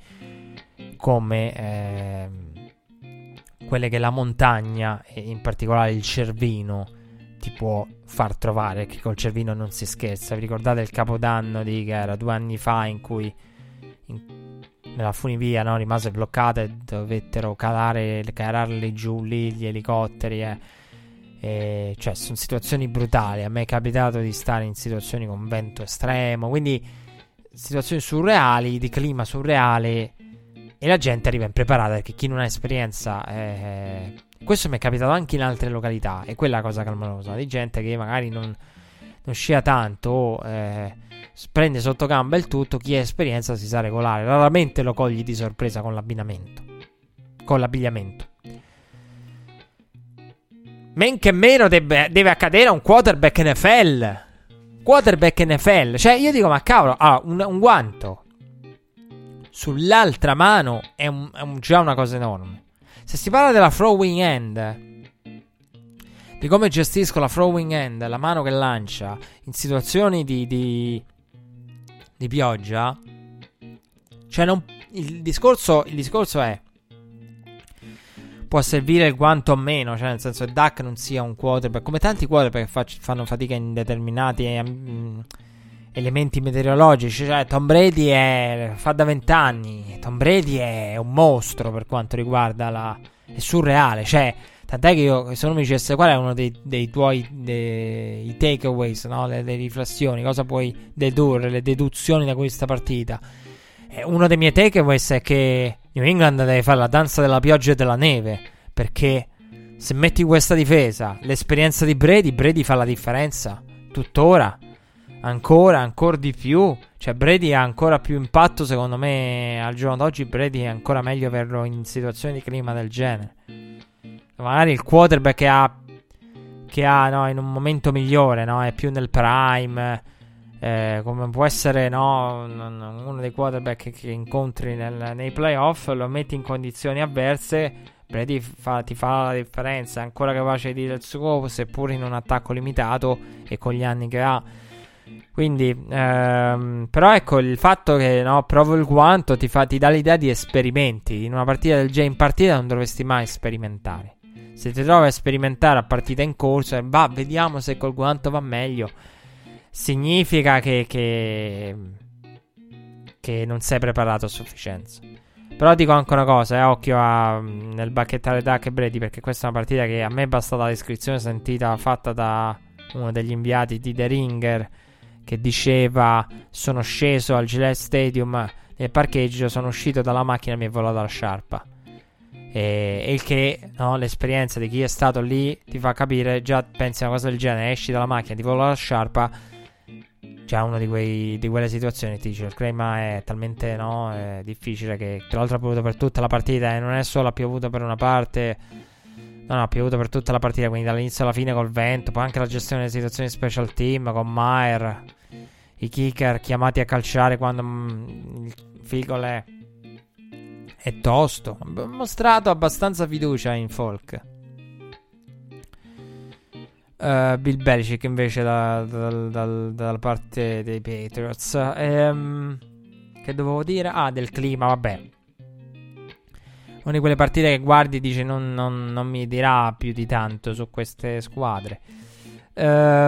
come quelle che la montagna, e in particolare il Cervino, ti può far trovare, che col Cervino non si scherza. Vi ricordate il Capodanno che era 2 anni fa, in cui nella funivia, no, rimase bloccata e dovettero cararli giù lì gli elicotteri, cioè sono situazioni brutali. A me è capitato di stare in situazioni con vento estremo, quindi situazioni surreali, di clima surreale, e la gente arriva impreparata, perché chi non ha esperienza, questo mi è capitato anche in altre località, e quella è la cosa clamorosa, di gente che magari non scia tanto, prende sotto gamba il tutto. Chi ha esperienza si sa regolare, raramente lo cogli di sorpresa con l'abbigliamento. Men che meno deve accadere a un quarterback NFL. Cioè io dico, ma cavolo, un guanto sull'altra mano è già una cosa enorme. Se si parla della throwing hand, di come gestisco la throwing hand, la mano che lancia in situazioni di pioggia, cioè il discorso è, può servire il guanto o meno, cioè nel senso che Dak non sia un quarterback, come tanti quarterback che fanno fatica in determinati elementi meteorologici. Cioè Tom Brady fa da 20 anni, Tom Brady è un mostro per quanto riguarda è surreale, cioè tant'è che io, se uno mi dicesse qual è uno dei tuoi i takeaways, no, le riflessioni, cosa puoi dedurre, le deduzioni da questa partita, uno dei miei takeaways è che New England deve fare la danza della pioggia e della neve, perché se metti questa difesa, l'esperienza di Brady fa la differenza tuttora, ancora di più. Cioè Brady ha ancora più impatto, secondo me, al giorno d'oggi. Brady è ancora meglio averlo in situazioni di clima del genere. Magari il quarterback che ha, no, in un momento migliore, no, è più nel prime, come può essere, no, uno dei quarterback che incontri nei playoff, lo metti in condizioni avverse, Brady ti fa la differenza, è ancora capace di dire il suo, seppur in un attacco limitato e con gli anni che ha. Quindi, però ecco, il fatto che no, provo il guanto ti dà l'idea di esperimenti. In una partita del genere, in partita non dovresti mai sperimentare. Se ti trovi a sperimentare a partita in corso, vediamo se col guanto va meglio, significa che non sei preparato a sufficienza. Però dico anche una cosa, occhio nel bacchettare Duck e Brady, perché questa è una partita che a me è bastata la descrizione sentita fatta da uno degli inviati di The Ringer, che diceva: sono sceso al Gillette Stadium nel parcheggio, sono uscito dalla macchina e mi è volata la sciarpa. E il che, no, l'esperienza di chi è stato lì ti fa capire, già pensi a una cosa del genere, esci dalla macchina, ti vola la sciarpa, già uno di quelle situazioni ti dice: il clima è talmente è difficile, che tra l'altro ha piovuto per tutta la partita, e non è solo ha piovuto per una parte, no, ha piovuto per tutta la partita, quindi dall'inizio alla fine col vento, poi anche la gestione delle situazioni special team con Maher, i kicker chiamati a calciare quando il field goal è tosto. Ha mostrato abbastanza fiducia in Folk. Bill Belichick invece dalla parte dei Patriots, che dovevo dire? Del clima, vabbè, una di quelle partite che guardi e dici non mi dirà più di tanto su queste squadre. E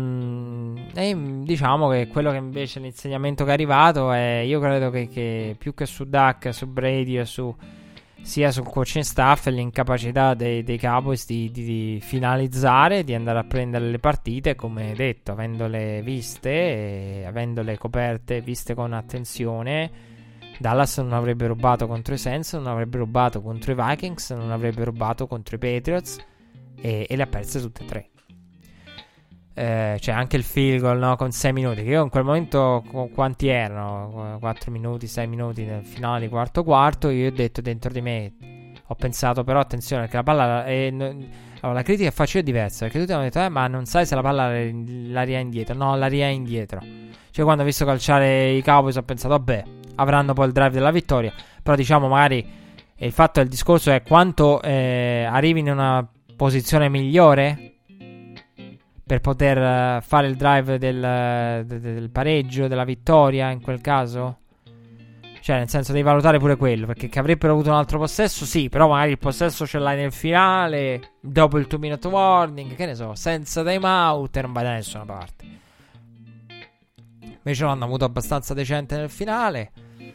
diciamo che quello che invece l'insegnamento che è arrivato è, io credo che più che su Duck, su Brady e sia sul coaching staff, è l'incapacità dei Cowboys di finalizzare, di andare a prendere le partite, come detto, avendole viste e avendole coperte, viste con attenzione. Dallas non avrebbe rubato contro i Saints, non avrebbe rubato contro i Vikings, non avrebbe rubato contro i Patriots, e le ha perse tutte e tre. C'è anche il field goal, no, con 6 minuti, che io in quel momento, quanti erano? 4 minuti, 6 minuti nel finale di quarto, io ho detto dentro di me, ho pensato però attenzione, perché la palla allora, la critica che faccio è diversa, perché tutti hanno detto ma non sai se la palla la ria indietro. No, la ria indietro. Cioè, quando ho visto calciare i Cowboys ho pensato vabbè, avranno poi il drive della vittoria, però diciamo magari il fatto del discorso è quanto arrivi in una posizione migliore per poter fare il drive del pareggio, della vittoria in quel caso. Cioè, nel senso, devi valutare pure quello, perché che avrebbero avuto un altro possesso, sì, però magari il possesso ce l'hai nel finale, dopo il 2-minute warning, che ne so, senza timeout, e non vai da nessuna parte. Invece l'hanno avuto abbastanza decente nel finale.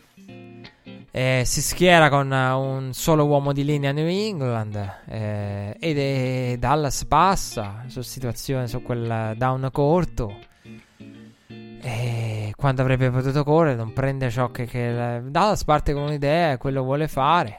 Si schiera con un solo uomo di linea New England, ed Dallas passa su situazione, su quel down corto, quando avrebbe potuto correre non prende ciò che Dallas parte con un'idea e quello vuole fare.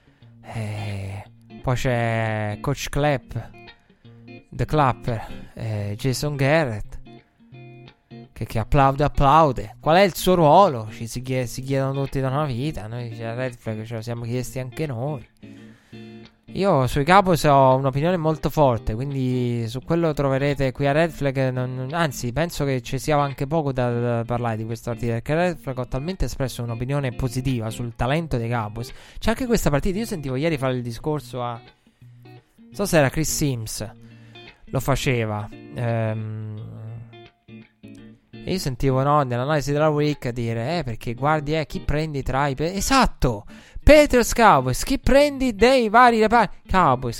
Poi c'è Coach Clapp, The Clapper, Jason Garrett, che applaude. Qual è il suo ruolo? Si chiedono tutti da una vita. Noi a Red Flag ce lo siamo chiesti anche noi. Io sui Cowboys ho un'opinione molto forte, quindi su quello troverete qui a Red Flag. Anzi, penso che ci sia anche poco da parlare di questa partita, perché Red Flag ho talmente espresso un'opinione positiva sul talento dei Cowboys. C'è anche questa partita. Io sentivo ieri fare il discorso a, non so se era Chris Sims, lo faceva. E io sentivo, no, nell'analisi della week dire perché guardi, chi prendi tra i esatto, Patriots Cowboys, chi prendi dei vari reparti? Cowboys.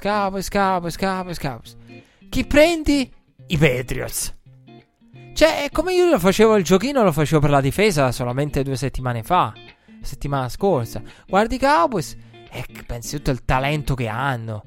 Chi prendi? I Patriots. Cioè, come io lo facevo il giochino, lo facevo per la difesa solamente 2 settimane fa, settimana scorsa. Guardi i Cowboys e pensi tutto il talento che hanno.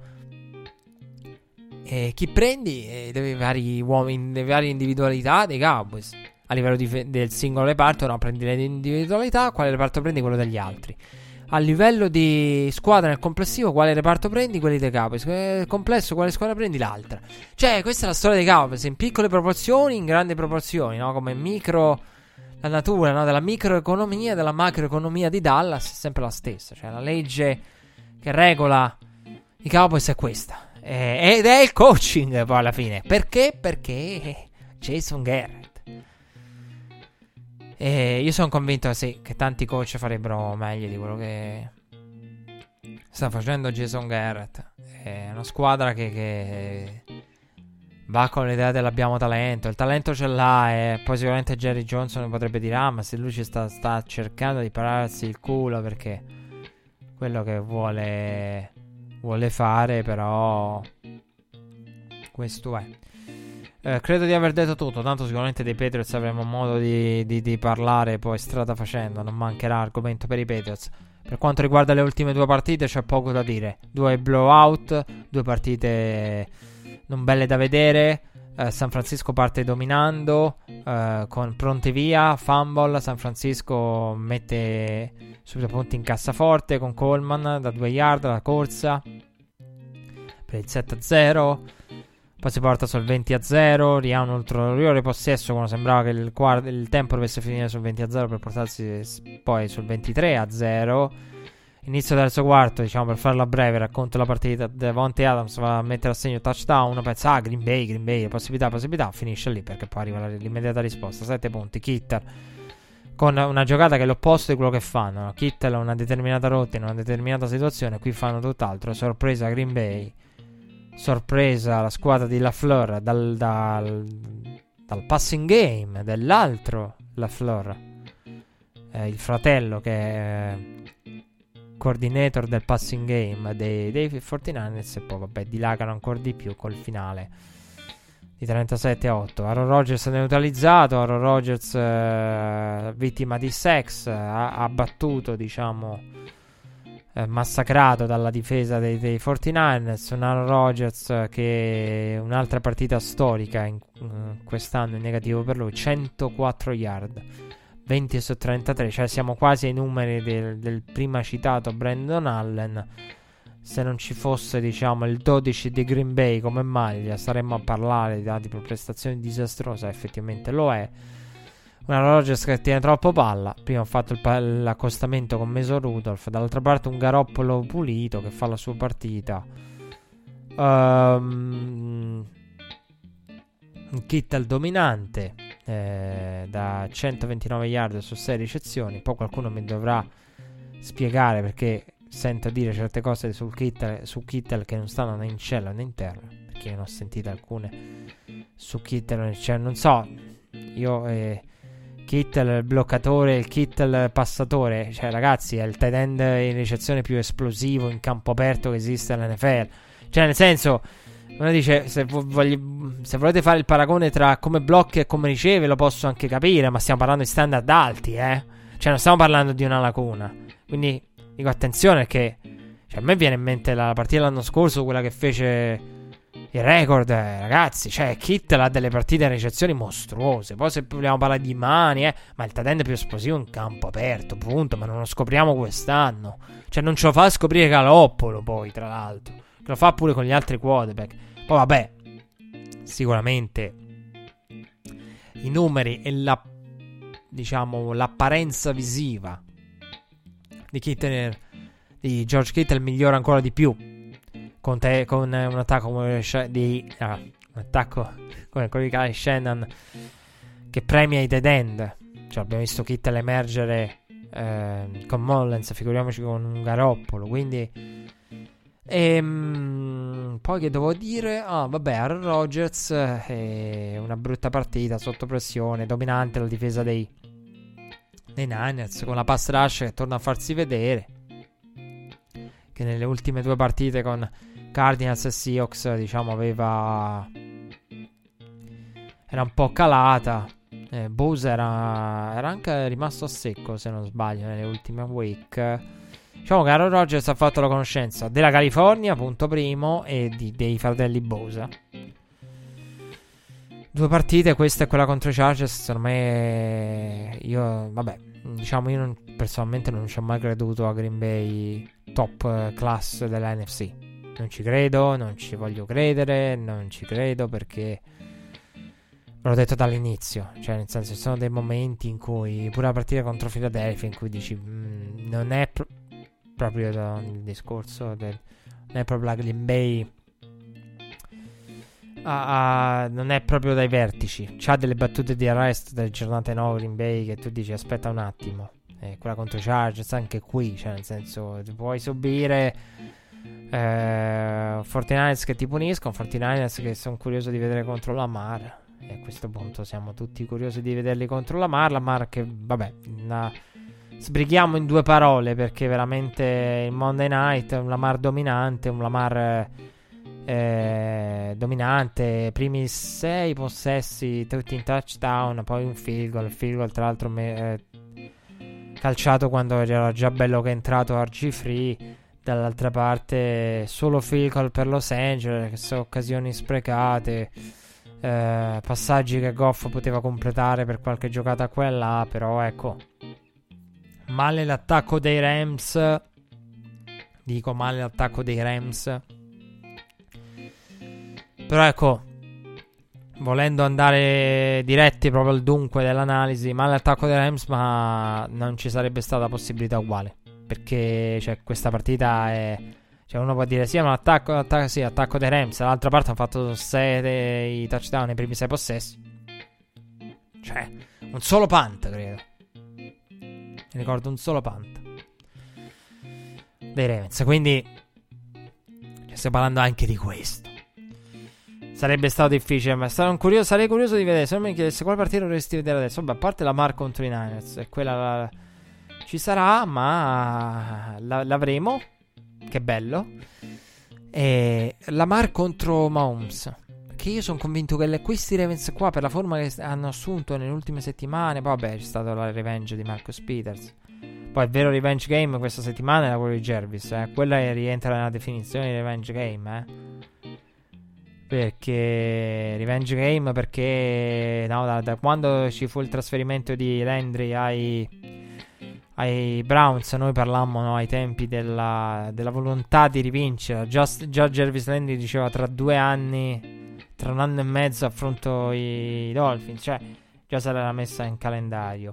E chi prendi? Dei vari uomini, delle varie individualità dei Cowboys. A livello del singolo reparto, no, prendi le individualità, quale reparto prendi? Quello degli altri. A livello di squadra nel complessivo, quale reparto prendi? Quelli dei Cowboys. Nel complesso, quale squadra prendi? L'altra. Cioè, questa è la storia dei Cowboys, in piccole proporzioni, in grandi proporzioni, no? Come la natura, no? Della microeconomia, della macroeconomia di Dallas è sempre la stessa. Cioè, la legge che regola i Cowboys è questa. Ed è il coaching, poi alla fine. Perché? Perché Jason Garrett. Io sono convinto che tanti coach farebbero meglio di quello che sta facendo Jason Garrett. È una squadra che va con l'idea dell'abbiamo talento. Il talento ce l'ha, e poi sicuramente Jerry Johnson potrebbe dire: ah, ma se lui ci sta cercando di pararsi il culo perché quello che vuole fare, però questo è. Credo di aver detto tutto. Tanto sicuramente dei Patriots avremo modo di parlare poi strada facendo. Non mancherà argomento per i Patriots. Per quanto riguarda le ultime due partite c'è poco da dire. 2 blowout, 2 partite non belle da vedere. San Francisco parte dominando, con pronti via, fumble. San Francisco mette subito punti in cassaforte con Coleman da 2 yard la corsa per il 7-0. Poi si porta sul 20-0, riha un ulteriore possesso quando sembrava che il tempo dovesse finire sul 20-0 per portarsi poi sul 23-0. Inizio terzo quarto, diciamo, per farla breve, racconto la partita. Devontae Adams va a mettere a segno touchdown, pensa Green Bay, possibilità, finisce lì perché poi arriva l'immediata risposta, 7 punti, Kittel, con una giocata che è l'opposto di quello che fanno, no? Kittel ha una determinata rotta in una determinata situazione, qui fanno tutt'altro. Sorpresa Green Bay, sorpresa la squadra di LaFleur dal passing game dell'altro LaFleur, il fratello che è coordinator del passing game dei 49ers, e poi vabbè dilagano ancora di più col finale di 37-8. Aaron Rodgers neutralizzato, Aaron Rodgers vittima di sex, abbattuto, diciamo, massacrato dalla difesa dei 49ers. Un Aaron Rodgers che un'altra partita storica quest'anno in negativo per lui, 104 yard, 20 su 33, cioè siamo quasi ai numeri del prima citato Brandon Allen. Se non ci fosse, diciamo, il 12 di Green Bay come maglia, staremmo a parlare di prestazioni disastrose. Effettivamente lo è. Una Rodgers che tiene troppo palla. Prima ho fatto l'accostamento con Mason Rudolph, dall'altra parte un Garoppolo pulito che fa la sua partita. Un Kittel dominante, da 129 yard su 6 ricezioni. Poi qualcuno mi dovrà spiegare perché sento dire certe cose su Kittel che non stanno né in cielo né in terra, perché ne ho sentite alcune su Kittel, cioè non so, io Kittel il bloccatore, il Kittel passatore, cioè ragazzi è il tight end in ricezione più esplosivo in campo aperto che esiste all'NFL, cioè nel senso, uno dice se volete fare il paragone tra come blocca e come riceve lo posso anche capire, ma stiamo parlando di standard alti, cioè non stiamo parlando di una lacuna. Quindi dico attenzione, che cioè, a me viene in mente la partita dell'anno scorso, quella che fece il record, ragazzi, cioè Kittel ha delle partite in ricezioni mostruose. Poi se vogliamo parlare di mani, ma il tight end più esplosivo in campo aperto, punto. Ma non lo scopriamo quest'anno, cioè non ce lo fa scoprire Garoppolo, poi tra l'altro lo fa pure con gli altri quarterback. Poi vabbè, sicuramente i numeri e l'apparenza visiva di George Kittle migliora ancora di più con un attacco come quello di Kyle Shannon che premia i tight end. Cioè abbiamo visto Kittle emergere con Mullens, figuriamoci con un Garoppolo. Quindi poi che devo dire? Vabbè, Aaron Rodgers una brutta partita sotto pressione, dominante la difesa dei Niners, con la pass rush che torna a farsi vedere, che nelle ultime 2 partite con Cardinals e Seahawks, diciamo, era un po' calata. Bose era anche rimasto a secco, se non sbaglio, nelle ultime week. Diciamo che Aaron Rodgers ha fatto la conoscenza della California, punto primo, e dei fratelli Bosa. 2 partite, questa e quella contro i Chargers. Secondo me, io personalmente non ci ho mai creduto a Green Bay top class della NFC. Non ci credo, non ci voglio credere, non ci credo perché l'ho detto dall'inizio. Cioè, nel senso, ci sono dei momenti in cui, pure la partita contro Philadelphia, in cui dici non è proprio il discorso non è proprio la Green Bay, non è proprio dai vertici. C'ha delle battute di arresto delle giornate 9 Green Bay che tu dici aspetta un attimo, quella contro i Chargers anche qui, cioè nel senso puoi subire 49ers che ti puniscono, 49ers che sono curioso di vedere contro Lamar. E a questo punto siamo tutti curiosi di vederli contro Lamar che vabbè, sbrighiamo in 2 parole, perché veramente il Monday Night è un Lamar dominante, primi 6 possessi, tutti in touchdown, poi un field goal tra l'altro calciato quando era già bello che è entrato RG3. Dall'altra parte solo field goal per Los Angeles, che sono occasioni sprecate, passaggi che Goff poteva completare per qualche giocata qua e là, però ecco, male l'attacco dei Rams, però ecco, volendo andare diretti proprio al dunque dell'analisi, male l'attacco dei Rams, ma non ci sarebbe stata possibilità uguale, perché cioè, questa partita è... Cioè uno può dire sì, ma attacco dei Rams. Dall'altra parte hanno fatto 6 touchdown nei primi 6 possessi. Cioè, un solo punt, credo. Mi ricordo un solo punt dei Ravens. Quindi stiamo parlando anche di questo. Sarebbe stato difficile, ma sarei curioso di vedere. Se non mi chiedesse quale partita dovresti vedere adesso. Vabbè, a parte la Lamar contro i Niners, e quella ci sarà, ma l'avremo. Che bello. E Lamar contro Mahomes, perché io sono convinto che questi Ravens qua, per la forma che hanno assunto nelle ultime settimane, poi vabbè c'è stata la revenge di Marcus Peters, poi il vero revenge game questa settimana era quello di Jervis, quella rientra nella definizione di revenge game, perché revenge game, perché no, da quando ci fu il trasferimento di Landry ai Browns, noi parlammo, no, ai tempi della volontà di rivincere. Già Jarvis Landry diceva tra 2 anni, tra 1 anno e mezzo affronto i Dolphins, cioè già se l'era messa in calendario.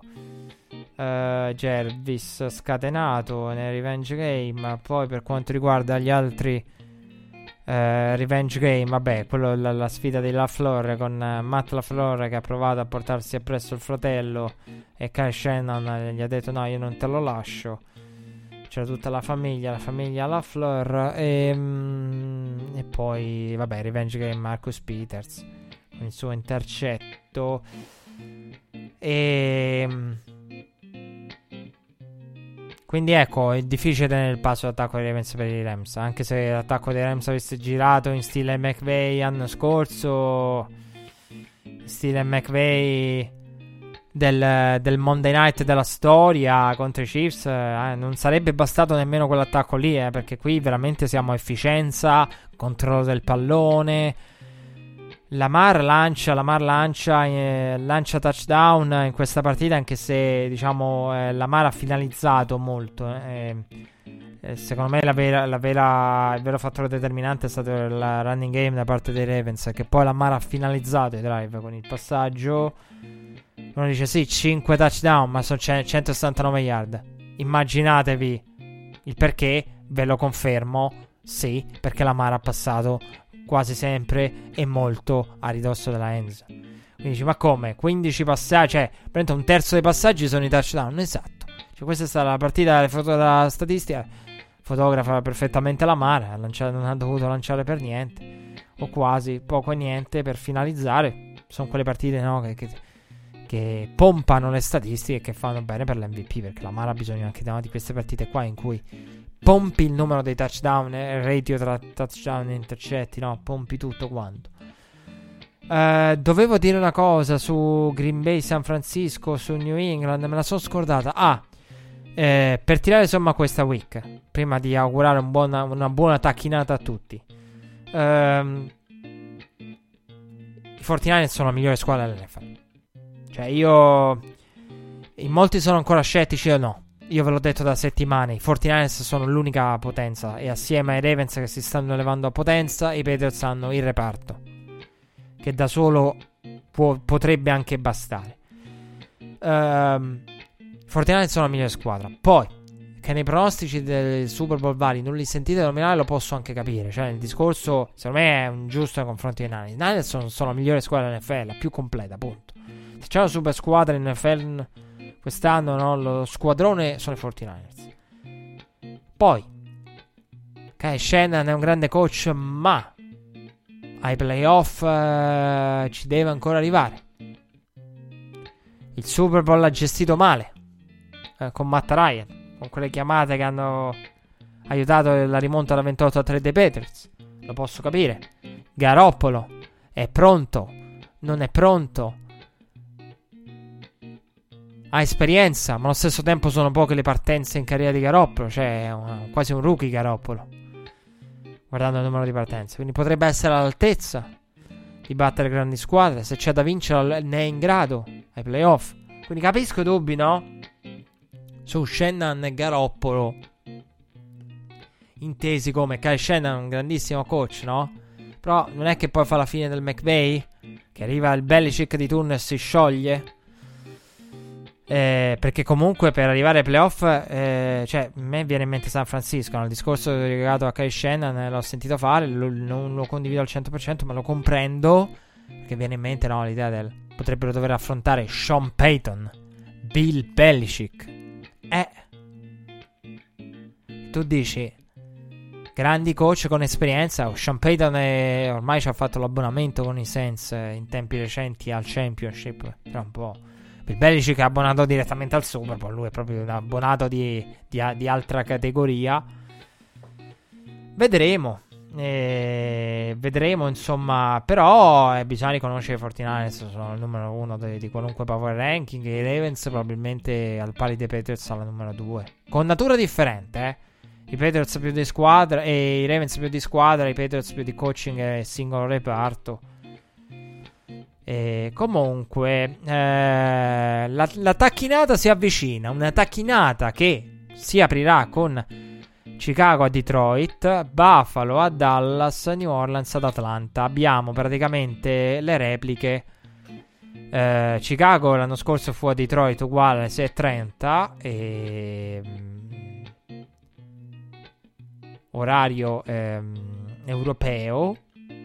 Jarvis scatenato nel revenge game. Poi per quanto riguarda gli altri revenge game, vabbè, quello la sfida di LaFleur con Matt LaFleur, che ha provato a portarsi appresso il fratello, e Kyle Shannon gli ha detto no, io non te lo lascio. C'era tutta la famiglia LaFleur, e poi vabbè, revenge game Marcus Peters con il suo intercetto. Quindi ecco, è difficile tenere il passo d'attacco dei Ravens per i Rams, anche se l'attacco dei Rams avesse girato in stile McVay l'anno scorso, stile McVay del Monday Night della storia contro i Chiefs, non sarebbe bastato nemmeno quell'attacco lì, perché qui veramente siamo a efficienza, controllo del pallone. Lamar lancia touchdown in questa partita, anche se diciamo Lamar ha finalizzato molto. Secondo me il vero fattore determinante è stato il running game da parte dei Ravens, che poi Lamar ha finalizzato i drive con il passaggio. Uno dice sì, 5 touchdown, ma sono 169 yard. Immaginatevi il perché, ve lo confermo, sì, perché Lamar ha passato quasi sempre e molto a ridosso della end zone. Quindi dici, ma come? 15 passaggi, cioè praticamente un terzo dei passaggi sono i touchdown. Esatto, cioè, questa è stata la partita, le foto della statistica fotografa perfettamente Lamar, non ha dovuto lanciare per niente, o quasi, poco e niente per finalizzare. Sono quelle partite, no, che pompano le statistiche e che fanno bene per l'MVP, perché Lamar ha bisogno anche di queste partite qua in cui pompi il numero dei touchdown, il ratio tra touchdown e intercetti, no? Pompi tutto quanto. Dovevo dire una cosa su Green Bay, San Francisco, su New England, me la sono scordata. Per tirare insomma questa week, prima di augurare una buona tacchinata a tutti, i 49ers sono la migliore squadra dell'NFL. Cioè in molti sono ancora scettici o no. Io ve l'ho detto da settimane, i 49ers sono l'unica potenza, e assieme ai Ravens che si stanno elevando a potenza, i Patriots hanno il reparto, che da solo potrebbe anche bastare. I 49ers sono la migliore squadra. Poi, che nei pronostici del Super Bowl vari non li sentite nominare, lo posso anche capire. Cioè il discorso, secondo me, è ingiusto nei confronti dei Niners. I Niners sono la migliore squadra dell'NFL, la più completa, punto. Se c'è una super squadra in NFL quest'anno, no, lo squadrone sono i 49ers. Poi Kyle Shanahan è un grande coach, ma ai playoff ci deve ancora arrivare. Il Super Bowl l'ha gestito male con Matt Ryan, con quelle chiamate che hanno aiutato la rimonta da 28-3 dei Patriots. Lo posso capire. Garoppolo è pronto, non è pronto, ha esperienza, ma allo stesso tempo sono poche le partenze in carriera di Garoppolo. Cioè quasi un rookie Garoppolo, guardando il numero di partenze. Quindi potrebbe essere all'altezza di battere grandi squadre. Se c'è da vincere ne è in grado ai playoff. Quindi capisco i dubbi, no? Su Shanahan e Garoppolo, intesi come Kyle Shanahan, un grandissimo coach, no? Però non è che poi fa la fine del McVay, che arriva il Belichick di turno e si scioglie. Perché comunque per arrivare ai playoff, cioè a me viene in mente San Francisco, no? Il discorso legato a Kyle Shanahan l'ho sentito fare, non lo condivido al 100%, ma lo comprendo, perché viene in mente, no, l'idea del potrebbero dover affrontare Sean Payton, Bill Belichick. Tu dici grandi coach con esperienza. Sean Payton ormai ci ha fatto l'abbonamento con i Saints in tempi recenti al Championship. Tra un po' Bill Belichick è abbonato direttamente al Super Bowl. Lui è proprio un abbonato di altra categoria. Vedremo, insomma. Però bisogna riconoscere che i 49ers sono il numero 1 di qualunque power ranking, e i Ravens probabilmente al pari dei Patriots alla numero 2, con natura differente, I Patriots più di squadra e i Ravens più di squadra, i Patriots più di coaching e singolo reparto. E comunque la tacchinata si avvicina, una tacchinata che si aprirà con Chicago a Detroit, Buffalo a Dallas, New Orleans ad Atlanta. Abbiamo praticamente le repliche. Chicago l'anno scorso fu a Detroit uguale 6:30 e orario europeo.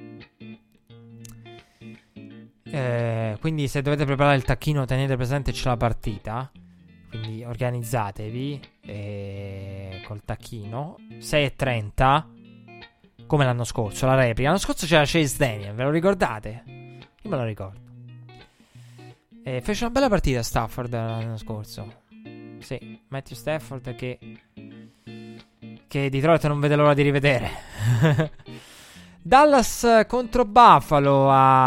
Quindi se dovete preparare il tacchino tenete presente c'è la partita, quindi organizzatevi col tacchino. 6:30 come l'anno scorso, la replica. L'anno scorso c'era Chase Daniel, ve lo ricordate? Io me lo ricordo. Fece una bella partita Stafford l'anno scorso. Sì, Matthew Stafford che Detroit non vede l'ora di rivedere. Dallas contro Buffalo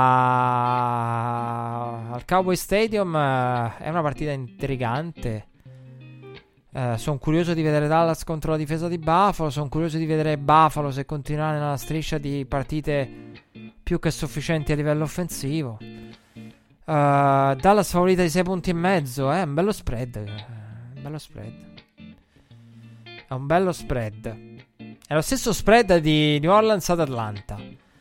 al Cowboy Stadium è una partita intrigante. Sono curioso di vedere Dallas contro la difesa di Buffalo. Sono curioso di vedere Buffalo se continuare nella striscia di partite più che sufficienti a livello offensivo. Dallas favorita di 6 punti e mezzo. È un bello spread. È un bello spread. È lo stesso spread di New Orleans ad Atlanta.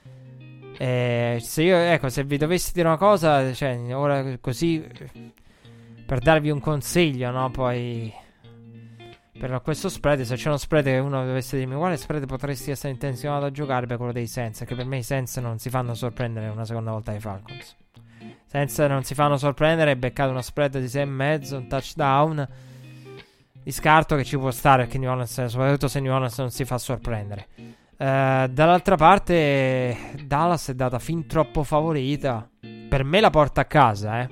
Se vi dovessi dire una cosa, cioè, ora così per darvi un consiglio, no? Poi per questo spread, se c'è uno spread che uno dovesse dirmi quale spread potresti essere intenzionato a giocare, per quello dei Saints, perché per me i Saints non si fanno sorprendere una seconda volta ai Falcons. Saints non si fanno sorprendere, beccato uno spread di 6,5, un touchdown. Di scarto che ci può stare, perché New Orleans, soprattutto se New Orleans non si fa sorprendere. Dall'altra parte Dallas è data fin troppo favorita. Per me la porta a casa,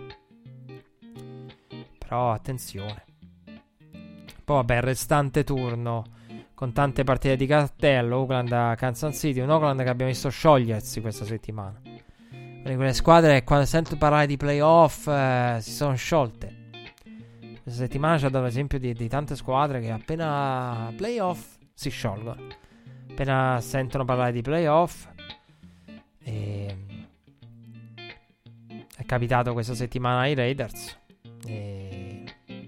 però attenzione. Poi vabbè, il restante turno con tante partite di cartello, Oakland a Kansas City, un Oakland che abbiamo visto sciogliersi questa settimana. Quelle squadre che quando sento parlare di playoff si sono sciolte. Questa settimana c'è ad esempio di tante squadre che appena playoff si sciolgono, appena sentono parlare di playoff. È capitato questa settimana ai Raiders. E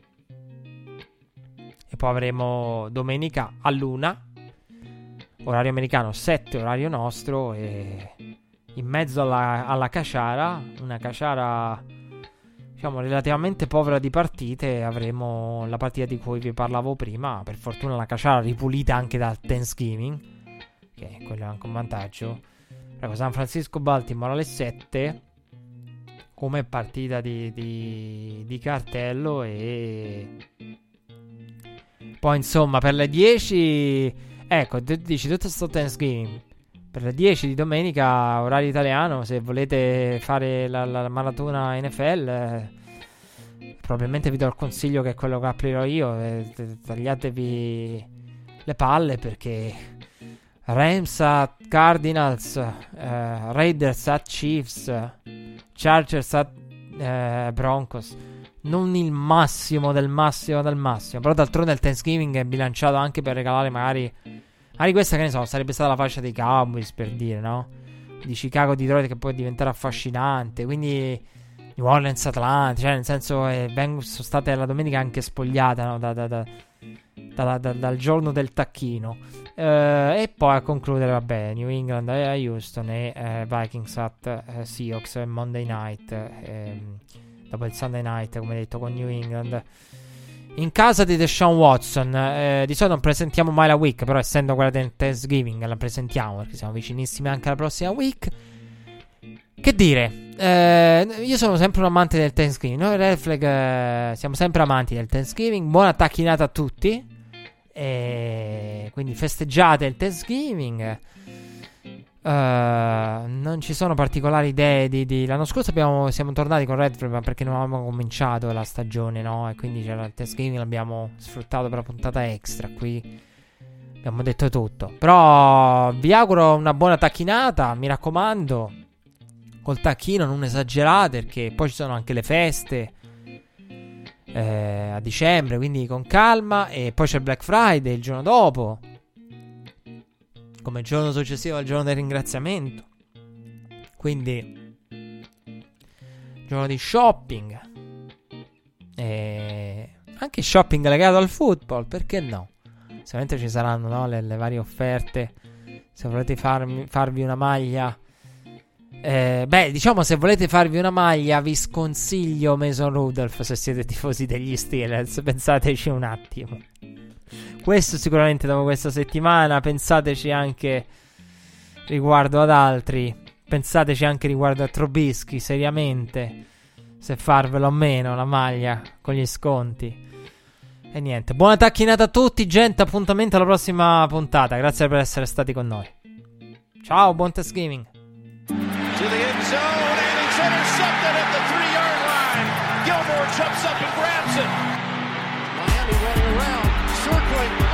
poi avremo domenica all'1, orario americano, 7 orario nostro, e in mezzo alla caciara, una caciara diciamo relativamente povera di partite, avremo la partita di cui vi parlavo prima. Per fortuna la caciara ripulita anche dal Thanksgiving, che quello è anche un vantaggio. Prego, San Francisco Baltimore alle 7 come partita di cartello. E poi insomma per le 10 ecco, dici tutto sto Thanksgiving per le 10 di domenica, orario italiano. Se volete fare la maratona NFL, probabilmente vi do il consiglio che è quello che aprirò io. Tagliatevi le palle, perché Rams at Cardinals, Raiders at Chiefs, Chargers at Broncos, non il massimo del massimo del massimo. Però d'altronde il Thanksgiving è bilanciato anche per regalare magari questa, che ne so, sarebbe stata la fascia dei Cowboys, per dire, no? Di Chicago, Detroit, che può diventare affascinante. Quindi New Orleans, Atlanta, cioè nel senso sono state la domenica anche spogliate, no? Dal giorno del tacchino. E poi a concludere, vabbè, New England a Houston e Vikings at Seahawks Monday night, dopo il Sunday night, come detto, con New England in casa di Deshaun Watson. Di solito non presentiamo mai la week, però essendo quella del Thanksgiving la presentiamo, perché siamo vicinissimi anche alla prossima week. Che dire, io sono sempre un amante del Thanksgiving. Noi Red Flag siamo sempre amanti del Thanksgiving. Buona tacchinata a tutti, quindi festeggiate il Thanksgiving. Non ci sono particolari idee l'anno scorso siamo tornati con Red Flag, ma perché non avevamo cominciato la stagione, no? E quindi c'era il Thanksgiving, l'abbiamo sfruttato per la puntata extra. Qui abbiamo detto tutto. Però vi auguro una buona tacchinata, mi raccomando. Col tacchino non esagerate, perché poi ci sono anche le feste a dicembre, quindi con calma. E poi c'è il Black Friday il giorno dopo, come giorno successivo al giorno del ringraziamento. Quindi giorno di shopping, e anche shopping legato al football, perché no? Sicuramente ci saranno, no, le varie offerte. Se volete farvi una maglia, diciamo, se volete farvi una maglia, vi sconsiglio Mason Rudolph. Se siete tifosi degli Steelers, pensateci un attimo. Questo sicuramente dopo questa settimana. Pensateci anche riguardo ad altri. Pensateci anche riguardo a Trubisky, seriamente, se farvelo o meno la maglia con gli sconti. E niente, buona tacchinata a tutti, gente. Appuntamento alla prossima puntata. Grazie per essere stati con noi. Ciao, buon Thanksgiving. To the end zone, and it's intercepted at the 3-yard line. Gilmore jumps up and grabs it. Miami running around, circling.